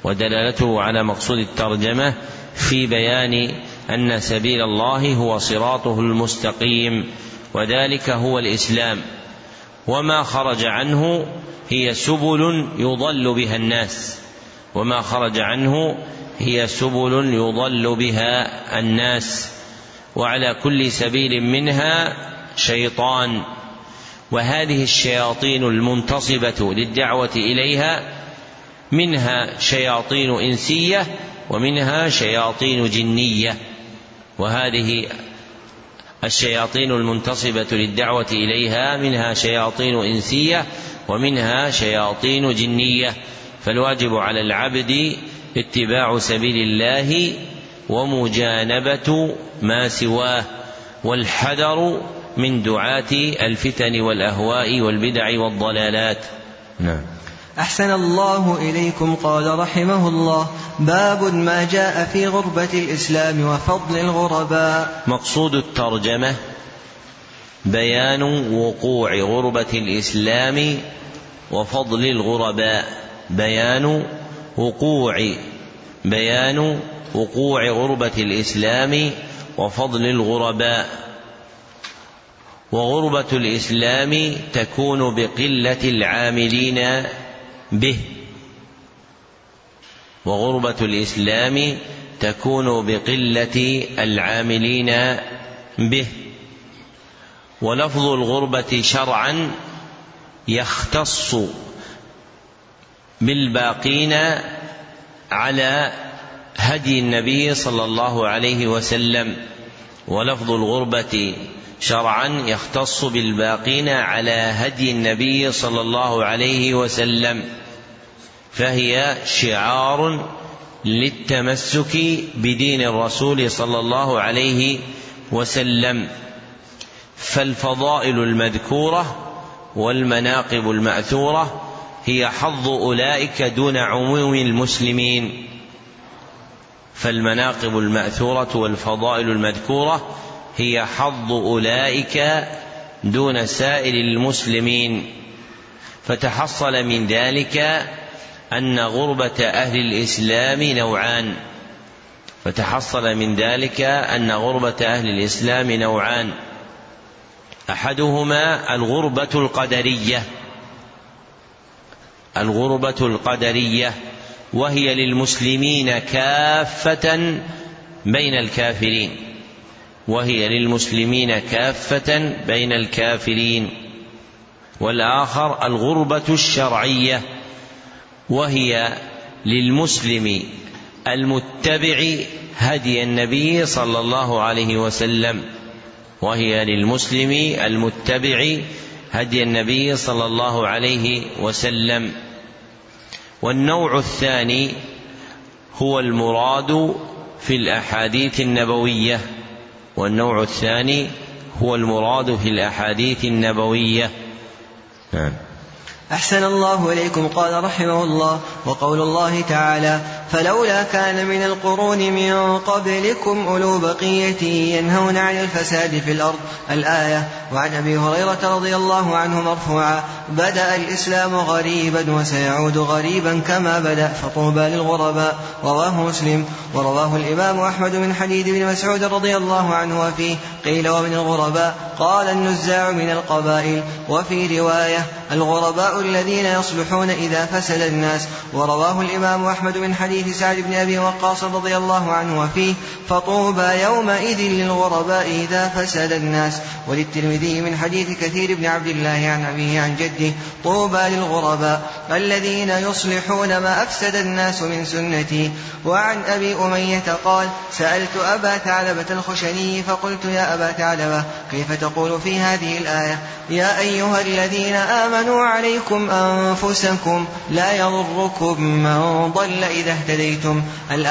ودلالته على مقصود الترجمة في بيان أن سبيل الله هو صراطه المستقيم، وذلك هو الإسلام، وما خرج عنه هي سبل يضل بها الناس وما خرج عنه هي سبل يضل بها الناس وعلى كل سبيل منها شيطان. وهذه الشياطين المنتصبة للدعوة إليها منها شياطين إنسية ومنها شياطين جنية، وهذه الشياطين المنتصبة للدعوة إليها منها شياطين إنسية ومنها شياطين جنية، فالواجب على العبد اتباع سبيل الله ومجانبة ما سواه، والحذر من دعاة الفتن والأهواء والبدع والضلالات. نعم. أحسن الله إليكم. قال رحمه الله: باب ما جاء في غربة الإسلام وفضل الغرباء. مقصود الترجمة بيان وقوع غربة الإسلام وفضل الغرباء، بيان وقوع بيان وقوع غربة الإسلام وفضل الغرباء. وغربة الإسلام تكون بقلة العاملين به وغربة الإسلام تكون بقلة العاملين به ولفظ الغربة شرعا يختص بالباقين على هدي النبي صلى الله عليه وسلم. ولفظ الغربة شرعا يختص بالباقين على هدي النبي صلى الله عليه وسلم، فهي شعار للتمسك بدين الرسول صلى الله عليه وسلم. فالفضائل المذكورة والمناقب المأثورة هي حظ أولئك دون عموم المسلمين. فالمناقب المأثورة والفضائل المذكورة هي حظ أولئك دون سائر المسلمين. فتحصل من ذلك أن غربة أهل الإسلام نوعان فتحصل من ذلك أن غربة أهل الإسلام نوعان أحدهما الغربة القدرية الغربة القدرية وهي للمسلمين كافة بين الكافرين وهي للمسلمين كافة بين الكافرين والآخر الغربة الشرعية وهي للمسلم المتبع هدي النبي صلى الله عليه وسلم وهي للمسلم المتبع هدي النبي صلى الله عليه وسلم. والنوع الثاني هو المراد في الأحاديث النبوية والنوع الثاني هو المراد في الأحاديث النبوية. نعم. أحسن الله إليكم. قال رحمه الله: وقول الله تعالى: فلولا كان من القرون من قبلكم أولو بقية ينهون عن الفساد في الأرض، الآية. وعن أبي هريرة رضي الله عنه مرفوعا: بدأ الإسلام غريبا وسيعود غريبا كما بدأ فطوبى للغرباء. رواه مسلم. ورواه الإمام أحمد من حديث ابن مسعود رضي الله عنه وفيه قيل: ومن الغرباء قال النزاع من القبائل. وفي رواية: الغرباء الذين يصلحون إذا فسد الناس. ورواه الإمام أحمد من حديث سعد بن أبي وقاص رضي الله عنه وفيه: فطوبى يومئذ للغرباء إذا فسد الناس. وللترمذي من حديث كثير بن عبد الله عن أبيه عن جده: طوبى للغرباء الذين يصلحون ما أفسد الناس من سنتي. وعن أبي أمية قال: سألت أبا ثعلبة الخشني فقلت: يا أبا ثعلبة، كيف تقول في هذه الآية: يا أيها الذين آمنوا عليكم أنفسكم لا يضركم من ضل إذا اهتديتم، الآية.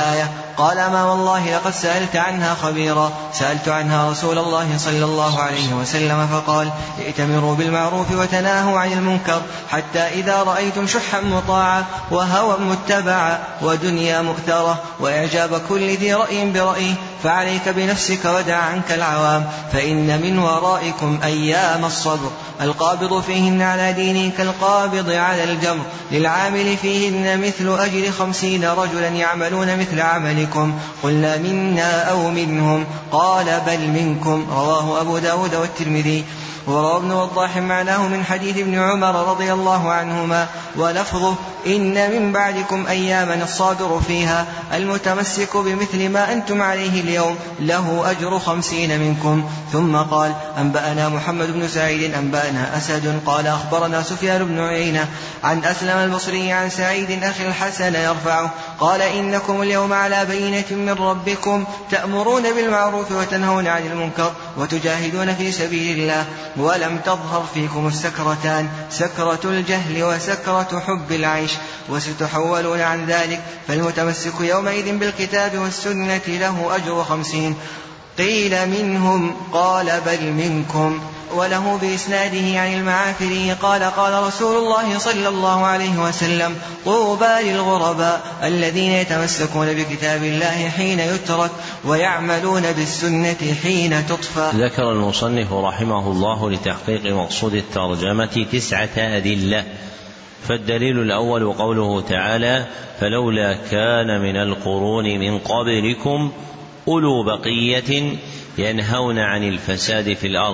قال ما والله لقد سألت عنها خبيرا. سألت عنها رسول الله صلى الله عليه وسلم فقال ائتمروا بالمعروف وتناهوا عن المنكر حتى إذا رأيتم شحا مطاعا وهوى متبعا ودنيا مؤثرة وإعجاب كل ذي رأي برأيه فعليك بنفسك ودع عنك العوام فإن من ورائكم أيام الصبر القابض فيهن على دينه كالقابض على الجمر للعامل فيهن مثل أجر خمسين رجلا يعملون مثل عملكم قلنا منا أو منهم قال بل منكم. رواه أبو داود والترمذي. وروى ابن وضاح معناه من حديث ابن عمر رضي الله عنهما ولفظه إن من بعدكم أياما الصابر فيها المتمسك بمثل ما أنتم عليه اليوم له أجر خمسين منكم. ثم قال أنبأنا محمد بن سعيد أنبأنا أسد قال أخبرنا سفيان بن عيينة عن أسلم البصري عن سعيد أخي الحسن يرفعه قال إنكم اليوم على بينة من ربكم تأمرون بالمعروف وتنهون عن المنكر وتجاهدون في سبيل الله ولم تظهر فيكم السكرتان سكرة الجهل وسكرة حب العيش وستحولون عن ذلك فالمتمسك يومئذ بالكتاب والسنة له أجر خمسين. قيل منهم قال بل منكم. وله بإسناده عن المعافري قال قال رسول الله صلى الله عليه وسلم طوبى للغرباء الذين يتمسكون بكتاب الله حين يترك ويعملون بالسنة حين تطفى. ذكر المصنف رحمه الله لتحقيق مقصود الترجمة تسعة أدلة. فالدليل الأول قوله تعالى فلولا كان من القرون من قبلكم أولو بقية ينهون عن الفساد في الأرض.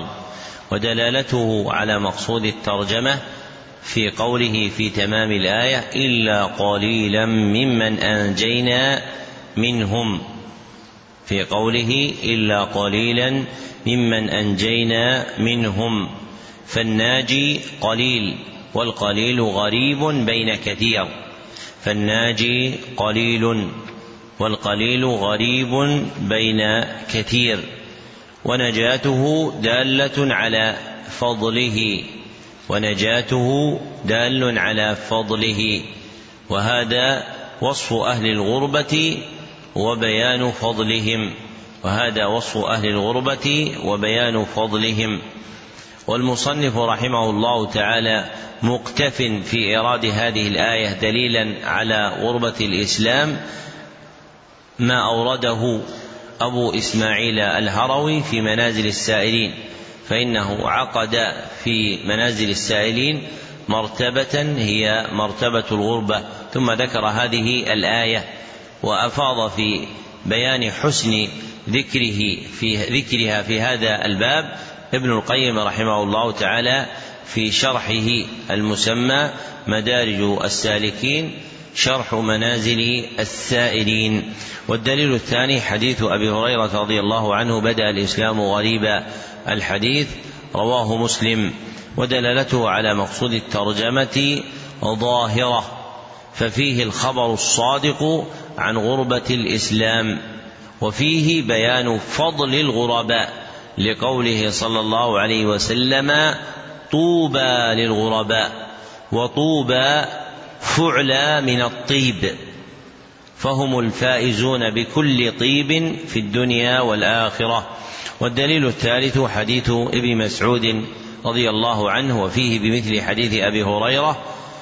ودلالته على مقصود الترجمة في قوله في تمام الآية إلا قليلا ممن أنجينا منهم في قوله إلا قليلا ممن أنجينا منهم فالناجي قليل والقليل غريب بين كثير فالناجي قليل والقليل غريب بين كثير ونجاته دالة على فضله ونجاته دال على فضله وهذا وصف أهل الغربة وبيان فضلهم وهذا وصف أهل الغربة وبيان فضلهم. والمصنف رحمه الله تعالى مقتف في إيراد هذه الآية دليلا على غربة الإسلام ما أورده أبو إسماعيل الهروي في منازل السائلين فإنه عقد في منازل السائلين مرتبة هي مرتبة الغربة ثم ذكر هذه الآية وأفاض في بيان حسن ذكره في ذكرها في هذا الباب ابن القيم رحمه الله تعالى في شرحه المسمى مدارج السالكين شرح منازل السائلين. والدليل الثاني حديث أبي هريرة رضي الله عنه بدأ الإسلام غريبا الحديث رواه مسلم. ودلالته على مقصود الترجمة ظاهرة ففيه الخبر الصادق عن غربة الإسلام وفيه بيان فضل الغرباء لقوله صلى الله عليه وسلم طوبى للغرباء وطوبى فعلى من الطيب فهم الفائزون بكل طيب في الدنيا والآخرة. والدليل الثالث حديث ابن مسعود رضي الله عنه وفيه بمثل حديث أبي هريرة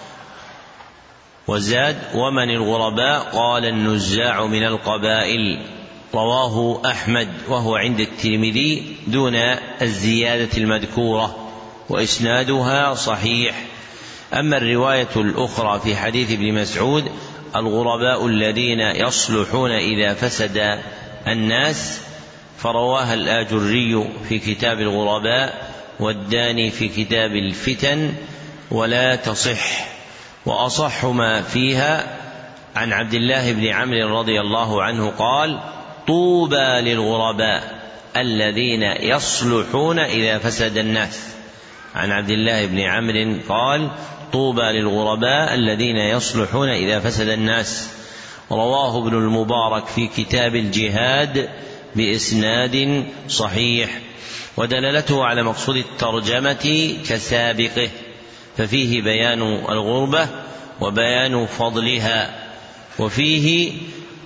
وزاد ومن الغرباء قال النزاع من القبائل رواه أحمد وهو عند الترمذي دون الزيادة المذكورة وإسنادها صحيح. أما الرواية الأخرى في حديث ابن مسعود الغرباء الذين يصلحون إذا فسد الناس فرواها الآجري في كتاب الغرباء والداني في كتاب الفتن ولا تصح. وأصح ما فيها عن عبد الله بن عمرو رضي الله عنه قال طوبى للغرباء الذين يصلحون إذا فسد الناس. عن عبد الله بن عمرو قال طوبى للغرباء الذين يصلحون إذا فسد الناس. رواه ابن المبارك في كتاب الجهاد بإسناد صحيح. ودلالته على مقصود الترجمة كسابقه ففيه بيان الغربة وبيان فضلها وفيه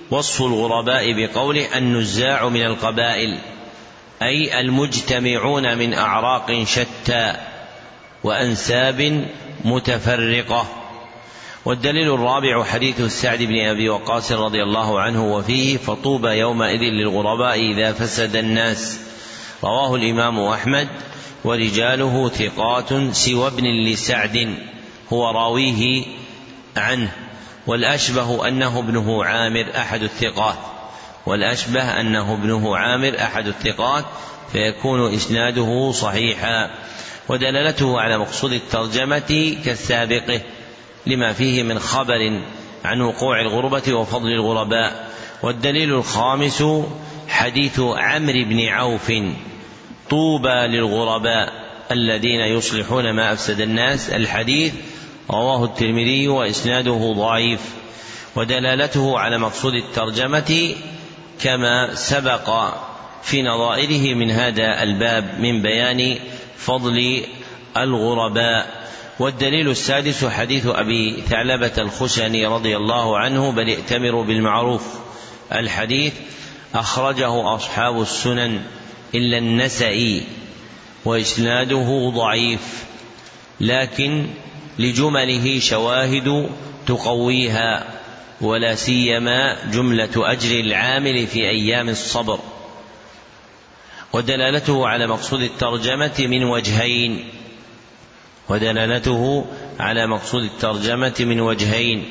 وصف الغرباء بقوله النزاع من القبائل، أي المجتمعون من أعراق شتى وأنساب متفرقة. والدليل الرابع حديث سعد بن أبي وقاص رضي الله عنه وفيه فطوبى يومئذ للغرباء إذا فسد الناس، رواه الإمام أحمد ورجاله ثقات سوى ابن لسعد هو راويه عنه، والأشبه أنه ابنه عامر أحد الثقات والأشبه أنه ابنه عامر أحد الثقات فيكون إسناده صحيحا. ودلالته على مقصود الترجمة كالسابقه لما فيه من خبر عن وقوع الغربة وفضل الغرباء. والدليل الخامس حديث عمرو بن عوف طوبى للغرباء الذين يصلحون ما أفسد الناس، الحديث رواه الترمذي وإسناده ضعيف. ودلالته على مقصود الترجمة كما سبق في نظائره من هذا الباب من بيان فضل الغرباء. والدليل السادس حديث أبي ثعلبة الخشني رضي الله عنه بل ائتمروا بالمعروف، الحديث أخرجه أصحاب السنن إلا النسائي وإسناده ضعيف، لكن لجمله شواهد تقويها، ولا سيما جملة أجر العامل في أيام الصبر. ودلالته على مقصود الترجمة من وجهين ودلالته على مقصود الترجمة من وجهين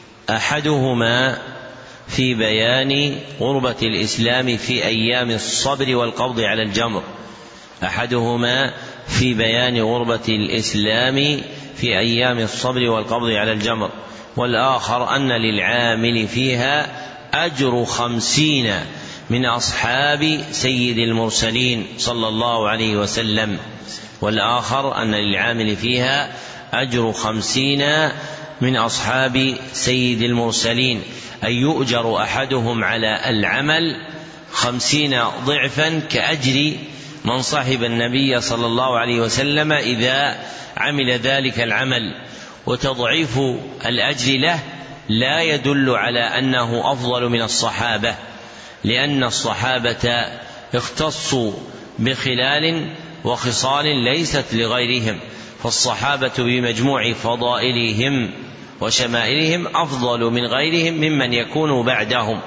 أحدهما في بيان غربة الإسلام في أيام الصبر والقبض على الجمر أحدهما في بيان غربة الإسلام في أيام الصبر والقبض على الجمر والآخر أن للعامل فيها أجر خمسين من أصحاب سيد المرسلين صلى الله عليه وسلم والآخر أن للعامل فيها أجر خمسين من أصحاب سيد المرسلين، أي يؤجر أحدهم على العمل خمسين ضعفا كأجر من صحب النبي صلى الله عليه وسلم إذا عمل ذلك العمل. وتضعيف الأجر له لا يدل على أنه أفضل من الصحابة، لأن الصحابة اختصوا بخلال وخصال ليست لغيرهم، فالصحابة بمجموع فضائلهم وشمائلهم أفضل من غيرهم ممن يكون بعدهم،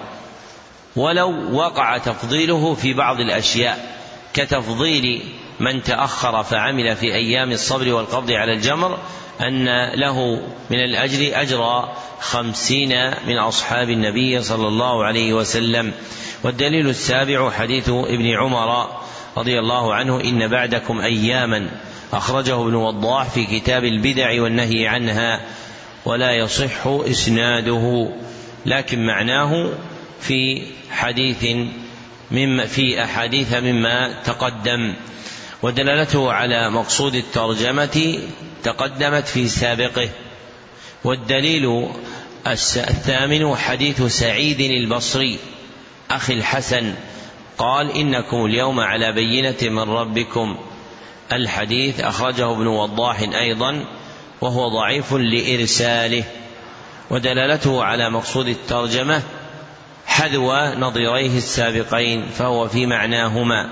ولو وقع تفضيله في بعض الأشياء كتفضيل من تأخر فعمل في أيام الصبر والقبض على الجمر أن له من الأجر أجر خمسين من أصحاب النبي صلى الله عليه وسلم. والدليل السابع حديث ابن عمر رضي الله عنه إن بعدكم أياما، أخرجه ابن وضاح في كتاب البدع والنهي عنها، ولا يصح إسناده، لكن معناه في حديث مما في أحاديث مما تقدم. ودلالته على مقصود الترجمة تقدمت في سابقه. والدليل الثامن حديث سعيد البصري أخي الحسن قال إنكم اليوم على بينة من ربكم، الحديث أخرجه ابن وضاح أيضا وهو ضعيف لإرساله. ودلالته على مقصود الترجمة حذو نظيريه السابقين فهو في معناهما.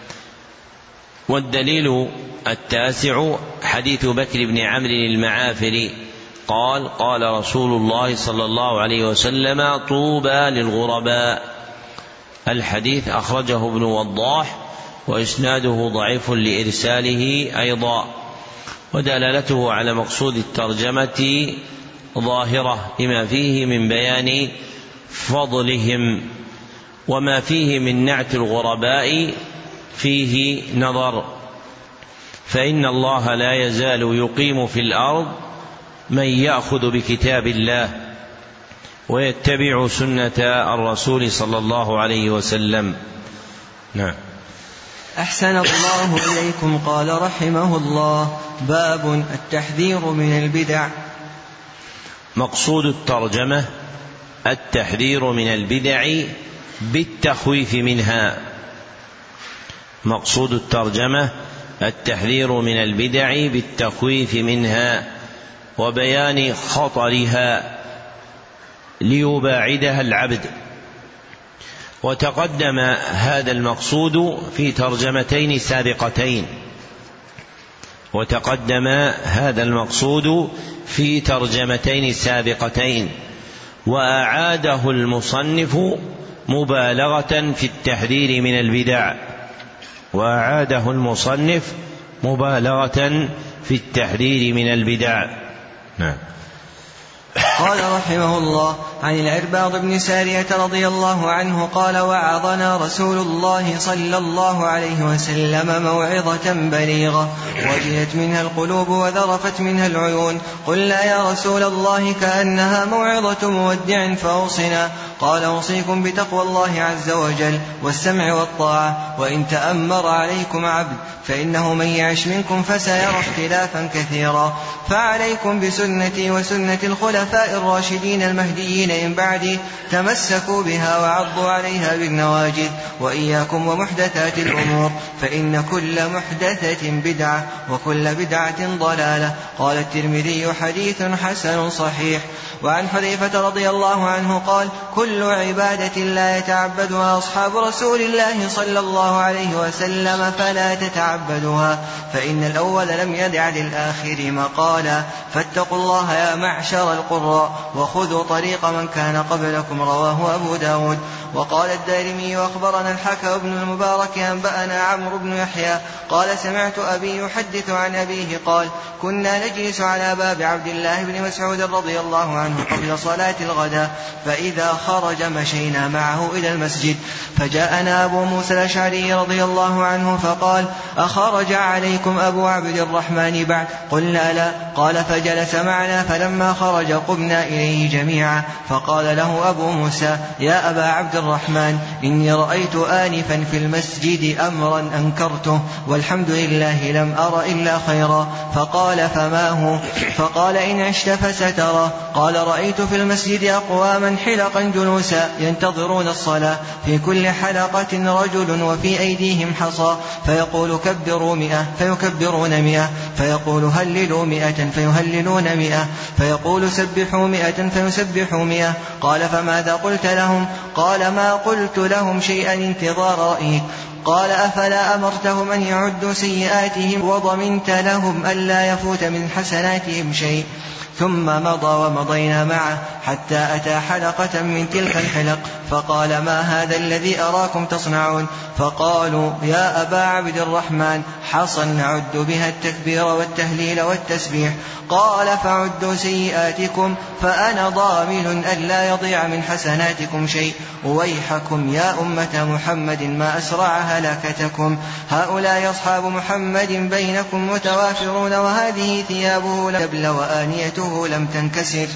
والدليل التاسع حديث بكر بن عمرو المعافري قال قال رسول الله صلى الله عليه وسلم طوبى للغرباء، الحديث أخرجه ابن وضاح وإسناده ضعيف لإرساله أيضا. ودلالته على مقصود الترجمة ظاهرة لما فيه من بيان فضلهم، وما فيه من نعت الغرباء فيه نظر، فإن الله لا يزال يقيم في الأرض من يأخذ بكتاب الله ويتبع سنة الرسول صلى الله عليه وسلم. نعم. أحسن الله إليكم. قال رحمه الله: باب التحذير من البدع. مقصود الترجمة التحذير من البدع بالتخويف منها. مقصود الترجمة التحذير من البدع بالتخويف منها وبيان خطرها ليباعدها العبد وتقدم هذا المقصود في ترجمتين سابقتين وتقدم هذا المقصود في ترجمتين سابقتين وأعاده المصنف مبالغة في التحذير من البدع وأعاده المصنف مبالغة في التحذير من البدع. نعم. قال رحمه الله: عن العرباض بن سارية رضي الله عنه قال: وعظنا رسول الله صلى الله عليه وسلم موعظة بليغة وجلت منها القلوب وذرفت منها العيون. قلنا: يا رسول الله كأنها موعظة مودع فأوصنا. قال: أوصيكم بتقوى الله عز وجل والسمع والطاعة، وإن تأمر عليكم عبد فإنه من يعش منكم فسيرى اختلافا كثيرا، فعليكم بسنتي وسنة الخلفاء الراشدين المهديين من بعدي، تمسكوا بها وعضوا عليها بالنواجذ، وإياكم ومحدثات الأمور، فإن كل محدثة بدعة وكل بدعة ضلالة. قال الترمذي: حديث حسن صحيح. وعن حذيفة رضي الله عنه قال: كل عبادة لا يتعبدها أصحاب رسول الله صلى الله عليه وسلم فلا تتعبدها، فإن الأول لم يدع للآخر مقالا، فاتقوا الله يا معشر القراء وخذوا طريق من كان قبلكم. رواه أبو داود. وقال الدارمي: أخبرنا الحكم بن المبارك أنبأنا عمرو بن يحيى قال: سمعت أبي يحدث عن أبيه قال: كنا نجلس على باب عبد الله بن مسعود رضي الله عنه قبل صلاة الغداء، فإذا خرج مشينا معه إلى المسجد، فجاءنا أبو موسى الأشعري رضي الله عنه فقال: أخرج عليكم أبو عبد الرحمن بعد؟ قلنا: لا. قال: فجلس معنا، فلما خرج قمنا إليه جميعا، فقال له أبو موسى: يا أبا عبد الرحمن، إني رأيت آنفا في المسجد أمرا أنكرته، والحمد لله لم أر إلا خيرا. فقال: فما هو؟ فقال: إن عشت فسترى. قال: رأيت في المسجد أقواما حلقا جلوسا ينتظرون الصلاة، في كل حلقة رجل وفي أيديهم حصى، فيقول: كبروا مئة فيكبرون مئة، فيقول: هللوا مئة فيهللون مئة، فيقول: سبحوا مئة فيسبحوا مئة. قال: فماذا قلت لهم؟ قال: ما قلت لهم شيئا انتظار رأيك. قال: أفلا أمرتهم أن يعدوا سيئاتهم وضمنت لهم ألا يفوت من حسناتهم شيء؟ ثم مضى ومضينا معه حتى أتى حلقة من تلك الحلق، فقال: ما هذا الذي أراكم تصنعون؟ فقالوا: يا أبا عبد الرحمن، حصى نعد بها التكبير والتهليل والتسبيح. قال: فعدوا سيئاتكم فأنا ضامن أن لا يضيع من حسناتكم شيء. ويحكم يا أمة محمد ما أسرع هلاكتكم، هؤلاء أصحاب محمد بينكم متوافرون، وهذه ثيابه لم تبل وآنيته لم تنكسر،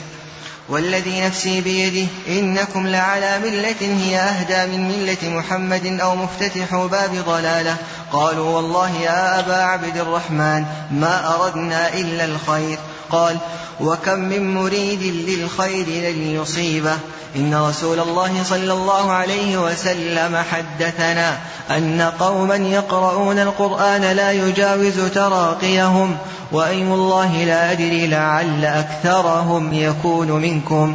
والذي نفسي بيده إنكم لعلى ملة هي أهدى من ملة محمد أو مفتتح باب ضلالة. قالوا: والله يا أبا عبد الرحمن ما أردنا إلا الخير. قال: وكم من مريد للخير لن يصيبه. إن رسول الله صلى الله عليه وسلم حدثنا أن قوما يقرؤون القرآن لا يجاوز تراقيهم، وأيم الله لا أدري لعل أكثرهم يكون منكم.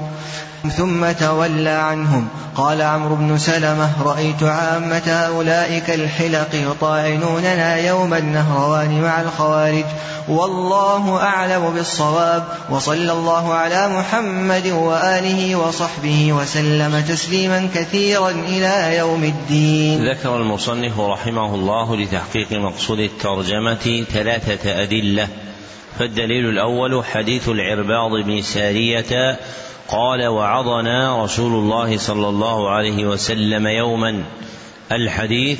ثم تولى عنهم. قال عمرو بن سلمة: رأيت عامة أولئك الحلق يطاعنوننا يوم النهروان مع الخوارج، والله أعلم بالصواب. وصلى الله على محمد وآله وصحبه وسلم تسليما كثيرا إلى يوم الدين. ذكر المصنف رحمه الله لتحقيق مقصود الترجمة ثلاثة أدلة. فالدليل الأول حديث العرباض بن سارية قال: وعظنا رسول الله صلى الله عليه وسلم يوما. الحديث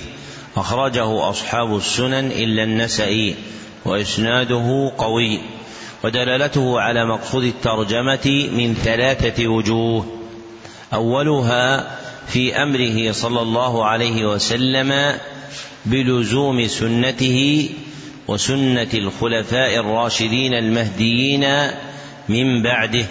أخرجه أصحاب السنن إلا النسائي، وإسناده قوي، ودلالته على مقصود الترجمة من ثلاثة وجوه. أولها في أمره صلى الله عليه وسلم بلزوم سنته وسنة الخلفاء الراشدين المهديين من بعده،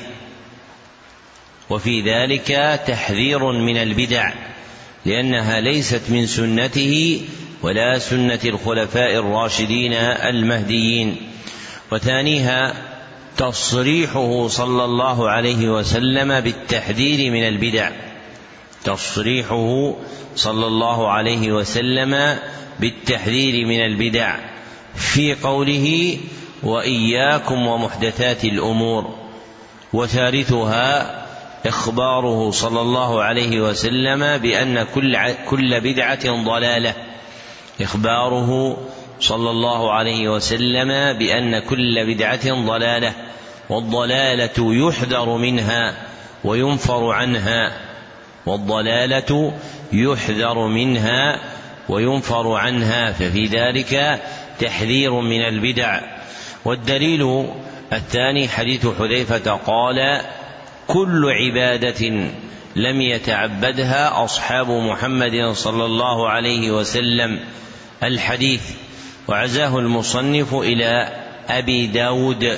وفي ذلك تحذير من البدع، لأنها ليست من سنته ولا سنة الخلفاء الراشدين المهديين. وثانيها تصريحه صلى الله عليه وسلم بالتحذير من البدع، تصريحه صلى الله عليه وسلم بالتحذير من البدع في قوله وإياكم ومحدثات الأمور. وثالثها إخباره صلى الله عليه وسلم بأن كل بدعة ضلالة إخباره صلى الله عليه وسلم بأن كل بدعة ضلالة، والضلالة يحذر منها وينفر عنها والضلالة يحذر منها وينفر عنها ففي ذلك تحذير من البدع. والدليل الثاني حديث حذيفة قال كل عبادة لم يتعبدها أصحاب محمد صلى الله عليه وسلم الحديث. وعزاه المصنف إلى أبي داود،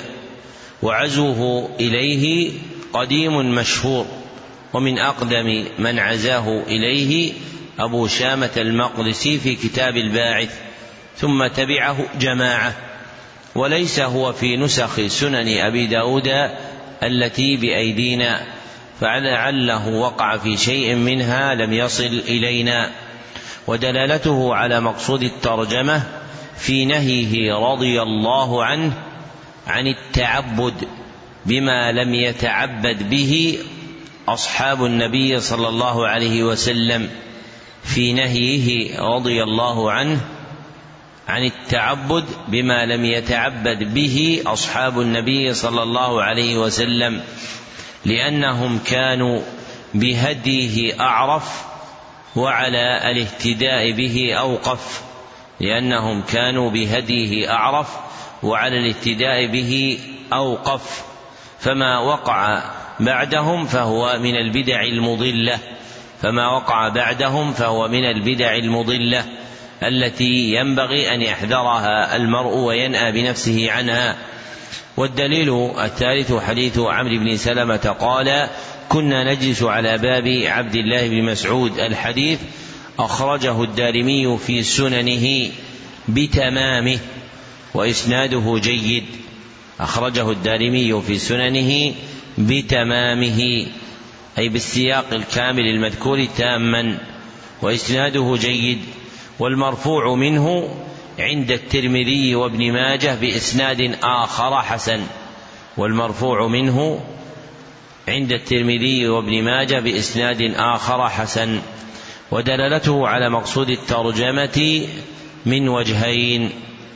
وعزوه إليه قديم مشهور، ومن أقدم من عزاه إليه أبو شامة المقدسي في كتاب الباعث، ثم تبعه جماعة، وليس هو في نسخ سنن أبي داود التي بأيدينا، فلعله وقع في شيء منها لم يصل إلينا. ودلالته على مقصود الترجمة في نهيه رضي الله عنه عن التعبد بما لم يتعبد به أصحاب النبي صلى الله عليه وسلم، في نهيه رضي الله عنه عن التعبد بما لم يتعبد به أصحاب النبي صلى الله عليه وسلم، لأنهم كانوا بهديه أعرف وعلى الاهتداء به أوقف لأنهم كانوا بهديه أعرف وعلى الاهتداء به أوقف فما وقع بعدهم فهو من البدع المضلة فما وقع بعدهم فهو من البدع المضلة التي ينبغي أن يحذرها المرء وينأى بنفسه عنها. والدليل الثالث حديث عمرو بن سلمة قال كنا نجلس على باب عبد الله بن مسعود الحديث أخرجه الدارمي في سننه بتمامه وإسناده جيد أخرجه الدارمي في سننه بتمامه أي بالسياق الكامل المذكور تاما وإسناده جيد. والمرفوع منه عند الترمذي وابن ماجه بإسناد آخر حسن والمرفوع منه عند الترمذي وابن ماجه بإسناد آخر حسن. ودلالته على مقصود الترجمة من وجهين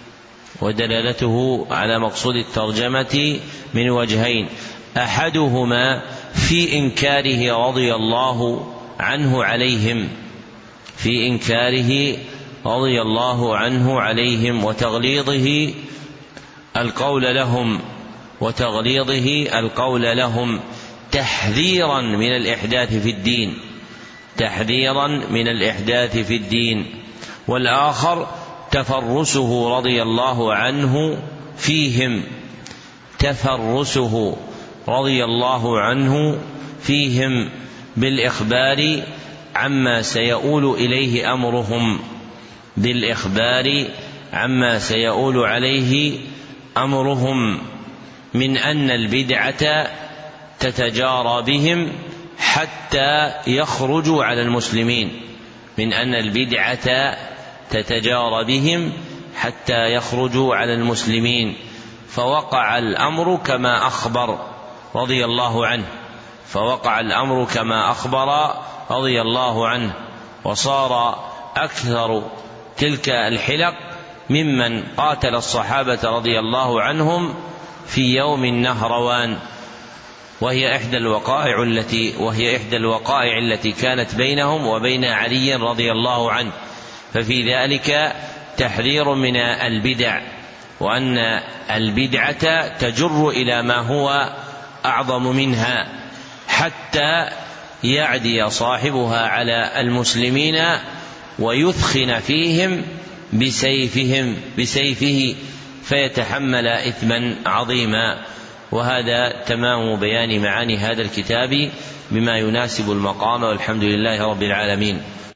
ودلالته على مقصود الترجمة من وجهين أحدهما في إنكاره رضي الله عنه عليهم في إنكاره رضي الله عنه عليهم وتغليظه القول لهم وتغليظه القول لهم تحذيرا من الإحداث في الدين تحذيرا من الإحداث في الدين. والآخر تفرسه رضي الله عنه فيهم تفرسه رضي الله عنه فيهم بالإخبار عما سيؤول إليه أمرهم بالإخبار عما سيؤول عليه أمرهم من أن البدعة تتجارى بهم حتى يخرجوا على المسلمين من أن البدعة تتجارى بهم حتى يخرجوا على المسلمين فوقع الأمر كما أخبر رضي الله عنه فوقع الأمر كما أخبر رضي الله عنه وصار أكثر تلك الحلق ممن قاتل الصحابة رضي الله عنهم في يوم النهروان وهي إحدى الوقائع التي وهي إحدى الوقائع التي كانت بينهم وبين علي رضي الله عنه. ففي ذلك تحذير من البدع وأن البدعة تجر إلى ما هو أعظم منها حتى يعدي صاحبها على المسلمين ويثخن فيهم بسيفهم بسيفه فيتحمل إثما عظيما. وهذا تمام بيان معاني هذا الكتاب بما يناسب المقام والحمد لله رب العالمين.